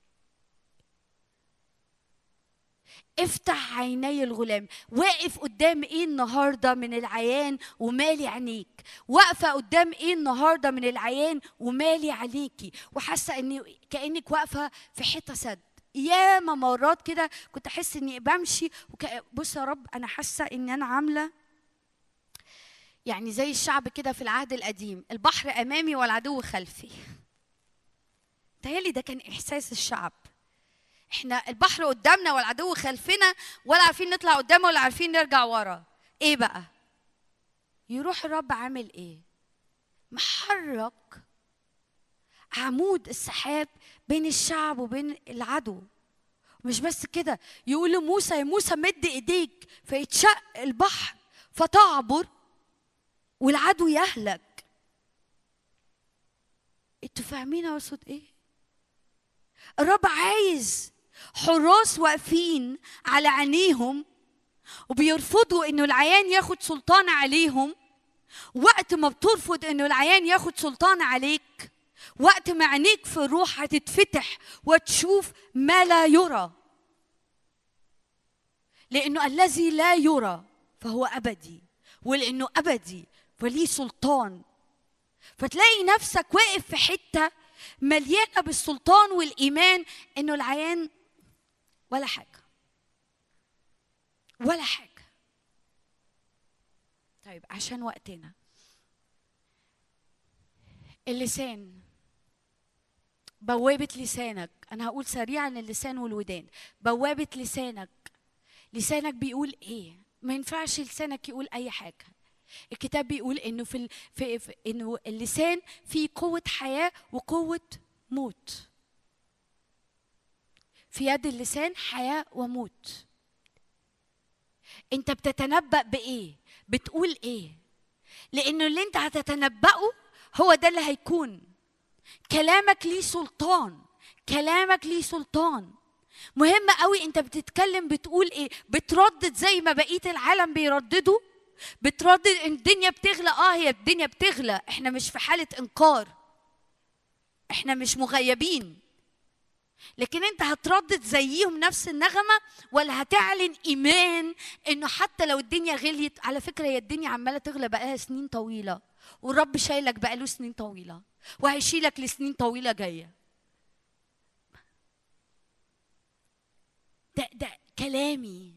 [SPEAKER 3] افتح عيني الغلام. واقف قدام ايه النهارده من العيان ومالي عينيك؟ واقفه قدام ايه النهارده من العيان ومالي عينيكي؟ وحاسه اني كانك واقفه في حته سد. ياما مرات كده كنت احس اني بمشي بص يا رب انا حاسه اني انا عامله يعني زي الشعب كده في العهد القديم، البحر امامي والعدو خلفي. تهيألي ده كان احساس الشعب، احنا البحر قدامنا والعدو خلفنا، ولا عارفين نطلع قدامه ولا عارفين نرجع ورا. ايه بقى؟ يروح الرب عامل ايه؟ محرك عمود السحاب بين الشعب وبين العدو. مش بس كده، يقول لموسى يا موسى مد ايديك فيتشق البحر فتعبر والعدو يهلك. انتوا فاهمين اقصد ايه؟ الرب عايز حراس واقفين على عينيهم وبيرفضوا انه العيان ياخد سلطان عليهم. وقت ما بترفض انه العيان ياخد سلطان عليك، وقت ما عينيك في الروح هتتفتح وتشوف ما لا يرى، لانه الذي لا يرى فهو ابدي، ولانه ابدي فليه سلطان. فتلاقي نفسك واقف في حته مليانه بالسلطان والايمان انه العيان ولا حاجه ولا حاجه. طيب عشان وقتنا، اللسان، بوابه لسانك. انا هقول سريعا اللسان والودان. بوابه لسانك، لسانك بيقول ايه؟ ما ينفعش لسانك يقول اي حاجه. الكتاب بيقول انه انه اللسان فيه قوه حياه وقوه موت. في يد اللسان حياه وموت. انت بتتنبأ بايه؟ بتقول ايه؟ لانه اللي انت هتتنبأه هو ده اللي هيكون. كلامك ليه سلطان، كلامك ليه سلطان. مهم قوي انت بتتكلم بتقول ايه؟ بتردد زي ما بقيه العالم بيرددوا؟ بتردد ان الدنيا بتغلى؟ هي الدنيا بتغلى، احنا مش في حاله انكار، احنا مش مغيبين. لكن انت هتردد زيهم نفس النغمه، ولا هتعلن ايمان انه حتى لو الدنيا غليت؟ على فكره هي الدنيا عماله تغلى بقالها سنين طويله، والرب شايلك بقاله سنين طويلة وهيشيلك لسنين طويلة جاية. ده كلامي.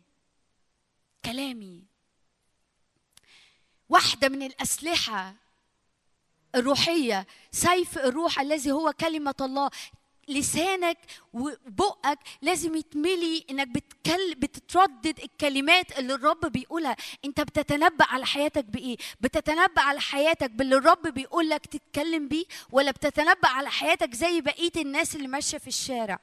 [SPEAKER 3] واحدة من الأسلحة الروحية سيف الروح الذي هو كلمة الله. لسانك وبقك لازم يتملي انك بتتردد الكلمات اللي الرب بيقولها. انت بتتنبأ على حياتك بايه؟ بتتنبأ على حياتك باللي الرب بيقول لك تتكلم بيه، ولا بتتنبأ على حياتك زي بقية الناس اللي ماشية في الشارع؟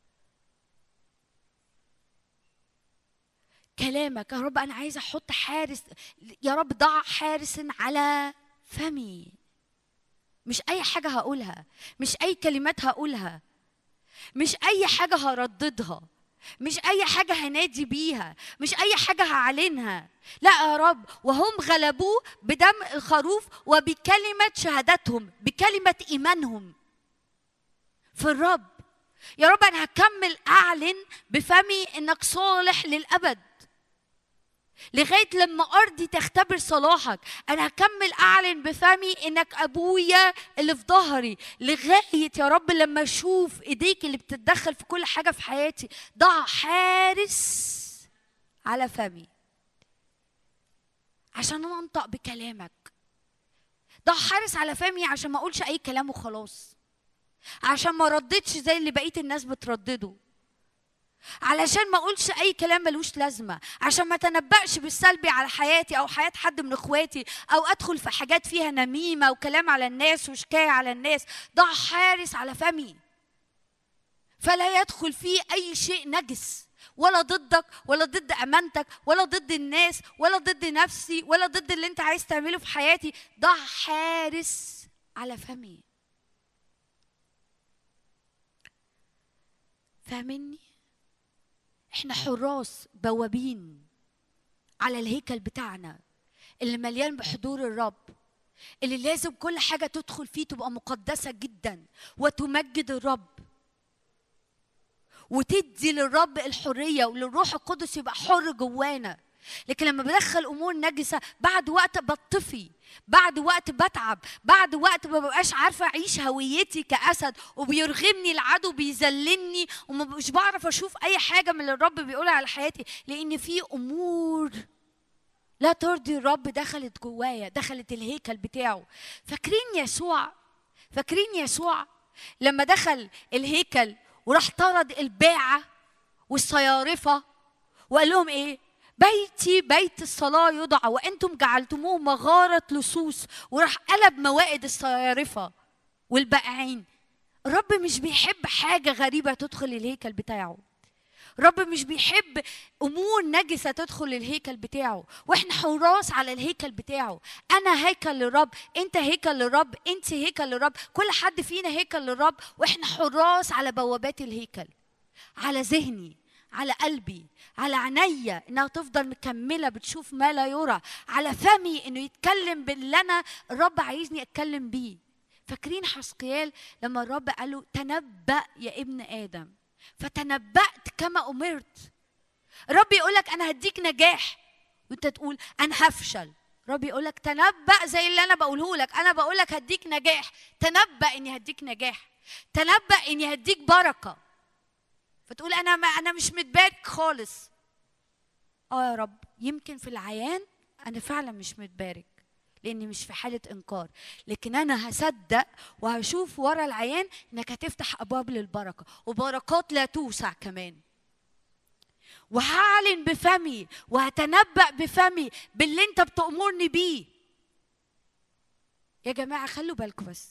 [SPEAKER 3] كلامك يا رب، انا عايزه احط حارس. يا رب ضع حارس على فمي. مش اي حاجه هقولها، مش اي كلمات هقولها، مش اي حاجه هرددها، مش اي حاجه هنادي بيها، مش اي حاجه هعلنها. لا يا رب، وهم غلبوه بدم الخروف وبكلمه شهادتهم، بكلمه ايمانهم في الرب. يا رب انا هكمل اعلن بفمي انك صالح للابد لغايه لما ارضي تختبر صلاحك. انا هكمل اعلن بفمي انك ابويا اللي في ظهري لغايه يا رب لما اشوف ايديك اللي بتتدخل في كل حاجه في حياتي. ضع حارس على فمي عشان انطق بكلامك. ضع حارس على فمي عشان ما اقولش اي كلام وخلاص، عشان ما رددش زي اللي بقيه الناس بتردده، علشان ما اقولش اي كلام ملوش لازمه، عشان ما تنبأش بالسلبي على حياتي او حياه حد من اخواتي، او ادخل في حاجات فيها نميمه وكلام على الناس وشكايه على الناس. ضع حارس على فمي فلا يدخل فيه اي شيء نجس، ولا ضدك ولا ضد امانتك ولا ضد الناس ولا ضد نفسي ولا ضد اللي انت عايز تعمله في حياتي. ضع حارس على فمي. فاهمني؟ احنا حراس بوابين على الهيكل بتاعنا اللي مليان بحضور الرب، اللي لازم كل حاجة تدخل فيه تبقى مقدسة جدا وتمجد الرب وتدي للرب الحرية وللروح القدس يبقى حر جوانا. لكن لما بدخل امور نجسه بعد وقت بطفي، بعد وقت بتعب، بعد وقت ما ببقاش عارفه اعيش هويتي كاسد، وبيرغمني العدو بيذلني ومش بعرف اشوف اي حاجه من اللي الرب بيقولها على حياتي، لان في امور لا ترضي الرب دخلت جوايا، دخلت الهيكل بتاعه. فاكرين يسوع لما دخل الهيكل وراح طرد الباعه والصيارفه وقال لهم ايه؟ بيتي بيت الصلاة يدعى وأنتم جعلتموه مغارة لصوص، وراح قلب موائد الصيارفة والبائعين. الرب مش بيحب حاجة غريبة تدخل الهيكل بتاعه. الرب مش بيحب أمور نجسة تدخل الهيكل بتاعه، وإحنا حراس على الهيكل بتاعه. أنا هيكل للرب، أنت هيكل للرب، أنت هيكل للرب، كل حد فينا هيكل للرب، وإحنا حراس على بوابات الهيكل، على ذهني، على قلبي، على عينيا انها تفضل مكمله بتشوف ما لا يرى، على فمي انه يتكلم باللي انا الرب عايزني اتكلم بيه. فاكرين حسقيال لما الرب قال له تنبأ يا ابن ادم، فتنبأت كما امرت. الرب يقول لك انا هديك نجاح وانت تقول انا هفشل. الرب يقول لك تنبأ زي اللي انا بقوله لك، انا بقول لك هديك نجاح، تنبأ اني هديك نجاح، تنبأ اني هديك بركه. فتقول انا مش متبارك خالص. يا رب يمكن في العيان انا فعلا مش متبارك لاني مش في حاله انكار، لكن انا هصدق وهشوف ورا العيان انك هتفتح ابواب للبركه وبركات لا توسع كمان، وهعلن بفمي وهتنبأ بفمي باللي انت بتأمرني بيه. يا جماعه خلوا بالكم بس،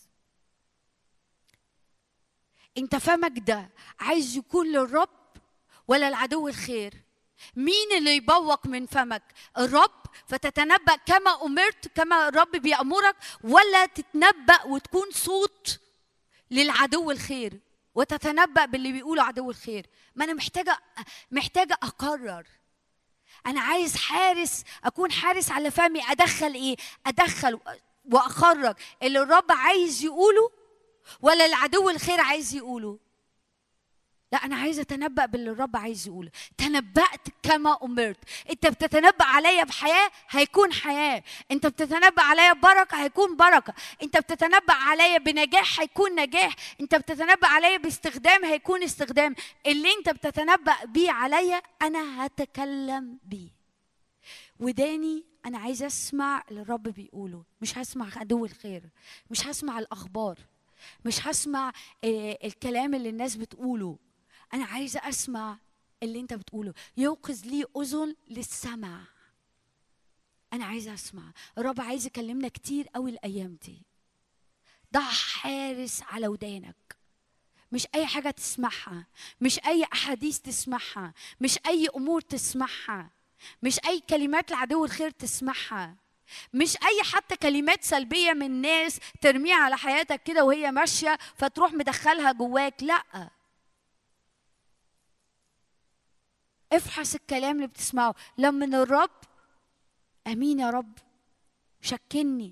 [SPEAKER 3] انت فمك ده عايز يكون للرب ولا العدو الخير؟ مين اللي يبوق من فمك؟ الرب فتتنبأ كما أمرت كما الرب بيأمرك، ولا تتنبأ وتكون صوت للعدو الخير وتتنبأ باللي بيقوله عدو الخير؟ ما أنا محتاجة أقرر. أنا عايز حارس، أكون حارس على فمي. أدخل إيه؟ أدخل وأخرج اللي الرب عايز يقوله ولا العدو الخير عايز يقوله؟ لا، أنا عايزة أتنبأ باللي الرب عايز يقوله. تنبأت كما أمرت. أنت بتتنبأ عليا بحياة، هيكون حياة. أنت بتتنبأ عليا ببركة، هيكون بركة. أنت بتتنبأ عليا بنجاح، هيكون نجاح. أنت بتتنبأ عليا باستخدام، هيكون استخدام. اللي أنت بتتنبأ بيه عليا أنا هتكلم بيه. وداني أنا عايزة أسمع اللي الرب بيقوله، مش هسمع عدو الخير، مش هسمع الأخبار، مش هسمع الكلام اللي الناس بتقوله. أنا عايزة أسمع اللي أنت بتقوله. يوقظ لي أذن للسمع. أنا عايزة أسمع. الرب عايز يكلمنا كتير قوي الأيام دي. ضع حارس على ودانك. مش أي حاجة تسمعها، مش أي أحاديث تسمعها، مش أي أمور تسمعها، مش أي كلمات لعدو الخير تسمعها، مش أي حتى كلمات سلبية من ناس ترميها على حياتك كده وهي ماشية فتروح مدخلها جواك. لأ، افحص الكلام اللي بتسمعه. لو من الرب، أمين يا رب، شكلني.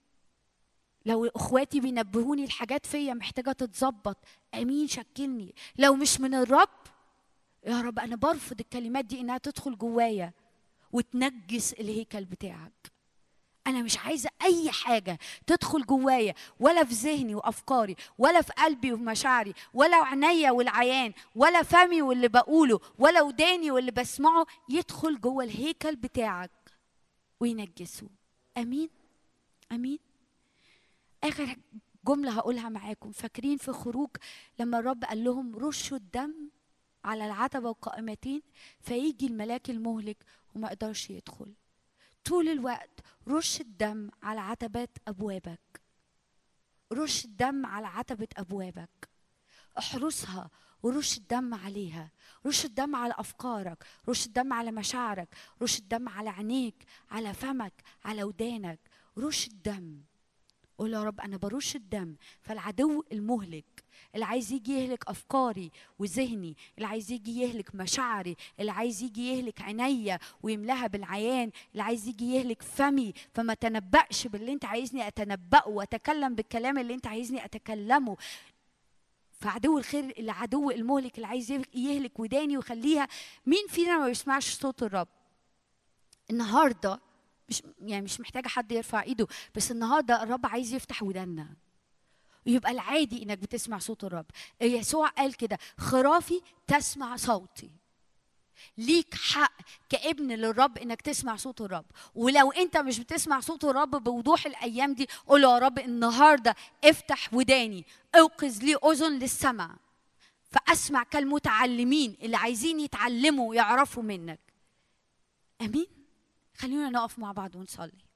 [SPEAKER 3] لو اخواتي بينبهوني الحاجات فيا محتاجة تتظبط، أمين شكلني. لو مش من الرب، يا رب أنا برفض الكلمات دي إنها تدخل جوايا وتنجس الهيكل بتاعك. أنا مش عايزة أي حاجة تدخل جوايا، ولا في ذهني وأفكاري، ولا في قلبي ومشاعري، ولا عينيا والعيان، ولا فمي واللي بقوله، ولا وداني واللي بسمعه يدخل جوا الهيكل بتاعك وينجسه. أمين أمين. آخر جملة هقولها معاكم. فاكرين في خروج لما الرب قال لهم رشوا الدم على العتبة والقائمتين فيجي الملاك المهلك وما يقدرش يدخل؟ طول الوقت رش الدم على عتبات أبوابك. رش الدم على عتبة أبوابك، احرسها ورش الدم عليها. رش الدم على أفكارك، رش الدم على مشاعرك، رش الدم على عينيك، على فمك، على ودانك. رش الدم. قول يا رب أنا برش الدم. فالعدو المهلك اللي عايز يجي يهلك أفكاري وذهني، اللي عايز يجي يهلك مشاعري، اللي عايز يجي يهلك عينيا ويملاها بالعيان، اللي عايز يجي يهلك فمي فما تنبأش باللي انت عايزني أتنبأه وأتكلم بالكلام اللي انت عايزني أتكلمه. فعدو الخير اللي عدو المهلك اللي عايز يهلك وداني ويخليها. مين فينا ما بيسمعش صوت الرب؟ النهارده مش محتاجة حد يرفع ايده، بس النهارده الرب عايز يفتح وداننا. يبقى العادي انك بتسمع صوت الرب. يسوع قال كده: خرافي تسمع صوتي. ليك حق كابن للرب انك تسمع صوت الرب. ولو انت مش بتسمع صوت الرب بوضوح الايام دي، قول يا رب النهارده افتح وداني، اوقظ لي اذن للسمع، فاسمع كالمتعلمين اللي عايزين يتعلموا ويعرفوا منك. امين. خلينا نقف مع بعض ونصلي.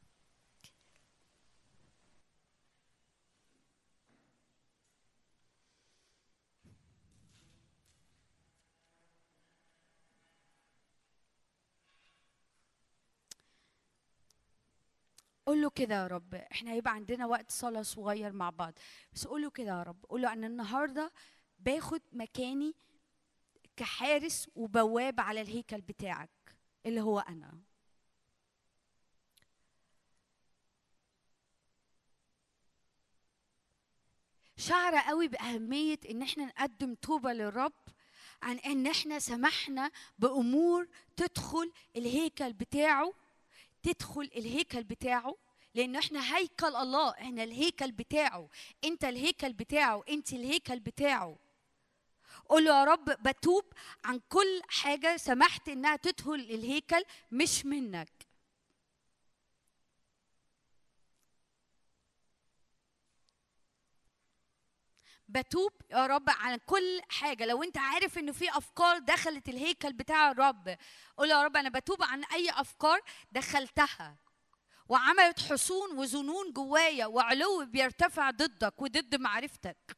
[SPEAKER 3] قول له كده يا رب. احنا هيبقى عندنا وقت صلاة صغير مع بعض، بس قول له كده يا رب. قول له أنا النهارده باخد مكاني كحارس وبواب على الهيكل بتاعك اللي هو أنا. شعر قوي بأهمية إن احنا نقدم توبة للرب عن إن احنا سمحنا بأمور تدخل الهيكل بتاعه، لأن احنا هيكل الله، احنا الهيكل بتاعه. انت الهيكل بتاعه، انت الهيكل بتاعه. قول له يا رب بتوب عن كل حاجة سمحت انها تدخل الهيكل مش منك. بتوب يا رب عن كل حاجة. لو انت عارف انه في افكار دخلت الهيكل بتاع الرب، قول يا رب انا بتوب عن اي افكار دخلتها وعملت حصون وظنون جوايا وعلو بيرتفع ضدك وضد معرفتك.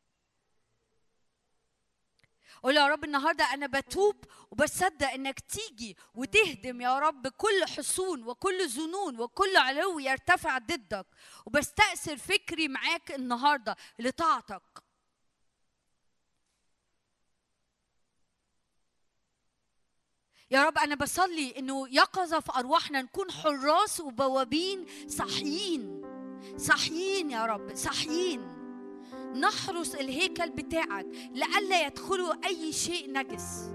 [SPEAKER 3] قول يا رب النهارده انا بتوب وبصدق انك تيجي وتهدم يا رب كل حصون وكل ظنون وكل علو يرتفع ضدك، وبستأثر فكري معاك النهارده لطاعتك. يا رب أنا بصلي إنه يقظة في أرواحنا، نكون حراس وبوابين صاحيين يا رب، صاحيين نحرس الهيكل بتاعك لئلا يدخلوا أي شيء نجس.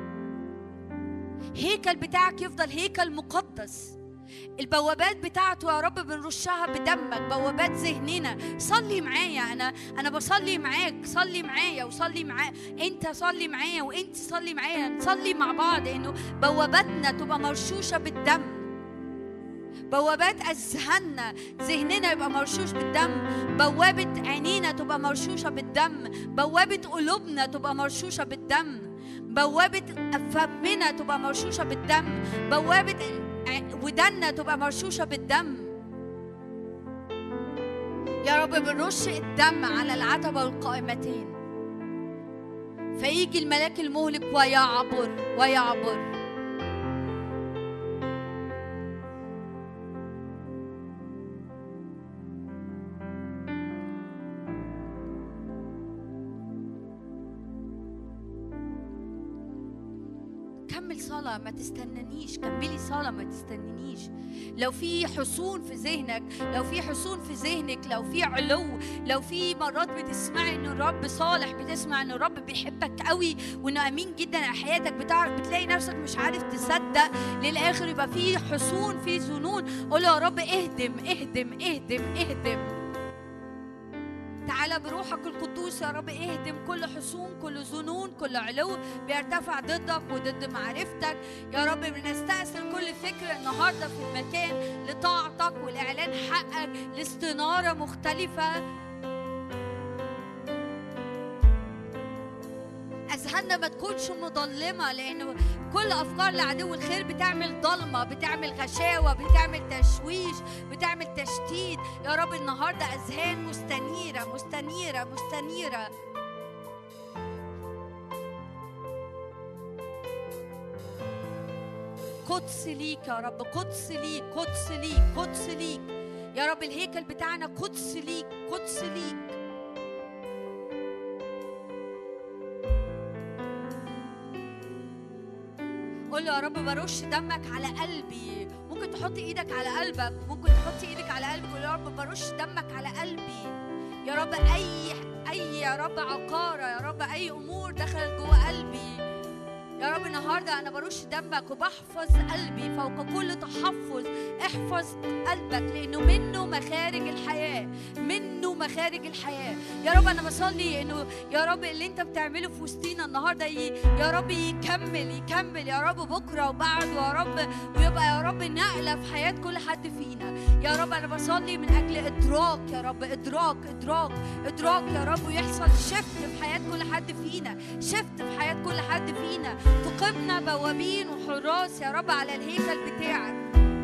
[SPEAKER 3] هيكل بتاعك يفضل هيكل مقدس. البوابات بتاعته يا رب بنرشها بدمك، بوابات ذهننا. صلي معايا، أنا بصلي معاك، صلي معايا وصلي معاك، أنت صلي معايا وأنت صلي معايا، نصلي مع بعض إنه بواباتنا تبقى مرشوشة بالدم. بوابات أذهاننا، ذهننا يبقى مرشوش بالدم. بوابة عينينا تبقى مرشوشة بالدم. بوابة قلوبنا تبقى مرشوشة بالدم. بوابة فمنا تبقى مرشوشة بالدم. بوابة ودنا تبقى مرشوشة بالدم. يا رب بنرش الدم على العتبة والقائمتين، فيجي الملاك المهلك ويعبر. كمل صلاة، ما تستننيش. كملي صلاة، ما تستننيش. لو في حصون في ذهنك، لو في حصون في ذهنك، لو في علو، لو في مرات بتسمعي ان الرب صالح، بتسمع ان الرب بيحبك قوي وانه امين جدا على حياتك، بتلاقي نفسك مش عارف تصدق للاخر، يبقى في حصون، في ظنون. قول يا رب اهدم اهدم اهدم اهدم. تعالى بروحك القدوس يا رب اهدم كل حصون، كل ظنون، كل علو بيرتفع ضدك وضد معرفتك. يا رب بنستأصل كل فكرة النهارده في المكان لطاعتك والإعلان حقك، لاستنارة مختلفة. أذهاننا ما تكونش مظلمة، لأنه كل أفكار لعدو الخير بتعمل ضلمة، بتعمل غشاوة، بتعمل تشويش، بتعمل تشتيت. يا رب النهاردة أذهان مستنيرة مستنيرة مستنيرة. قدس ليك يا رب، قدس ليك، قدس ليك، قدس ليك يا رب. الهيكل بتاعنا قدس ليك، قدس ليك. قول له يا رب برش دمك على قلبي. ممكن تحط ايدك على قلبك، ممكن تحط ايدك على قلبك. قول يا رب برش دمك على قلبي يا رب. اي يا رب عقارة يا رب، اي امور دخلت جوه قلبي يا رب النهارده انا برش دمك وبحفظ قلبي فوق كل تحفظ. احفظ قلبك لانه منه مخارج الحياه، منه مخارج الحياه. يا رب انا بصلي انه يا رب اللي انت بتعمله في وسطينا النهارده يا رب يكمل يا رب بكره وبعد يا رب، ويبقى يا رب نقله في حياه كل حد فينا. يا رب انا بصلي من اجل ادراك يا رب، ادراك يا رب، ويحصل شفت في حياه كل حد فينا، شفت في حياه كل حد فينا. تقمنا بوابين وحراس يا رب على الهيكل بتاعك.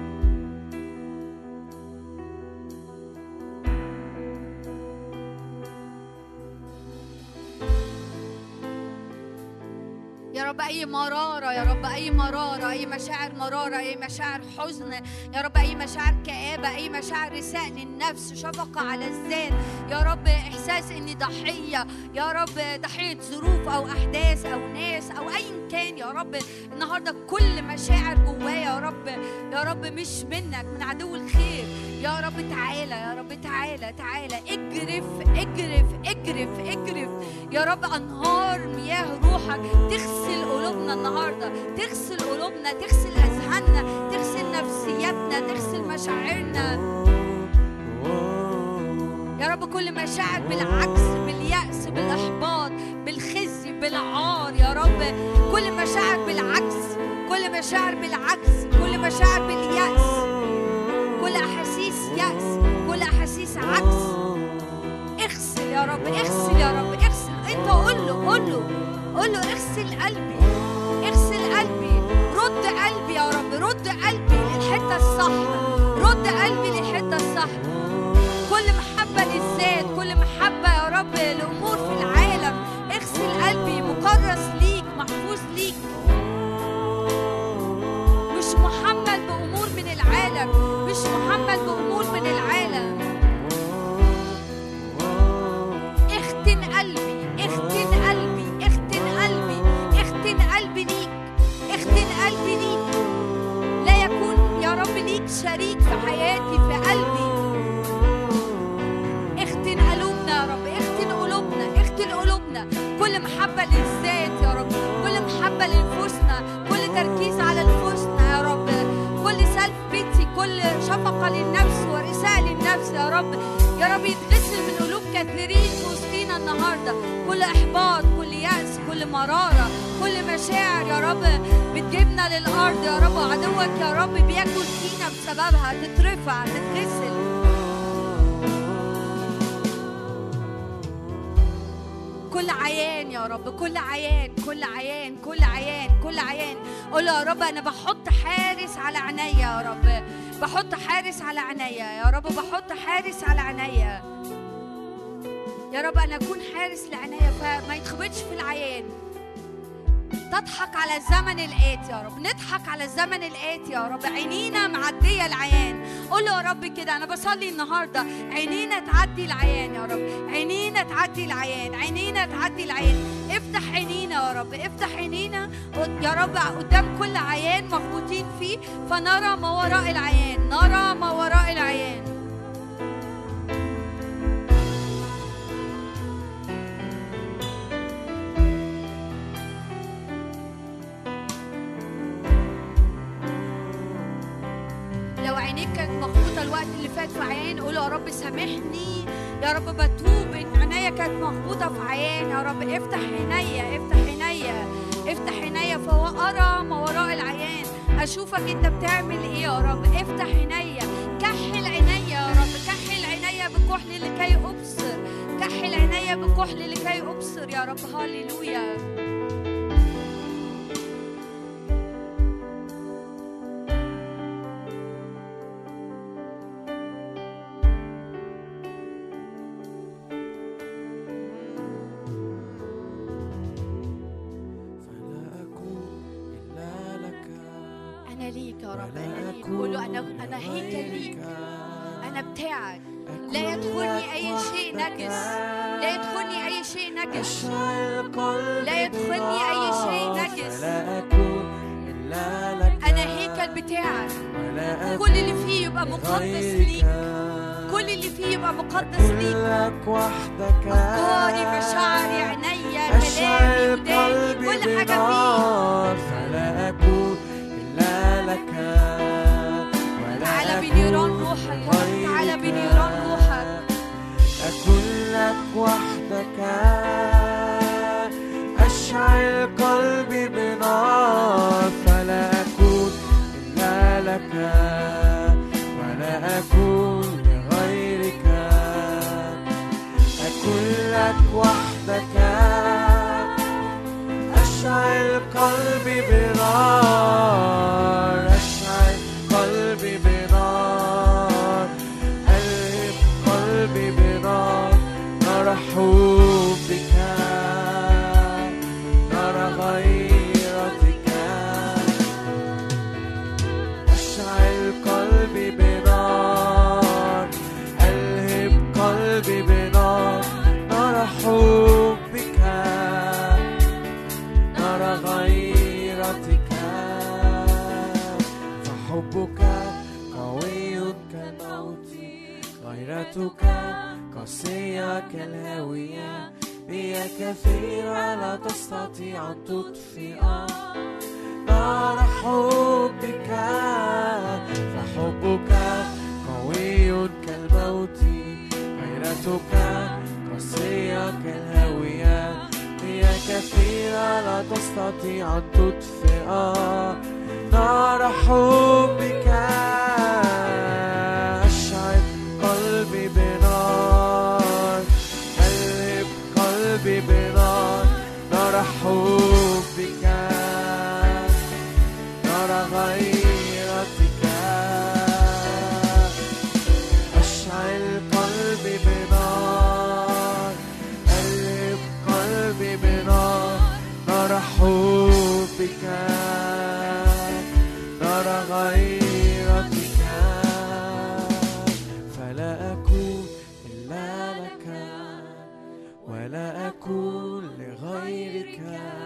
[SPEAKER 3] يا رب أي مرارة يا رب، أي مرارة، أي مشاعر مرارة، أي مشاعر حزن يا رب، أي مشاعر كآبة، أي مشاعر رثاء للنفس، شفقة على الذات يا رب، إحساس إني ضحية يا رب، ضحية ظروف أو أحداث أو ناس أو أي كان يا رب. النهاردة كل مشاعر جوايا يا رب مش منك، من عدو الخير يا رب. تعالى يا رب، تعالى اجرف يا رب أنهار مياه روحك تغسل قلوبنا النهاردة، تغسل قلوبنا، تغسل أذهاننا، تغسل نفسيتنا، تغسل مشاعرنا يا رب. كل مشاعر بالعكس، باليأس، بالإحباط، بالخزي، بالعار يا رب، كل مشاعر بالعكس، كل مشاعر بالعكس، كل مشاعر باليأس، كل أحاسيس يأس، كل أحاسيس عكس. اغسل يا رب، اغسل يا رب، اغسل. انت قول له اغسل قلبي، اغسل قلبي، رد قلبي يا رب، رد قلبي للحتة الصح، رد قلبي للحتة الصح. كل محبة للذات، كل محبة يا رب لأمور في العالم، اغسل قلبي مكرس ليك، محفوظ ليك، مش محمل بأمور من العالم، مش محمل بأمور من العالم. اختن قلبي، اختن قلبي، اختن قلبي، اختن قلبي ليك، اختن قلبي ليك. لا يكون يا رب ليك شريك في حياتي، في قلبي. اختن قلوبنا يا رب، اختن يتغسل من قلوب كثيرين في وسطينا النهارده، كل احباط، كل يأس، كل مرارة، كل مشاعر يا رب بتجيبنا للارض يا رب، عدوك يا رب بياكل فينا بسببها، تترفع تتغسل. كل عيان يا رب، كل عيان كل عيان كل عيان كل عيان. قول يا رب انا بحط حارس على عينيا يا رب، بحط حارس على عينيا يا رب، بحط حارس على عينيا يا رب. انا اكون حارس لعينيا فما يتخبطش في العيان. تضحك على الزمن الآتي يا رب، نضحك على الزمن الآتي يا رب. عينينا معدية العيان. قول له يا رب كده، أنا بصلي النهاردة عينينا تعدي العيان يا رب، عينينا تعدي العيان، عينينا تعدي العيان. افتح عينينا يا رب، افتح عينينا يا رب قدام كل عيان مخبوطين فيه، فنرى ما وراء العيان، نرى ما وراء العيان. عينيك كانت مخبوطه الوقت اللي فات في عيان، قول يا رب سامحني يا رب، بتوب ان عينيا كانت مخبوطه في عيان يا رب. افتح عينيا، افتح عينيا، افتح عينيا فارى ما وراء العيان، اشوفك انت بتعمل ايه يا رب. افتح عينيا، كحل عينيا يا رب، كحل عينيا بكحل لكي ابصر، كحل عينيا بكحل لكي ابصر يا رب. هاليلويا. أنا هيكل ليك، أنا بتاعك، لا يدخلني أي شيء نجس، لا يدخلني أي شيء نجس، لا يدخلني أي شيء نجس. أنا هيكل بتاعك، كل اللي فيه يبقى مقدس ليك، كل اللي فيه يبقى مقدس ليك. أفكاري، مشاعري، عينيا، كلامي، وداني، كل حاجة فيه. فلا أكون إلا لك. تعالى بنيران روحك، تعالى بنيران روحك.
[SPEAKER 1] أكون لك وحدك، أشعل قلبي بنار. فلا أكون إلا لك ولا أكون لغيرك. أكون لك وحدك، أشعل قلبي بنار، أشعل قلبي بنار، ألهب قلبي بنار. نرى حبك، نرى غيرتك، أشعل قلبي بنار، ألهب قلبي بنار. نرى حبك، نرى غيرتك، فحبك قوي كالموت، غيرتك قاسية كالهاوية، هي كثيرة لا تستطيع أن تطفئ نار حبك. فحبك قوي كالموت، غيرتك قاسية كالهاوية، هي كثيرة لا تستطيع أن تطفئ نار حبك. أشعل قلبي بنار، ألهب قلبي بنار. نار حبك، نار غيرتك، أشعل قلبي بنار، ألهب قلبي بنار. نار حبك، نار غيرتك. فلا أكون إلا لك ولا أكون لغيرك.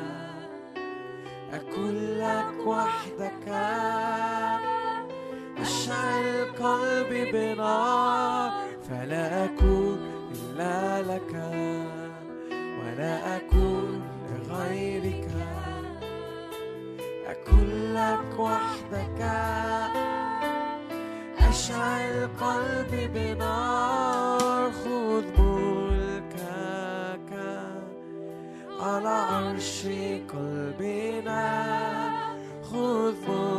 [SPEAKER 1] أكون لك وحدك، أشعل قلبي بنار. فلا أكون إلا لك ولا أكون لغيرك. أكون لك وحدك، أشعل قلبي بنار. عرش قلبنا خذ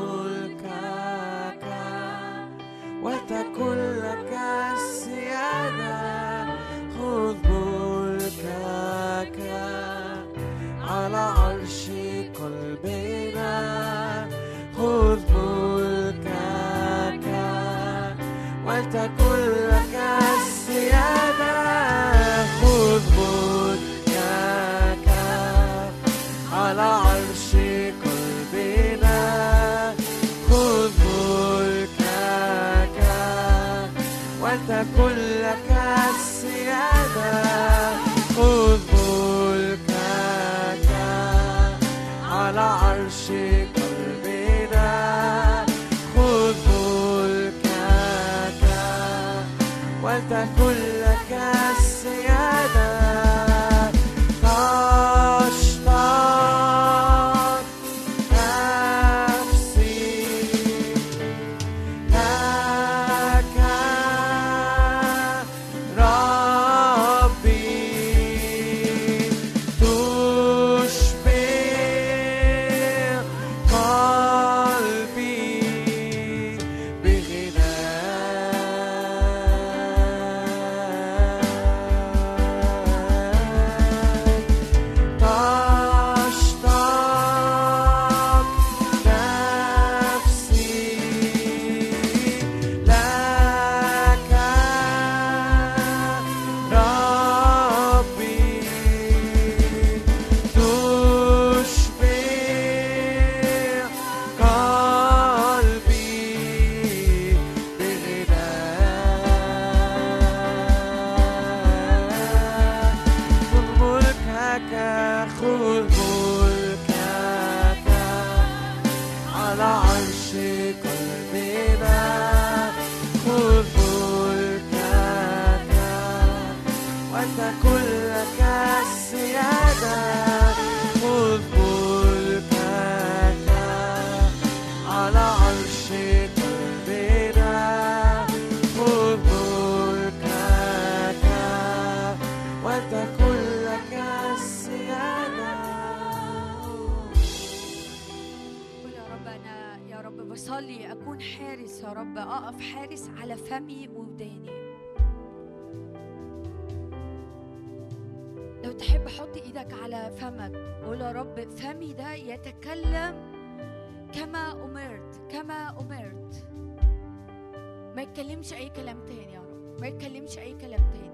[SPEAKER 1] ملكك وتكن لك السيادة خذ ملكك على عرش قلبنا خذ ملكك ولتكن لك السيادة خذ ملكك على عرش قلبنا خذ ملكك ولتكن لك السيادة خذ ملكك على عرش قلبنا خذ ملكك ولتكن لك السيادة تشتاق نفسي لك ربي تشبع قلبي
[SPEAKER 3] بصلي أكون حارس يا رب، أقف حارس على فمي ووداني. لو تحب حط إيدك على فمك وقول يا رب فمي ده يتكلم كما أمرت، كما أمرت. ما يتكلمش أي كلام تاني يا رب، ما يتكلمش أي كلام تاني،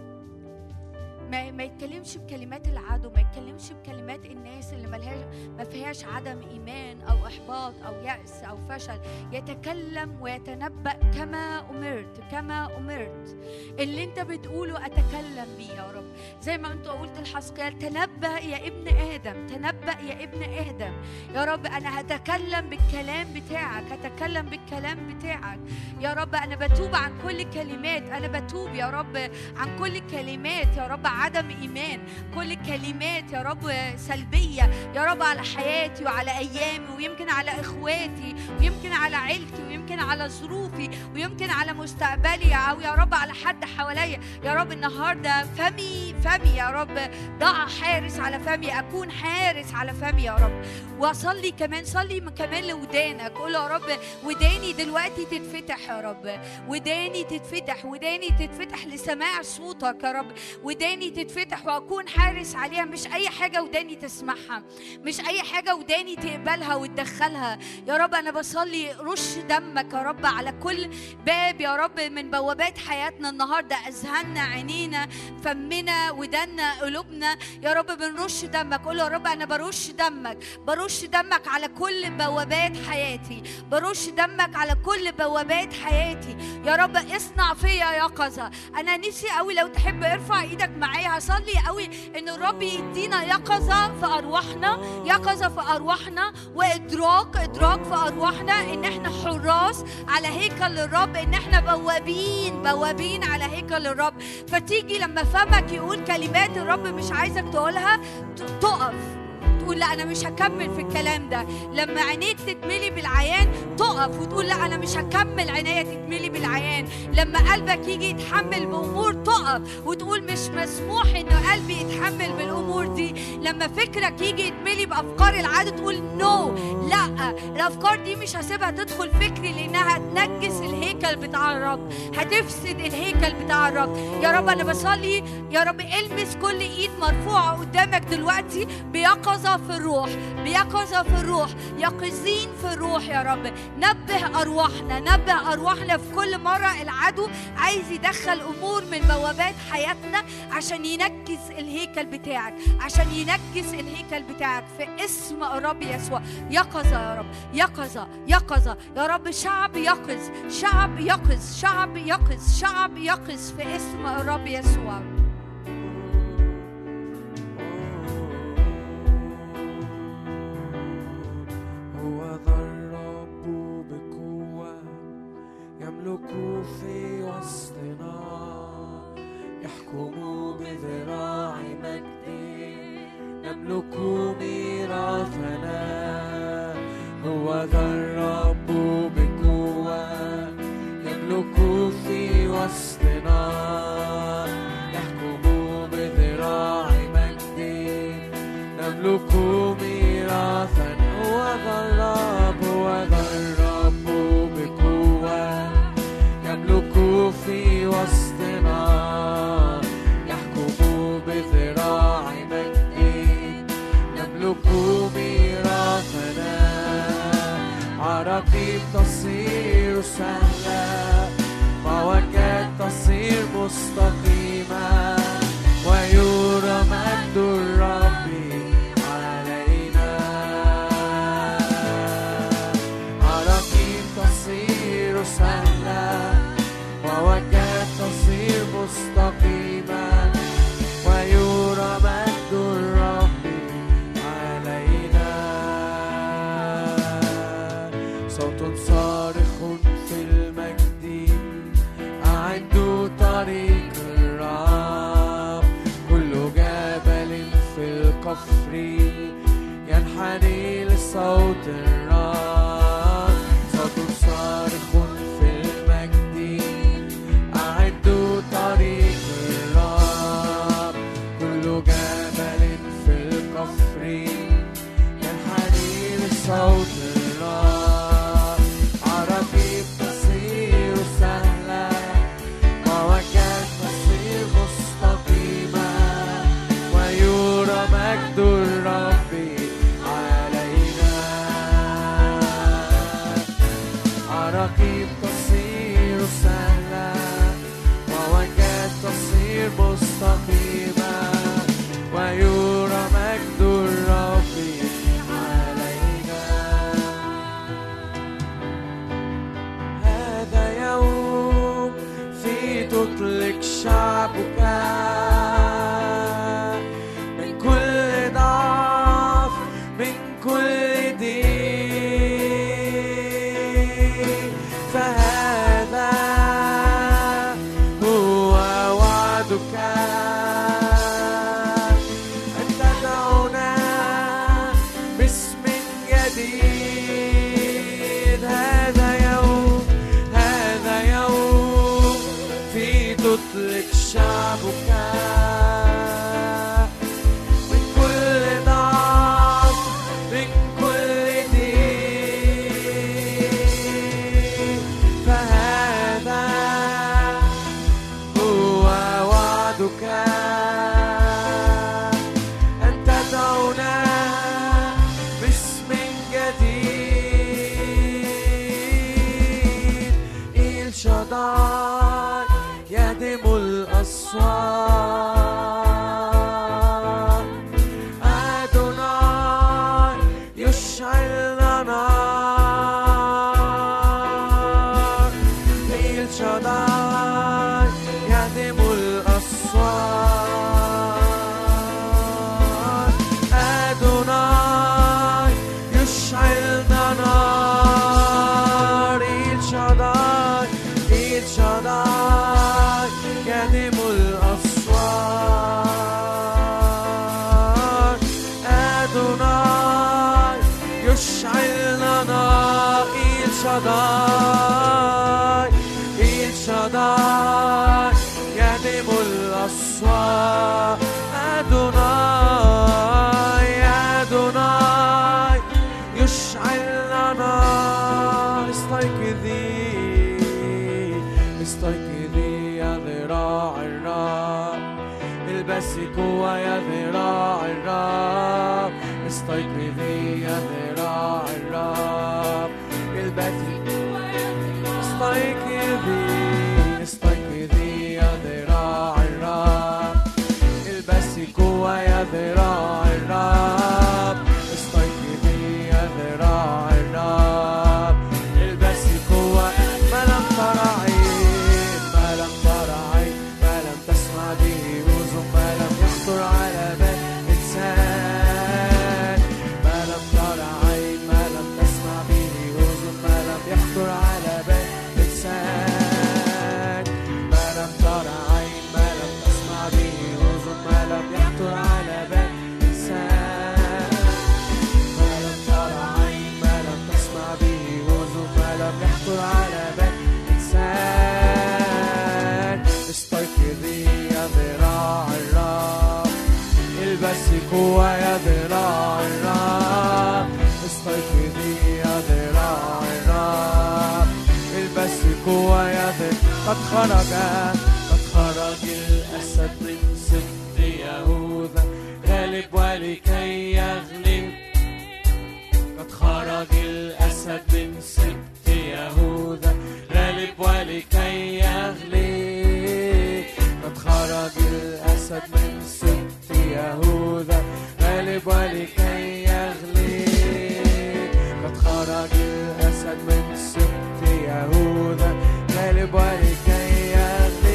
[SPEAKER 3] ما يتكلمش بكلمات العدو، ما يتكلمش بكلمات الناس اللي ما فيهاش عدم إيمان أو إحباط أو يأس أو فشل. يتكلم ويتنبأ كما أمرت، كما أمرت. اللي أنت بتقوله أتكلم بيه يا رب، زي ما أنت قلت لحسقيال تنبأ يا ابن آدم، تنبأ يا ابن آدم. يا رب أنا هتكلم بالكلام بتاعك، هتكلم بالكلام بتاعك يا رب. أنا بتوب عن كل كلمات، أنا بتوب يا رب عن كل كلمات يا رب عدم إيمان، كل كلمات يا رب سلبية يا رب على حياتي وعلى أيامي، ويمكن على إخواتي، ويمكن على عيلتي، ويمكن على ظروفي، ويمكن على مستقبلي، أو يا رب على حد حواليا. يا رب النهاردة فمي يا رب، ضع حارس على فمي، أكون حارس على فمي يا رب. وصلي كمان، صلي كمان لودانك، قول يا رب وداني دلوقتي تتفتح يا رب، وداني تتفتح، وداني تتفتح لسماع صوتك يا رب، وداني تتفتح وأكون حارس عليها. مش أي حاجة وداني تسمعها، مش أي حاجة وداني تقبلها وتدخلها يا رب. أنا بصلي رش دمك يا رب على كل باب يا رب من بوابات حياتنا النهاردة، أذهاننا، عينينا، فمنا، ودنا، قلوبنا يا رب بنرش دمك. قول يا رب أنا برش دمك، برش دمك على كل بوابات حياتي، برش دمك على كل بوابات حياتي يا رب. اصنع فيا يقظة. أنا نفسي قوي لو تحب ارفع ايدك معايا، هصلي قوي ان الرب يدينا يقظة في أرواحنا، يقظة في أرواحنا، وإدراك في أرواحنا إن احنا حراس على هيكل الرب، إن احنا بوابين على هيكل الرب. فتيجي لما فمك يقول كلمات الرب مش عايزك تقولها، تقف تقول لا أنا مش هكمل في الكلام ده. لما عينيك تتملي بالعيان تقف وتقول لا أنا مش هكمل عناية تتملي بالعيان. لما قلبك يجي يتحمل بأمور تقف وتقول مش مسموح إنه قلبي يتحمل بالأمور دي. لما فكرك يجي يتملي بأفكار العادة تقول نو، لا الأفكار دي مش هسيبها تدخل فكري لأنها هتنجس الهيكل بتاع الرب، هتفسد الهيكل بتاع الرب. يا رب أنا بصلي يا رب المس كل إيد مرفوعة قدامك دلوقتي بيقظة في الروح، بيقظة في الروح، يقظين في الروح يا رب. نبه أرواحنا، نبه أرواحنا في كل مرة العدو عايز يدخل أمور من بوابات حياتنا عشان ينجس الهيكل بتاعك، عشان ينجس الهيكل بتاعك في اسم الرب يسوع. يقظة يا رب، يقظة يقظة يا رب. شعب يقظ، شعب يقظ، شعب يقظ، شعب يقظ في اسم الرب يسوع.
[SPEAKER 1] هو ذا الرب بقوة يملك في وسطنا، يحكم بذراع مجد نملك ميراثنا. هو ذا الرب بقوة يملك في وسطنا، يحكم بذراع مجد نملك ميراثنا. هو ذا الرب، هو ذا الرب بقوة يملك في وسطنا، يحكم بذراع مجد نملك ميراثنا. عراقيب تصير سهلة، موجات تصير مستقيمة، ويرى مجد الرب علينا. عراقيب تصير سهلة، موجات تصير مستقيمة، ويرى مجد الرب علينا. صوت صارخ في المجد أعدوا طريق الرب، كل جبل في القفر ينحني لصوت الرب. صوت صارخ في المجد أعدوا طريق الرب، كل جبل في القفر ينحني لصوت الرب. عراقيب تصير سهلة، موجات تصير مستقيمة، ويرى مجد الرب علينا. عراقيب تصير سهلة، موجات تصير مستقيمة، ويرى مجد الرب علينا. هذا يوم في تطلق شعبك من كل ضعف، من كل ضيق، فهذا هو وعدك أن تدعونا باسم جديد. هذا يوم، هذا يوم في تطلق شعبك من كل ضعف، من كل ضيق، فهذا هو وعدك أن تدعونا باسم جديد. إل شداي يهدم الأسوار، إل شداي يهدم الأسوار أدوناي أدوناي يشعل لنا استيقظي استيقظي يا ذراع الرب البسي قوة يا ذراع الرب استيقظي يا ذراع الرب البسي استيقظي استيقظي يا ذراع الرب البسي قوة يا ذراع الرب استيقظي يا ذراع الرب البسي قوة ما لم ترى عين ما لم ترى عين ما لم تسمع به أذن ما لم يخطر على بال إنسان ما لم ترى عين ما لم تسمع به أذن ما لم يخطر على بال إنسان ما لم ترى عين ما لم تسمع به أذن ما لم يخطر على بال إنسان ما لم ترى عين ما لم تسمع به أذن ما لم يخطر على بال إنسان استيقظي يا ذراع الرب البسي قوة يا ذراع الرب استيقظي يا ذراع الرب البسي قوة يا ذراع قد خرج الأسد من سبط يهوذا غالب ولكي يغلب قد خرج الأسد من سبط يهوذا غالب ولكي يغلب قد خرج الأسد من سبط يهوذا غالب ولكي يغلب قد خرج الأسد من سبط يهوذا غالب ولكي يغلب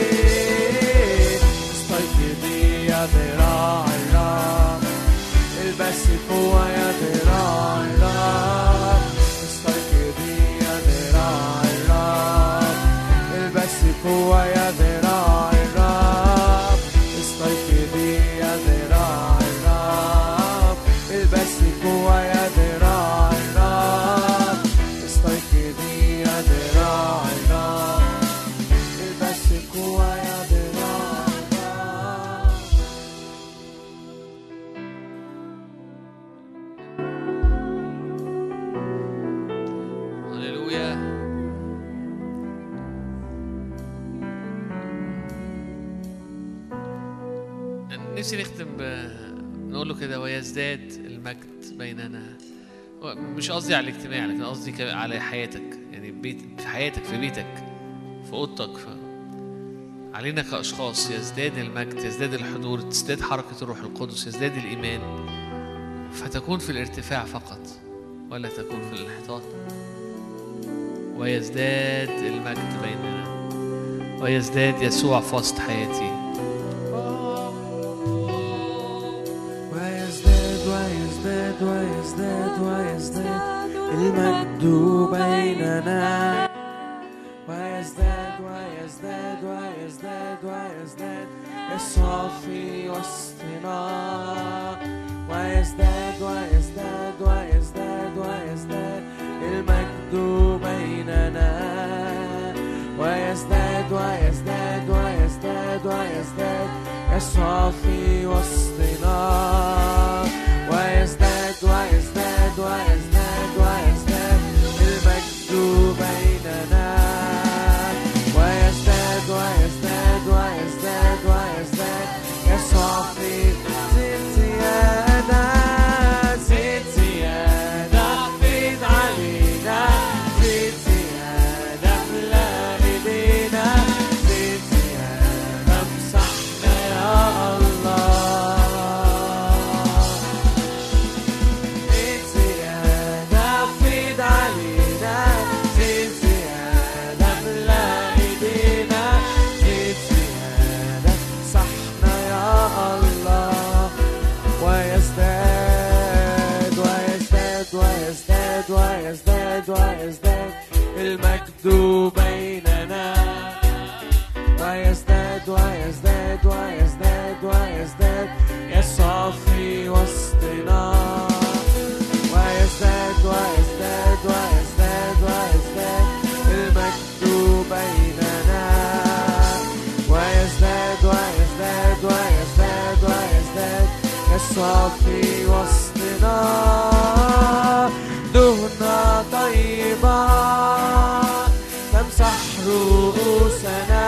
[SPEAKER 1] استيقظي يا ذراع الرب البسي قوة يا ذراع الرب استيقظي يا ذراع الرب البسي قوة يا ذراع الرب استيقظي يا ذراع الرب البسي قوة يا ذراع الرب استيقظي يا ذراع الرب البسي قوة يا ذراع الرب
[SPEAKER 4] هللويا. نفسي نختم نقول له كده ويزداد المجد بيننا. مش قصدي على الاجتماع لكن قصدي على حياتك، يعني بيت في حياتك في بيتك في اوضتك علينا كأشخاص. يزداد المجد، يزداد الحضور، تزداد حركة الروح القدس، يزداد الإيمان، فتكون في الارتفاع فقط ولا تكون في الانحطاط. ويزداد المجد بيننا ويزداد يسوع في وسط حياتي.
[SPEAKER 1] ويزداد ويزداد ويزداد ويزداد المجد بيننا ويزداد ويزداد ويزداد ويزداد يسوع في وسطنا ويزداد ويزداد ويزداد ويزداد المجد بيننا ويزداد ويزداد ويزداد ويزداد يسوع في وسطنا ويزداد ويزداد ويزداد ويزداد المجد بيننا ويزداد ويزداد ويزداد ويزداد يسوع في زيد زيادة زيد زيادة فيض علينا زيد زيادة املأ ايدينا زيد زيادة امسحنا يا الله زيد زيادة فيض علينا زيد زيادة املأ ايدينا زيد زيادة امسحنا يا الله ويزداد ويزداد ويزداد ويزداد ويزداد المجد بيننا ويزداد ويزداد ويزداد ويزداد يسوع في وسطنا ويزداد ويزداد ويزداد ويزداد وسطنا دهنة طيبة تمسح رؤوسنا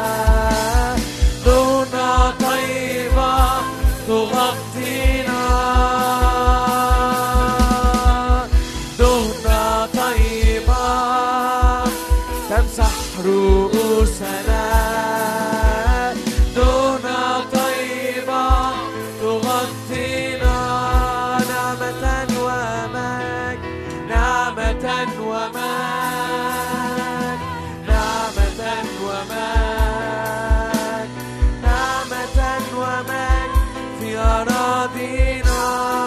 [SPEAKER 1] دهنة طيبة تغطينا دهنة طيبة تمسح رؤوسنا دهنة طيبة تغطينا نعمة ومجد نعمة ومجد نعمة ومجد نعمة ومجد في أراضينا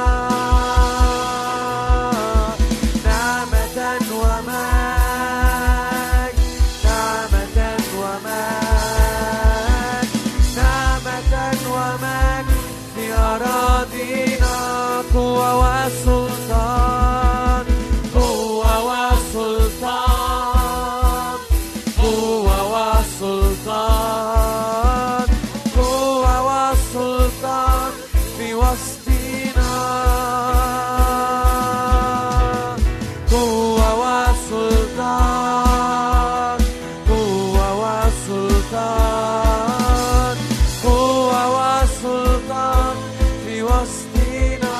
[SPEAKER 1] نعمة ومجد نعمة ومجد نعمة ومجد في أراضينا قوة وسلطان قوة وسلطان قوة وسلطان قوة وسلطان في وسطنا قوة وسلطان قوة وسلطان قوة وسلطان في وسطنا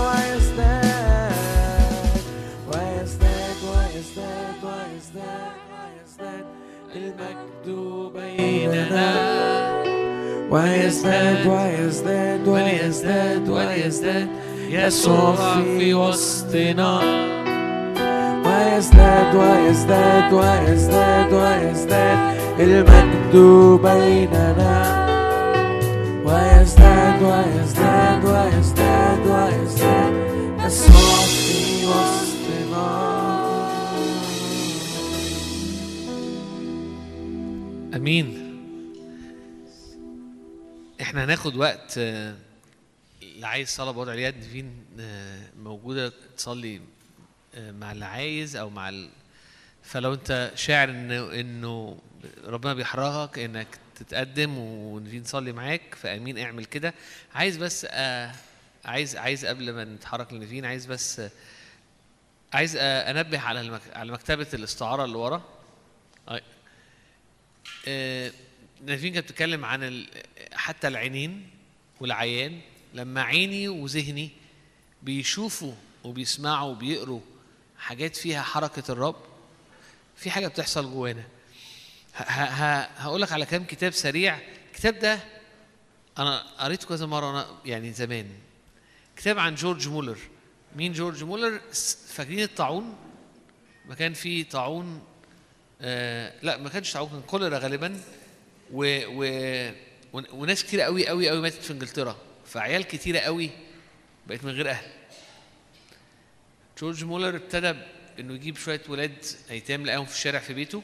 [SPEAKER 1] ويزداد ويزداد ويزداد ويزداد ويزداد المجد بيننا ويزداد ويزداد ويزداد ويزداد يسوع في وسطنا ويزداد ويزداد ويزداد ويزداد المجد بيننا ويزداد ويزداد ويزداد ويزداد يسوع في وسطنا.
[SPEAKER 4] امين. احنا هناخد وقت اللي عايز صلاه بوضع اليد فين موجوده تصلي مع اللي عايز او مع فلو انت شاعر انه ربنا بيحركك انك تتقدم ونفين نصلي معاك فامين اعمل كده. عايز بس عايز قبل ما نتحرك لنفين عايز انبه على مكتبه الاستعاره اللي ورا. نفين كانت بتتكلم عن حتى العينين والعيان. لما عيني وذهني بيشوفوا وبيسمعوا وبيقروا حاجات فيها حركة الرب في حاجة بتحصل جوانا. هقولك على كام كتاب سريع. الكتاب ده أنا قريته كذا مرة أنا يعني زمان. كتاب عن جورج مولر. مين جورج مولر؟ فاكرين الطاعون؟ ما كان فيه طاعون لا ما كانش طاعون كان كوليرا غالبا وناس كتير قوي قوي قوي ماتت في انجلترا فعيال كتيرة قوي بقت من غير أهل. جورج مولر ابتدى انه يجيب شويه ولاد ايتام لقاهم في الشارع في بيته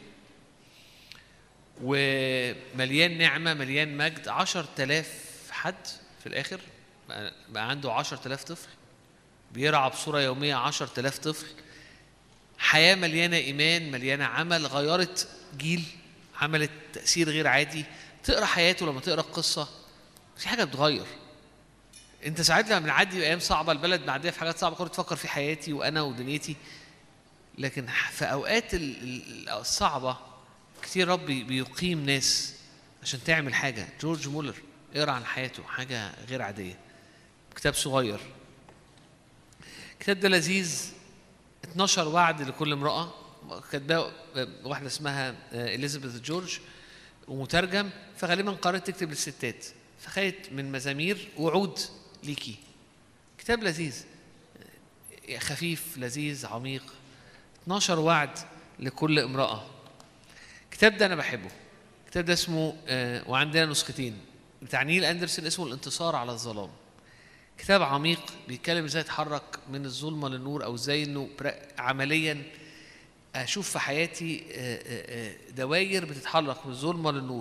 [SPEAKER 4] ومليان نعمه مليان مجد. 10,000 حد في الاخر بقى عنده 10,000 طفل بيرعى بصوره يوميه 10,000 طفل. حياه مليانه ايمان مليانه عمل غيرت جيل عملت تاثير غير عادي. تقرا حياته لما تقرا القصه في حاجه بتغير. انت ساعات لما بنعدي ايام صعبه البلد معديه في حاجات صعبه كنت تفكر في حياتي وانا ودنيتي لكن في اوقات الصعبه كتير رب بيقيم ناس عشان تعمل حاجه. جورج مولر اقرا عن حياته حاجه غير عاديه. كتاب صغير. الكتاب ده لذيذ. 12 وعد لكل امراه كاتباه واحده اسمها إليزابيث جورج ومترجم فغالبا قررت تكتب للستات فخدت من مزامير وعود ليكي. كتاب لذيذ خفيف لذيذ عميق. 12 وعد لكل امرأة. الكتاب ده أنا بحبه. الكتاب ده اسمه وعندنا نسختين بتاع نيل أندرسون اسمه الانتصار على الظلام. كتاب عميق بيتكلم ازاي اتحرك من الظلمة للنور او ازاي انه عمليا اشوف في حياتي دواير بتتحرك من الظلمة للنور.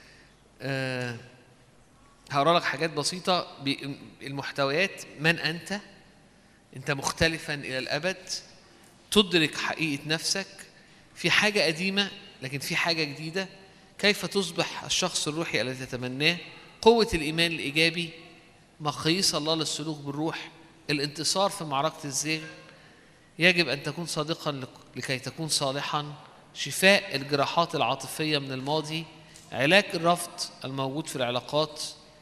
[SPEAKER 4] هقرا لك حاجات بسيطة. المحتويات: من أنت؟ أنت مختلفا إلى الأبد. تدرك حقيقة نفسك. في حاجة قديمة لكن في حاجة جديدة. كيف تصبح الشخص الروحي الذي تتمناه. قوة الإيمان الإيجابي. مقاييس الله للسلوك بالروح. الانتصار في معركة الذهن. يجب أن تكون صادقا لكي تكون صالحا. شفاء الجراحات العاطفية من الماضي. علاج الرفض الموجود في العلاقات.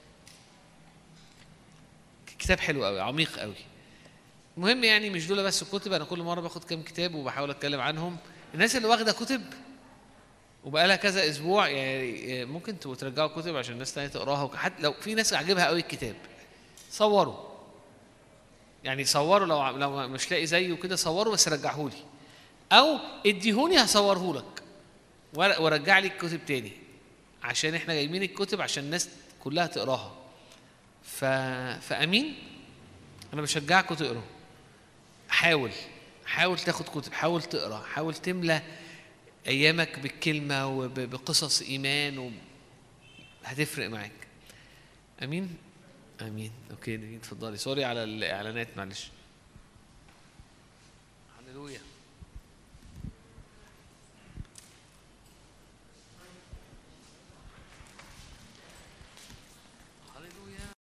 [SPEAKER 4] كتاب حلو قوي، عميق قوي. المهم يعني مش دول بس الكتب، أنا كل مرة باخد كام كتاب وبحاول أتكلم عنهم. الناس اللي واخدة كتب وبقالها كذا أسبوع، يعني ممكن ترجعوا كتب عشان الناس تانية تقراها. حتى لو في ناس عجبها قوي الكتاب صوروا، يعني صوروا، لو مش لاقي زيه كده صوروا بس رجعهولي، او اديهوني هصورهولك ورجع لي الكتب تاني، عشان احنا جايبين الكتب عشان الناس كلها تقراها. فامين، انا بشجعكم تقروا. حاول تاخد كتب، حاول تقرا، حاول تملى ايامك بالكلمه وبقصص ايمان هتفرق معاك. امين. اوكي، اتفضلي. سوري على الاعلانات، معلش. هللويا.